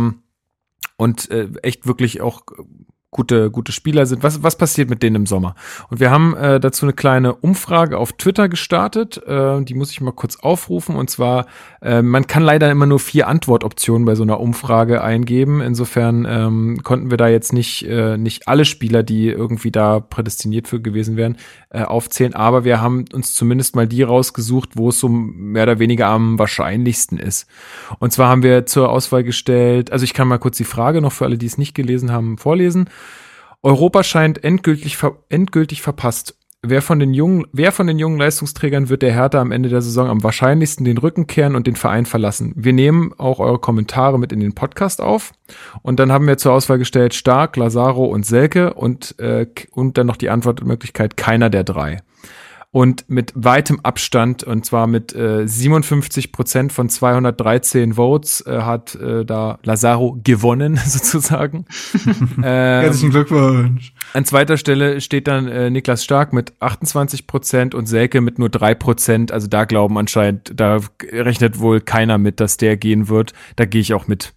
echt wirklich auch gute Spieler sind. Was passiert mit denen im Sommer? Und wir haben dazu eine kleine Umfrage auf Twitter gestartet. Die muss ich mal kurz aufrufen. Und zwar, man kann leider immer nur 4 Antwortoptionen bei so einer Umfrage eingeben. Insofern konnten wir da jetzt nicht alle Spieler, die irgendwie da prädestiniert für gewesen wären, aufzählen. Aber wir haben uns zumindest mal die rausgesucht, wo es so mehr oder weniger am wahrscheinlichsten ist. Und zwar haben wir zur Auswahl gestellt, also ich kann mal kurz die Frage noch für alle, die es nicht gelesen haben, vorlesen. Europa scheint endgültig verpasst. Wer von den jungen Leistungsträgern wird der Hertha am Ende der Saison am wahrscheinlichsten den Rücken kehren und den Verein verlassen? Wir nehmen auch eure Kommentare mit in den Podcast auf. Und dann haben wir zur Auswahl gestellt Stark, Lazaro und Selke und dann noch die Antwortmöglichkeit keiner der 3. Und mit weitem Abstand, und zwar mit 57% von 213 Votes, hat da Lazaro gewonnen, sozusagen. Herzlichen Glückwunsch. An zweiter Stelle steht dann Niklas Stark mit 28% und Selke mit nur 3%. Also da glauben anscheinend, da rechnet wohl keiner mit, dass der gehen wird. Da gehe ich auch mit.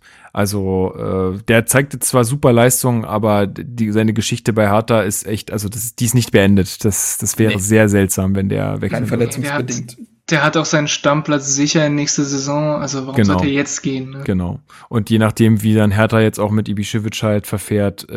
Also der zeigte zwar super Leistungen, aber seine Geschichte bei Hertha ist echt, also die ist nicht beendet. Das wäre sehr seltsam, wenn der wechseln würde. Verletzungsbedingt. Der hat auch seinen Stammplatz sicher in nächste Saison, also warum sollte er jetzt gehen? Ne? Genau. Und je nachdem, wie dann Hertha jetzt auch mit Ibišević halt verfährt,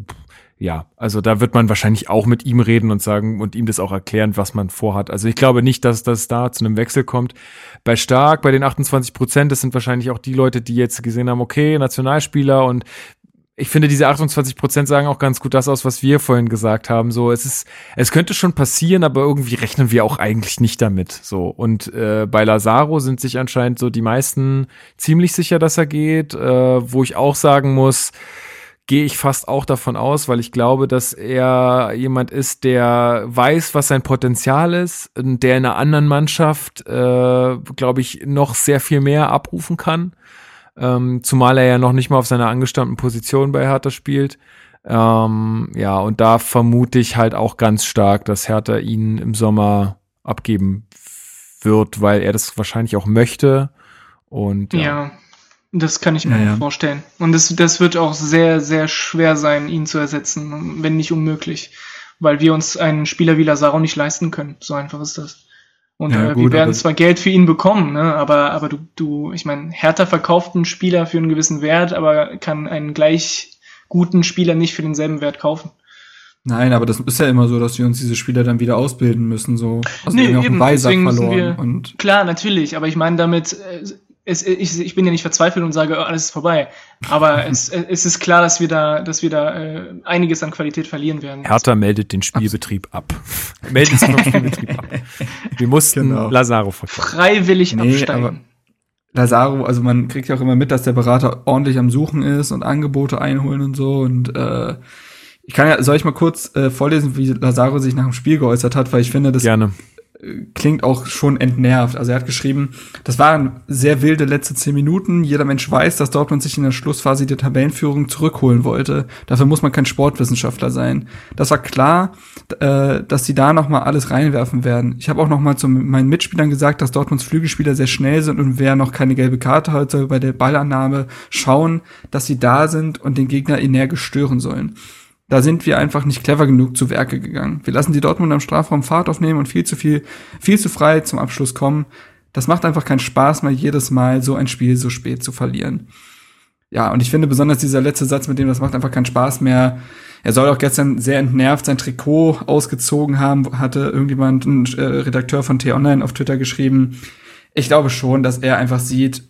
ja, also da wird man wahrscheinlich auch mit ihm reden und sagen und ihm das auch erklären, was man vorhat. Also ich glaube nicht, dass das da zu einem Wechsel kommt. Bei Stark, bei den 28%, das sind wahrscheinlich auch die Leute, die jetzt gesehen haben, okay, Nationalspieler, und ich finde, diese 28% sagen auch ganz gut das aus, was wir vorhin gesagt haben. So, es könnte schon passieren, aber irgendwie rechnen wir auch eigentlich nicht damit. So, und bei Lazaro sind sich anscheinend so die meisten ziemlich sicher, dass er geht, wo ich auch sagen muss, gehe ich fast auch davon aus, weil ich glaube, dass er jemand ist, der weiß, was sein Potenzial ist und der in einer anderen Mannschaft, glaube ich, noch sehr viel mehr abrufen kann. Zumal er ja noch nicht mal auf seiner angestammten Position bei Hertha spielt. Ja, und da vermute ich halt auch ganz stark, dass Hertha ihn im Sommer abgeben wird, weil er das wahrscheinlich auch möchte. Und ja, das kann ich mir vorstellen. Und das wird auch sehr, sehr schwer sein, ihn zu ersetzen, wenn nicht unmöglich. Weil wir uns einen Spieler wie Lazaro nicht leisten können. So einfach ist das. Und wir werden zwar Geld für ihn bekommen, ne, aber ich meine, Hertha verkauft einen Spieler für einen gewissen Wert, aber kann einen gleich guten Spieler nicht für denselben Wert kaufen. Nein, aber das ist ja immer so, dass wir uns diese Spieler dann wieder ausbilden müssen, so. Also wir haben auch einen Weiser verloren. Klar, natürlich, aber ich meine damit, ich bin ja nicht verzweifelt und sage, alles ist vorbei. Aber es ist klar, dass wir da einiges an Qualität verlieren werden. Hertha meldet den Spielbetrieb ab. Meldet es vom Spielbetrieb ab. Wir mussten Lazaro verkaufen. Freiwillig absteigen. Lazaro, also man kriegt ja auch immer mit, dass der Berater ordentlich am Suchen ist und Angebote einholen und so. Und soll ich mal kurz vorlesen, wie Lazaro sich nach dem Spiel geäußert hat, weil ich finde, das gerne. Klingt auch schon entnervt. Also er hat geschrieben, das waren sehr wilde letzte 10 Minuten. Jeder Mensch weiß, dass Dortmund sich in der Schlussphase die Tabellenführung zurückholen wollte. Dafür muss man kein Sportwissenschaftler sein. Das war klar, dass sie da noch mal alles reinwerfen werden. Ich habe auch noch mal zu meinen Mitspielern gesagt, dass Dortmunds Flügelspieler sehr schnell sind und wer noch keine gelbe Karte hat, soll bei der Ballannahme schauen, dass sie da sind und den Gegner energisch stören sollen. Da sind wir einfach nicht clever genug zu Werke gegangen. Wir lassen die Dortmund am Strafraum Fahrt aufnehmen und viel zu frei zum Abschluss kommen. Das macht einfach keinen Spaß mehr, jedes Mal so ein Spiel so spät zu verlieren. Ja, und ich finde besonders dieser letzte Satz mit dem, das macht einfach keinen Spaß mehr. Er soll auch gestern sehr entnervt sein Trikot ausgezogen haben, hatte irgendjemand, ein Redakteur von T-Online auf Twitter geschrieben. Ich glaube schon, dass er einfach sieht,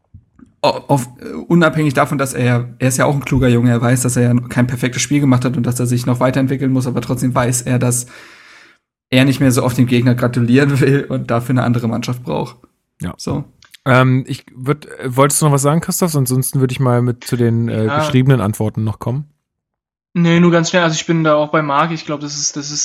unabhängig davon, dass er ist ja auch ein kluger Junge, er weiß, dass er ja kein perfektes Spiel gemacht hat und dass er sich noch weiterentwickeln muss, aber trotzdem weiß er, dass er nicht mehr so oft dem Gegner gratulieren will und dafür eine andere Mannschaft braucht. Ja. So. Wolltest du noch was sagen, Christoph? Ansonsten würde ich mal zu den geschriebenen Antworten noch kommen. Nee, nur ganz schnell. Also ich bin da auch bei Marc. Ich glaube,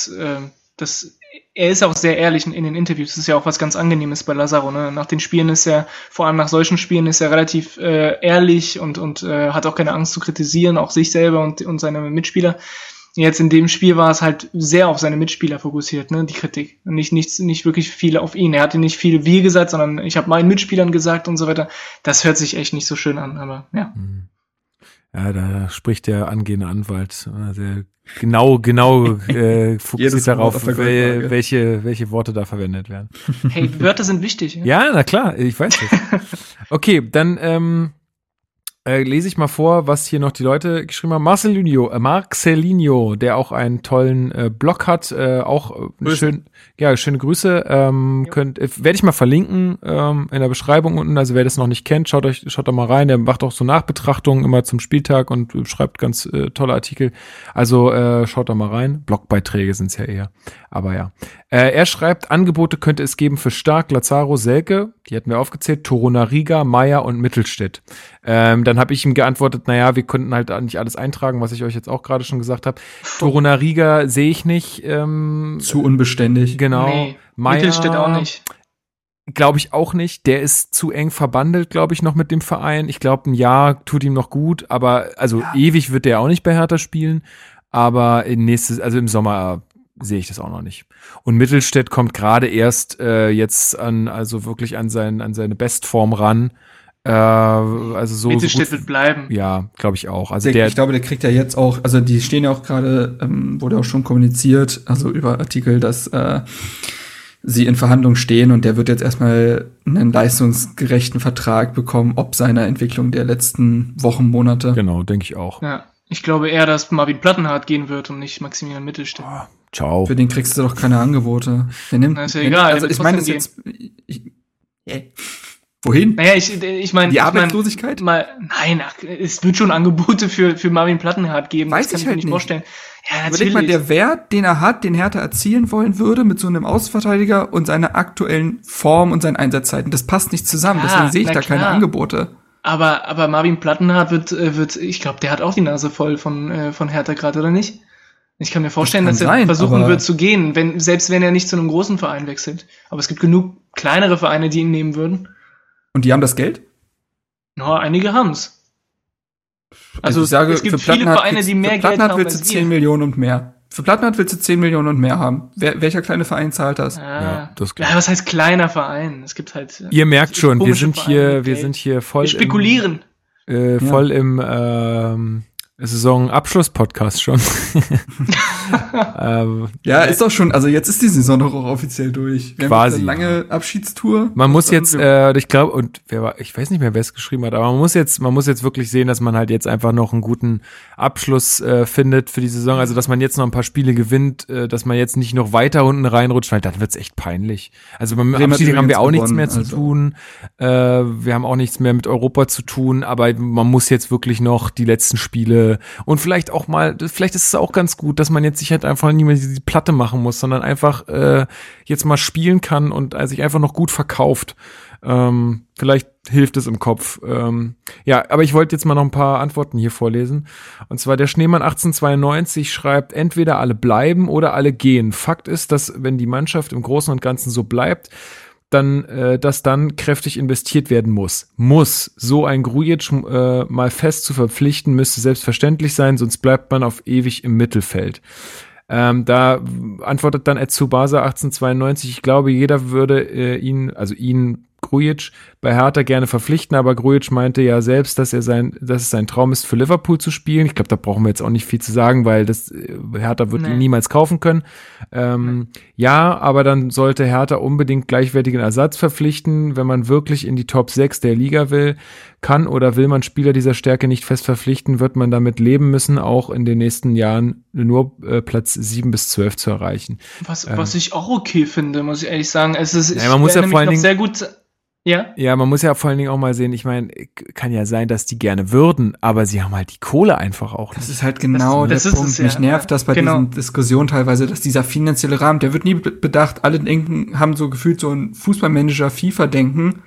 er ist auch sehr ehrlich in den Interviews. Das ist ja auch was ganz Angenehmes bei Lazaro. Ne? Nach den Spielen ist er, vor allem nach solchen Spielen, ist er relativ ehrlich und hat auch keine Angst zu kritisieren, auch sich selber und seine Mitspieler. Jetzt in dem Spiel war es halt sehr auf seine Mitspieler fokussiert, ne, die Kritik. Nicht wirklich viel auf ihn. Er hatte nicht viel wir gesagt, sondern ich habe meinen Mitspielern gesagt und so weiter. Das hört sich echt nicht so schön an, aber ja. Ja, da spricht der angehende Anwalt sehr genau fokussiert darauf, welche Worte da verwendet werden. Hey, Wörter sind wichtig. Ja, na klar, ich weiß das. Okay, dann lese ich mal vor, was hier noch die Leute geschrieben haben. Marcelinho, der auch einen tollen Blog hat, auch schöne Grüße. Werde ich mal verlinken in der Beschreibung unten. Also wer das noch nicht kennt, schaut da mal rein. Der macht auch so Nachbetrachtungen immer zum Spieltag und schreibt ganz tolle Artikel. Also schaut da mal rein. Blogbeiträge sind es ja eher. Aber ja. Er schreibt, Angebote könnte es geben für Stark, Lazaro, Selke, die hatten wir aufgezählt, Torunariga, Meier und Mittelstädt. Dann habe ich ihm geantwortet, naja, wir könnten halt nicht alles eintragen, was ich euch jetzt auch gerade schon gesagt habe. Torunariga sehe ich nicht. Zu unbeständig. Genau. Nee, Meier, Mittelstädt auch nicht. Glaube ich auch nicht. Der ist zu eng verbandelt, glaube ich, noch mit dem Verein. Ich glaube, ein Jahr tut ihm noch gut, aber ewig wird der auch nicht bei Hertha spielen. Aber im Sommer sehe ich das auch noch nicht. Und Mittelstädt kommt gerade erst jetzt wirklich an seine Bestform ran. Mittelstädt wird bleiben. Ja, glaube ich auch. Also ich glaube, der kriegt ja jetzt auch, also die stehen ja auch gerade, wurde auch schon kommuniziert, also über Artikel, dass sie in Verhandlungen stehen und der wird jetzt erstmal einen leistungsgerechten Vertrag bekommen, ob seiner Entwicklung der letzten Wochen, Monate. Genau, denke ich auch. Ja, ich glaube eher, dass Marvin Plattenhardt gehen wird und nicht Maximilian Mittelstädt. Oh, ciao. Für den kriegst du doch keine Angebote. Na, ist ja egal. Also ich meine das jetzt. Wohin? Naja, ich meine. Die Arbeitslosigkeit? Nein, es wird schon Angebote für Marvin Plattenhardt geben. Weiß das kann ich mir nicht vorstellen. Ja, natürlich. Überleg mal, der Wert, den er hat, den Hertha erzielen wollen würde mit so einem Außenverteidiger und seiner aktuellen Form und seinen Einsatzzeiten, das passt nicht zusammen. Deswegen sehe ich da keine Angebote. Aber Marvin Plattenhardt wird, ich glaube, der hat auch die Nase voll von Hertha gerade, oder nicht? Ich kann mir vorstellen, dass er versuchen wird zu gehen, selbst wenn er nicht zu einem großen Verein wechselt. Aber es gibt genug kleinere Vereine, die ihn nehmen würden. Und die haben das Geld? Na, einige haben's. Also ich sage, es gibt viele Vereine, die mehr Geld haben willst du 10 Millionen und mehr. Für Plattenhardt willst du 10 Millionen und mehr haben. Welcher kleine Verein zahlt das? Was heißt kleiner Verein? Es gibt halt. Ihr merkt schon, wir sind hier voll. Wir spekulieren. Voll im Saisonabschluss-Podcast schon. Ist doch schon, also jetzt ist die Saison doch auch offiziell durch. Wir quasi. Haben eine lange Abschiedstour. Man muss jetzt, ich glaube, ich weiß nicht mehr, wer es geschrieben hat, aber man muss jetzt wirklich sehen, dass man halt jetzt einfach noch einen guten Abschluss findet für die Saison. Also, dass man jetzt noch ein paar Spiele gewinnt, dass man jetzt nicht noch weiter unten reinrutscht, weil dann wird's echt peinlich. Also, beim Abschied haben wir auch nichts mehr zu tun. Wir haben auch nichts mehr mit Europa zu tun, aber man muss jetzt wirklich noch die letzten Spiele und vielleicht ist es auch ganz gut, dass man jetzt sich halt einfach nicht mehr die Platte machen muss, sondern einfach jetzt mal spielen kann und sich einfach noch gut verkauft. Vielleicht hilft es im Kopf. Aber ich wollte jetzt mal noch ein paar Antworten hier vorlesen. Und zwar der Schneemann 1892 schreibt, entweder alle bleiben oder alle gehen. Fakt ist, dass wenn die Mannschaft im Großen und Ganzen so bleibt, dass dann kräftig investiert werden muss. So ein Grujic mal fest zu verpflichten, müsste selbstverständlich sein, sonst bleibt man auf ewig im Mittelfeld. Da antwortet dann Tsubasa 1892, ich glaube, jeder würde ihn Grujic bei Hertha gerne verpflichten, aber Grujic meinte ja selbst, dass es sein Traum ist, für Liverpool zu spielen. Ich glaube, da brauchen wir jetzt auch nicht viel zu sagen, weil Hertha wird ihn niemals kaufen können. Aber dann sollte Hertha unbedingt gleichwertigen Ersatz verpflichten, wenn man wirklich in die Top 6 der Liga will. Kann oder will man Spieler dieser Stärke nicht fest verpflichten, wird man damit leben müssen, auch in den nächsten Jahren nur Platz 7 bis 12 zu erreichen. Was ich auch okay finde, muss ich ehrlich sagen. Man muss ja vor allen Dingen sehr gut. Ja, man muss ja vor allen Dingen auch mal sehen, ich meine, kann ja sein, dass die gerne würden, aber sie haben halt die Kohle einfach auch nicht. Das ist halt genau der Punkt. Mich nervt das bei diesen Diskussionen teilweise, dass dieser finanzielle Rahmen, der wird nie bedacht. Alle haben so gefühlt so ein Fußballmanager FIFA-Denken.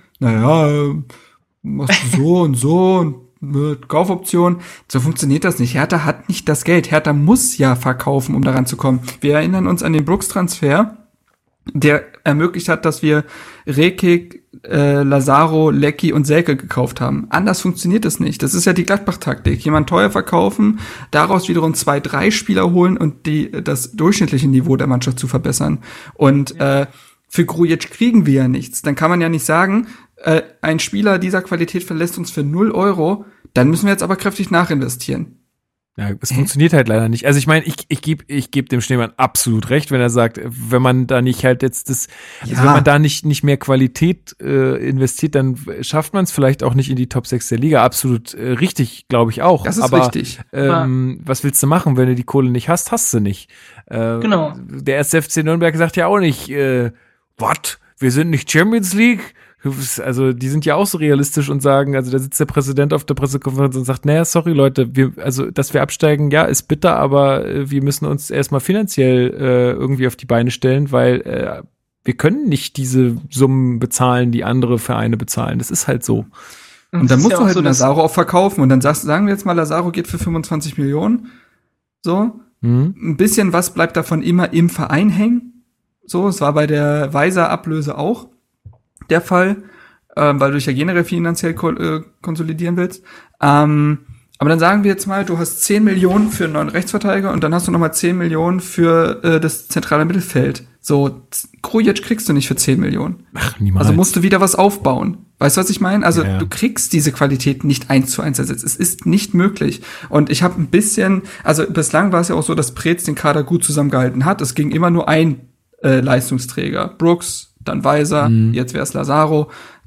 Machst du so und so und mit Kaufoption. So funktioniert das nicht. Hertha hat nicht das Geld. Hertha muss ja verkaufen, um daran zu kommen. Wir erinnern uns an den Brooks-Transfer, der ermöglicht hat, dass wir Rekik, Lazaro, Lecky und Selke gekauft haben. Anders funktioniert es nicht. Das ist ja die Gladbach-Taktik. Jemand teuer verkaufen, daraus wiederum 2, 3 Spieler holen und das durchschnittliche Niveau der Mannschaft zu verbessern. Und für Grujic kriegen wir ja nichts. Dann kann man ja nicht sagen, ein Spieler dieser Qualität verlässt uns für 0 €, dann müssen wir jetzt aber kräftig nachinvestieren. Ja, es funktioniert halt leider nicht. Also ich meine, ich geb dem Schneemann absolut recht, wenn er sagt, wenn man da nicht halt jetzt wenn man da nicht mehr Qualität investiert, dann schafft man es vielleicht auch nicht in die Top 6 der Liga. Absolut richtig, glaube ich auch. Das ist richtig. Was willst du machen, wenn du die Kohle nicht hast du nicht. Genau. Der 1. FC Nürnberg sagt ja auch nicht, was? Wir sind nicht Champions League? Also die sind ja auch so realistisch und sagen, also da sitzt der Präsident auf der Pressekonferenz und sagt, naja, sorry Leute, dass wir absteigen, ja, ist bitter, aber wir müssen uns erstmal finanziell irgendwie auf die Beine stellen, weil wir können nicht diese Summen bezahlen, die andere Vereine bezahlen. Das ist halt so. Und dann musst du halt so, Lazaro auch verkaufen und dann sagen wir jetzt mal, Lazaro geht für 25 Millionen. So. Ein bisschen was bleibt davon immer im Verein hängen. So, es war bei der Weiser-Ablöse auch der Fall, weil du dich ja generell finanziell konsolidieren willst. Aber dann sagen wir jetzt mal, du hast 10 Millionen für einen neuen Rechtsverteidiger und dann hast du nochmal 10 Millionen für das zentrale Mittelfeld. So, Grujic kriegst du nicht für 10 Millionen. Ach, niemals. Also musst du wieder was aufbauen. Weißt du, was ich meine? Also du kriegst diese Qualität nicht 1:1 ersetzt. Es ist nicht möglich. Und ich habe ein bisschen, also bislang war es ja auch so, dass Preetz den Kader gut zusammengehalten hat. Es ging immer nur ein Leistungsträger. Brooks, dann Weiser, jetzt wäre es Lazaro.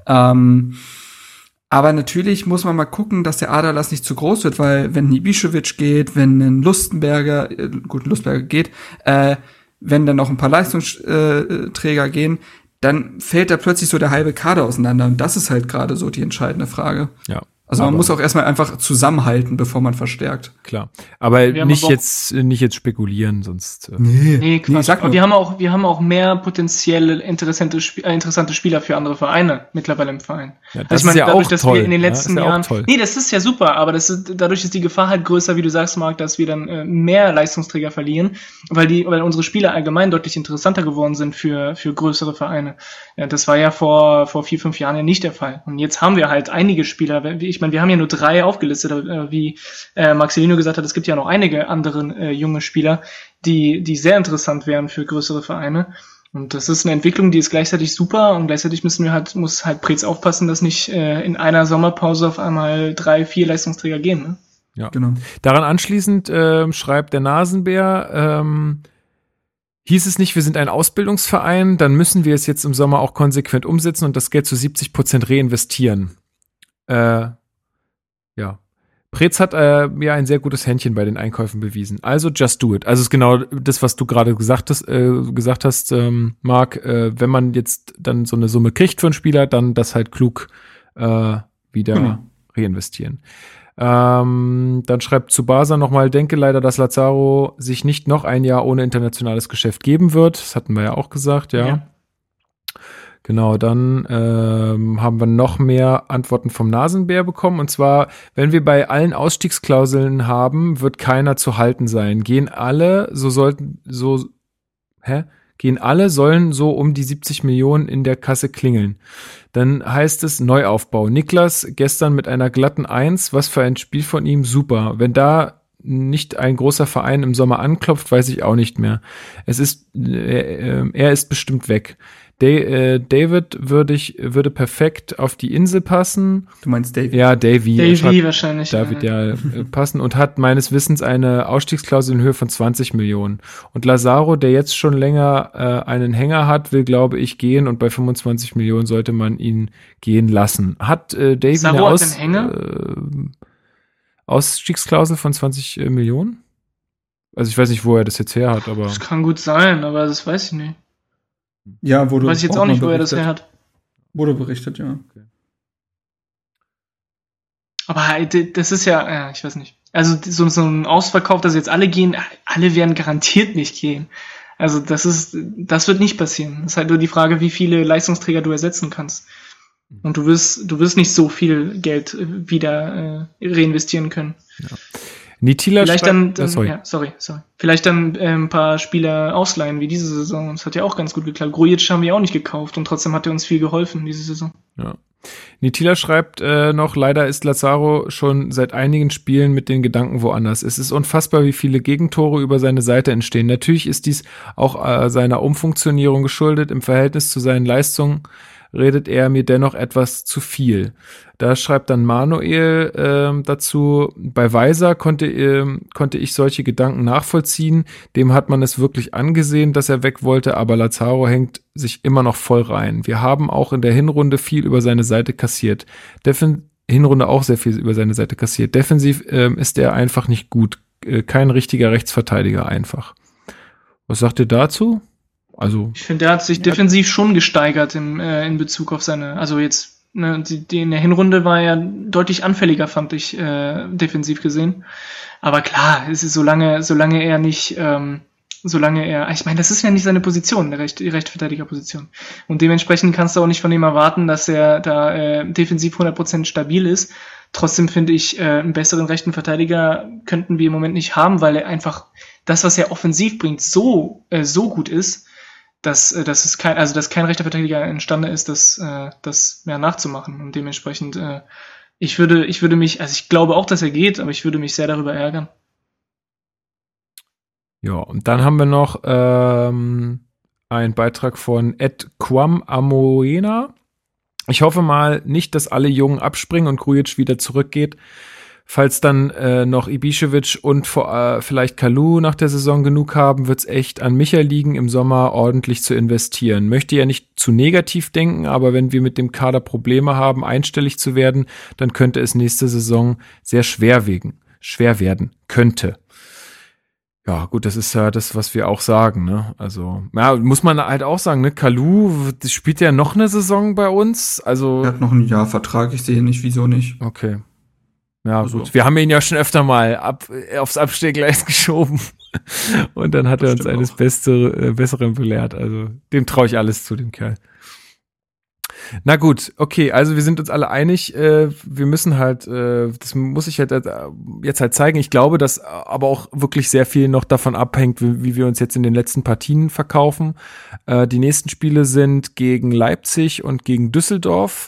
Aber natürlich muss man mal gucken, dass der Aderlass nicht zu groß wird, weil wenn ein Ibišević geht, wenn ein Lustenberger geht, wenn dann noch ein paar Leistungsträger gehen, dann fällt da plötzlich so der halbe Kader auseinander. Und das ist halt gerade so die entscheidende Frage. Ja. Also man muss auch erstmal einfach zusammenhalten, bevor man verstärkt. Klar. Aber nicht jetzt spekulieren, sonst. Nee, Quatsch. Aber wir haben auch mehr potenzielle interessante Spieler für andere Vereine mittlerweile im Verein. Ja, das ist ja dadurch, auch dass toll. Wir in den letzten Jahren. Nee, das ist ja super, aber dadurch ist die Gefahr halt größer, wie du sagst, Marc, dass wir dann mehr Leistungsträger verlieren, weil unsere Spieler allgemein deutlich interessanter geworden sind für größere Vereine. Ja, das war ja vor 4-5 Jahren ja nicht der Fall. Und jetzt haben wir halt einige Spieler, ich meine, wir haben ja nur 3 aufgelistet, wie Maximiliano gesagt hat, es gibt ja noch einige andere junge Spieler, die sehr interessant wären für größere Vereine. Und das ist eine Entwicklung, die ist gleichzeitig super und gleichzeitig muss halt Preetz aufpassen, dass nicht in einer Sommerpause auf einmal 3-4 Leistungsträger gehen. Ne? Ja, genau. Daran anschließend schreibt der Nasenbär, hieß es nicht, wir sind ein Ausbildungsverein, dann müssen wir es jetzt im Sommer auch konsequent umsetzen und das Geld zu 70% reinvestieren. Ja. Preetz hat mir ein sehr gutes Händchen bei den Einkäufen bewiesen. Also just do it. Also es ist genau das, was du gerade gesagt hast, Marc. Wenn man jetzt dann so eine Summe kriegt für einen Spieler, dann das halt klug wieder reinvestieren. Dann schreibt Tsubasa nochmal, denke leider, dass Lazaro sich nicht noch ein Jahr ohne internationales Geschäft geben wird. Das hatten wir ja auch gesagt, ja. Genau, dann haben wir noch mehr Antworten vom Nasenbär bekommen. Und zwar, wenn wir bei allen Ausstiegsklauseln haben, wird keiner zu halten sein. Gehen alle, sollen so um die 70 Millionen in der Kasse klingeln. Dann heißt es Neuaufbau. Niklas gestern mit einer glatten 1. Was für ein Spiel von ihm. Super. Wenn da nicht ein großer Verein im Sommer anklopft, weiß ich auch nicht mehr. Er ist bestimmt weg. David würde perfekt auf die Insel passen. Du meinst Davy? Ja, Davy wahrscheinlich. David passen und hat meines Wissens eine Ausstiegsklausel in Höhe von 20 Millionen. Und Lazaro, der jetzt schon länger einen Hänger hat, will, glaube ich, gehen und bei 25 Millionen sollte man ihn gehen lassen. Hat Davy Lazaro einen Hänger? Ausstiegsklausel von 20 Millionen? Also ich weiß nicht, wo er das jetzt her hat, aber. Das kann gut sein, aber das weiß ich nicht. Ja, weiß ich jetzt auch nicht, wo er das her hat. Wurde berichtet, ja. Okay. Aber das ist ja, ich weiß nicht. Also so ein Ausverkauf, dass jetzt alle gehen, alle werden garantiert nicht gehen. Also das wird nicht passieren. Das ist halt nur die Frage, wie viele Leistungsträger du ersetzen kannst. Und du wirst nicht so viel Geld wieder reinvestieren können. Ja. Nitila vielleicht Vielleicht dann ein paar Spieler ausleihen wie diese Saison. Das hat ja auch ganz gut geklappt. Grujic haben wir auch nicht gekauft und trotzdem hat er uns viel geholfen diese Saison. Ja. Nitila schreibt noch, leider ist Lazaro schon seit einigen Spielen mit den Gedanken woanders. Es ist unfassbar, wie viele Gegentore über seine Seite entstehen. Natürlich ist dies auch seiner Umfunktionierung geschuldet. Im Verhältnis zu seinen Leistungen redet er mir dennoch etwas zu viel. Da schreibt dann Manuel dazu, bei Weiser konnte ich solche Gedanken nachvollziehen. Dem hat man es wirklich angesehen, dass er weg wollte, aber Lazaro hängt sich immer noch voll rein. Wir haben auch in der Hinrunde viel über seine Seite kassiert. Hinrunde auch sehr viel über seine Seite kassiert. Defensiv ist er einfach nicht gut. Kein richtiger Rechtsverteidiger einfach. Was sagt ihr dazu? Also, ich finde, der hat sich defensiv schon gesteigert in Bezug auf seine, also jetzt, ne, die in der Hinrunde war er deutlich anfälliger, fand ich, defensiv gesehen. Aber klar, es ist, solange er nicht, ich meine, das ist ja nicht seine Position, die Rechtsverteidigerposition. Und dementsprechend kannst du auch nicht von ihm erwarten, dass er da defensiv 100% stabil ist. Trotzdem finde ich, einen besseren rechten Verteidiger könnten wir im Moment nicht haben, weil er einfach das, was er offensiv bringt, so gut ist, dass kein rechter Verteidiger imstande ist, das mehr nachzumachen. Und dementsprechend, ich würde mich, also ich glaube auch, dass er geht, aber ich würde mich sehr darüber ärgern. Ja, und dann haben wir noch einen Beitrag von Ed Quam Amoena. Ich hoffe mal nicht, dass alle Jungen abspringen und Grujic wieder zurückgeht. Falls dann noch Ibišević und vielleicht Kalou nach der Saison genug haben, wird's echt an Micha liegen, im Sommer ordentlich zu investieren. Möchte ja nicht zu negativ denken, aber wenn wir mit dem Kader Probleme haben, einstellig zu werden, dann könnte es nächste Saison sehr schwer werden könnte. Ja, gut, das ist ja das, was wir auch sagen, ne? Also, ja, muss man halt auch sagen, ne? Kalou spielt ja noch eine Saison bei uns, also. Er hat noch ein Jahr Vertrag, ich sehe nicht, wieso nicht. Okay. Ja, also. Gut. Wir haben ihn ja schon öfter mal aufs Abstellgleis geschoben. Und dann hat er uns eines Besseren belehrt. Also dem traue ich alles zu, dem Kerl. Na gut, okay, also wir sind uns alle einig, wir müssen halt, das muss ich halt jetzt halt zeigen, ich glaube, dass aber auch wirklich sehr viel noch davon abhängt, wie wir uns jetzt in den letzten Partien verkaufen. Die nächsten Spiele sind gegen Leipzig und gegen Düsseldorf.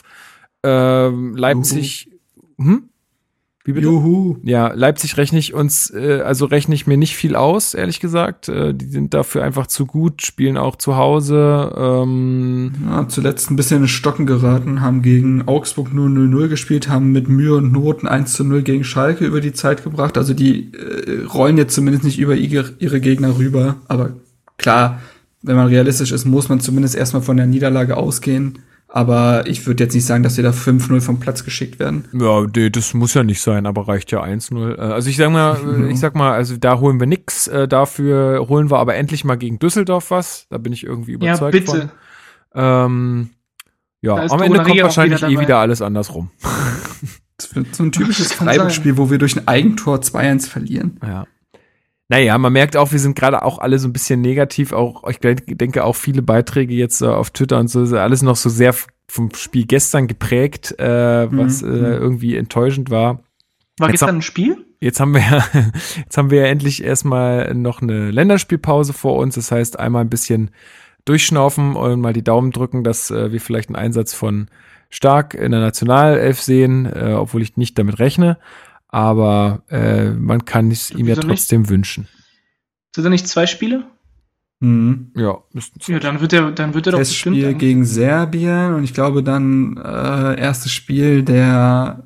Leipzig, Wie bitte? Juhu. Ja, Leipzig rechne ich mir nicht viel aus, ehrlich gesagt. Die sind dafür einfach zu gut, spielen auch zu Hause. Zuletzt ein bisschen in Stocken geraten, haben gegen Augsburg nur 0-0 gespielt, haben mit Mühe und Not 1-0 gegen Schalke über die Zeit gebracht. Also die rollen jetzt zumindest nicht über ihre Gegner rüber. Aber klar, wenn man realistisch ist, muss man zumindest erstmal von der Niederlage ausgehen. Aber ich würde jetzt nicht sagen, dass wir da 5-0 vom Platz geschickt werden. Ja, das muss ja nicht sein, aber reicht ja 1-0. Also ich sag mal, also da holen wir nix. Dafür holen wir aber endlich mal gegen Düsseldorf was. Da bin ich irgendwie überzeugt von. Am Ende kommt wahrscheinlich wieder alles andersrum. Das wird so ein typisches Freiburg-Spiel, wo wir durch ein Eigentor 2-1 verlieren. Ja. Naja, man merkt auch, wir sind gerade auch alle so ein bisschen negativ, auch ich denke auch viele Beiträge jetzt auf Twitter und so, alles noch so sehr vom Spiel gestern geprägt, was irgendwie enttäuschend war. War gestern ein Spiel? Jetzt haben wir ja endlich erstmal noch eine Länderspielpause vor uns, das heißt einmal ein bisschen durchschnaufen und mal die Daumen drücken, dass wir vielleicht einen Einsatz von Stark in der Nationalelf sehen, obwohl ich nicht damit rechne. Aber man kann es ihm ja trotzdem wünschen. Sind da nicht 2 Spiele? Mhm. Ja, dann wird er doch bestimmt. Das Spiel gegen Serbien und ich glaube dann erstes Spiel der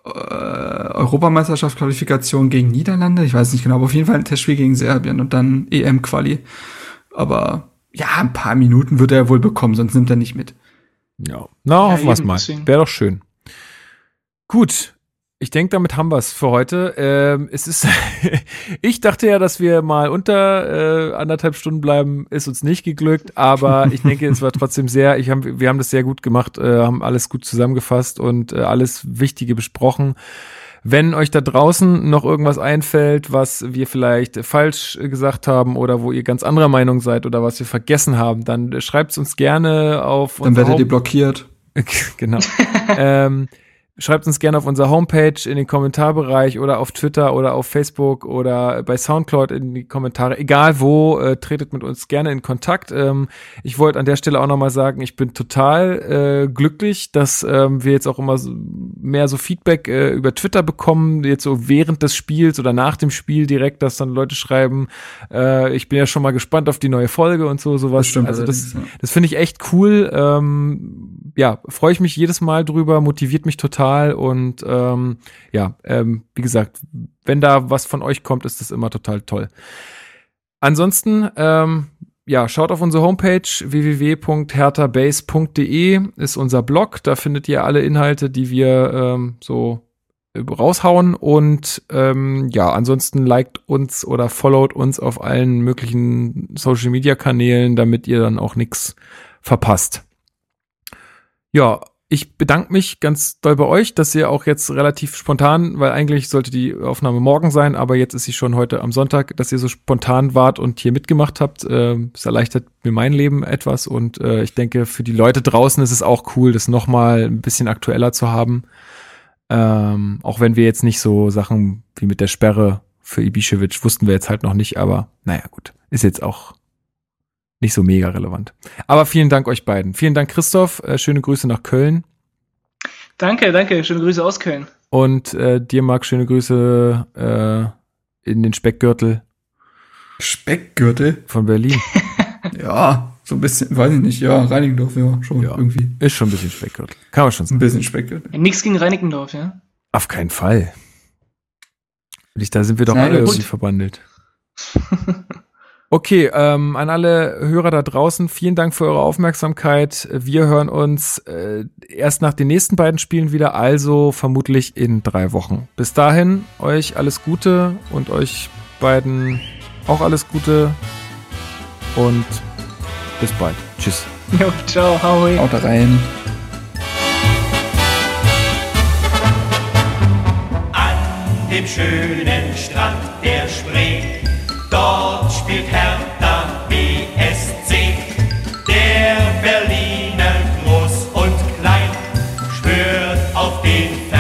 Europameisterschaft-Qualifikation gegen Niederlande. Ich weiß nicht genau, aber auf jeden Fall ein Testspiel gegen Serbien und dann EM-Quali. Aber ja, ein paar Minuten wird er wohl bekommen, sonst nimmt er nicht mit. Ja, hoffen wir es mal. Wäre doch schön. Gut. Ich denke, damit haben wir es für heute. Ich dachte ja, dass wir mal unter 1,5 Stunden bleiben, ist uns nicht geglückt, aber ich denke, es war trotzdem wir haben das sehr gut gemacht, haben alles gut zusammengefasst und alles Wichtige besprochen. Wenn euch da draußen noch irgendwas einfällt, was wir vielleicht falsch gesagt haben oder wo ihr ganz anderer Meinung seid oder was wir vergessen haben, dann schreibt es uns gerne auf Dann werdet ihr blockiert. Genau. Schreibt uns gerne auf unserer Homepage in den Kommentarbereich oder auf Twitter oder auf Facebook oder bei Soundcloud in die Kommentare. Egal wo, tretet mit uns gerne in Kontakt. Ich wollte an der Stelle auch nochmal sagen, ich bin total glücklich, dass wir jetzt auch immer mehr so Feedback über Twitter bekommen, jetzt so während des Spiels oder nach dem Spiel direkt, dass dann Leute schreiben, ich bin ja schon mal gespannt auf die neue Folge und sowas. Das stimmt, also das finde ich echt cool. Freue ich mich jedes Mal drüber, motiviert mich total und wie gesagt, wenn da was von euch kommt, ist das immer total toll. Ansonsten, schaut auf unsere Homepage www.herthabase.de ist unser Blog, da findet ihr alle Inhalte, die wir so raushauen und ansonsten liked uns oder followt uns auf allen möglichen Social-Media-Kanälen, damit ihr dann auch nichts verpasst. Ja, ich bedanke mich ganz doll bei euch, dass ihr auch jetzt relativ spontan, weil eigentlich sollte die Aufnahme morgen sein, aber jetzt ist sie schon heute am Sonntag, dass ihr so spontan wart und hier mitgemacht habt. Es erleichtert mir mein Leben etwas und ich denke, für die Leute draußen ist es auch cool, das nochmal ein bisschen aktueller zu haben. Auch wenn wir jetzt nicht so Sachen wie mit der Sperre für Ibišević wussten wir jetzt halt noch nicht, aber naja gut, ist jetzt auch nicht so mega relevant. Aber vielen Dank euch beiden. Vielen Dank, Christoph. Schöne Grüße nach Köln. Danke. Schöne Grüße aus Köln. Und dir, Marc, schöne Grüße in den Speckgürtel. Speckgürtel? Von Berlin. Ja, so ein bisschen, weiß ich nicht. Ja, Reinickendorf, ja, schon irgendwie. Ist schon ein bisschen Speckgürtel. Kann man schon sagen. Ein bisschen Speckgürtel. Ja, nichts gegen Reinickendorf, ja? Auf keinen Fall. Da sind wir doch alle irgendwie verbandelt. Okay, an alle Hörer da draußen, vielen Dank für eure Aufmerksamkeit. Wir hören uns erst nach den nächsten beiden Spielen wieder, also vermutlich in 3 Wochen. Bis dahin, euch alles Gute und euch beiden auch alles Gute und bis bald. Tschüss. Jo, ciao, hoi. Haut rein. dem schönen Strand der Spree. Dort spielt Hertha BSC. Der Berliner Groß und Klein schwört auf den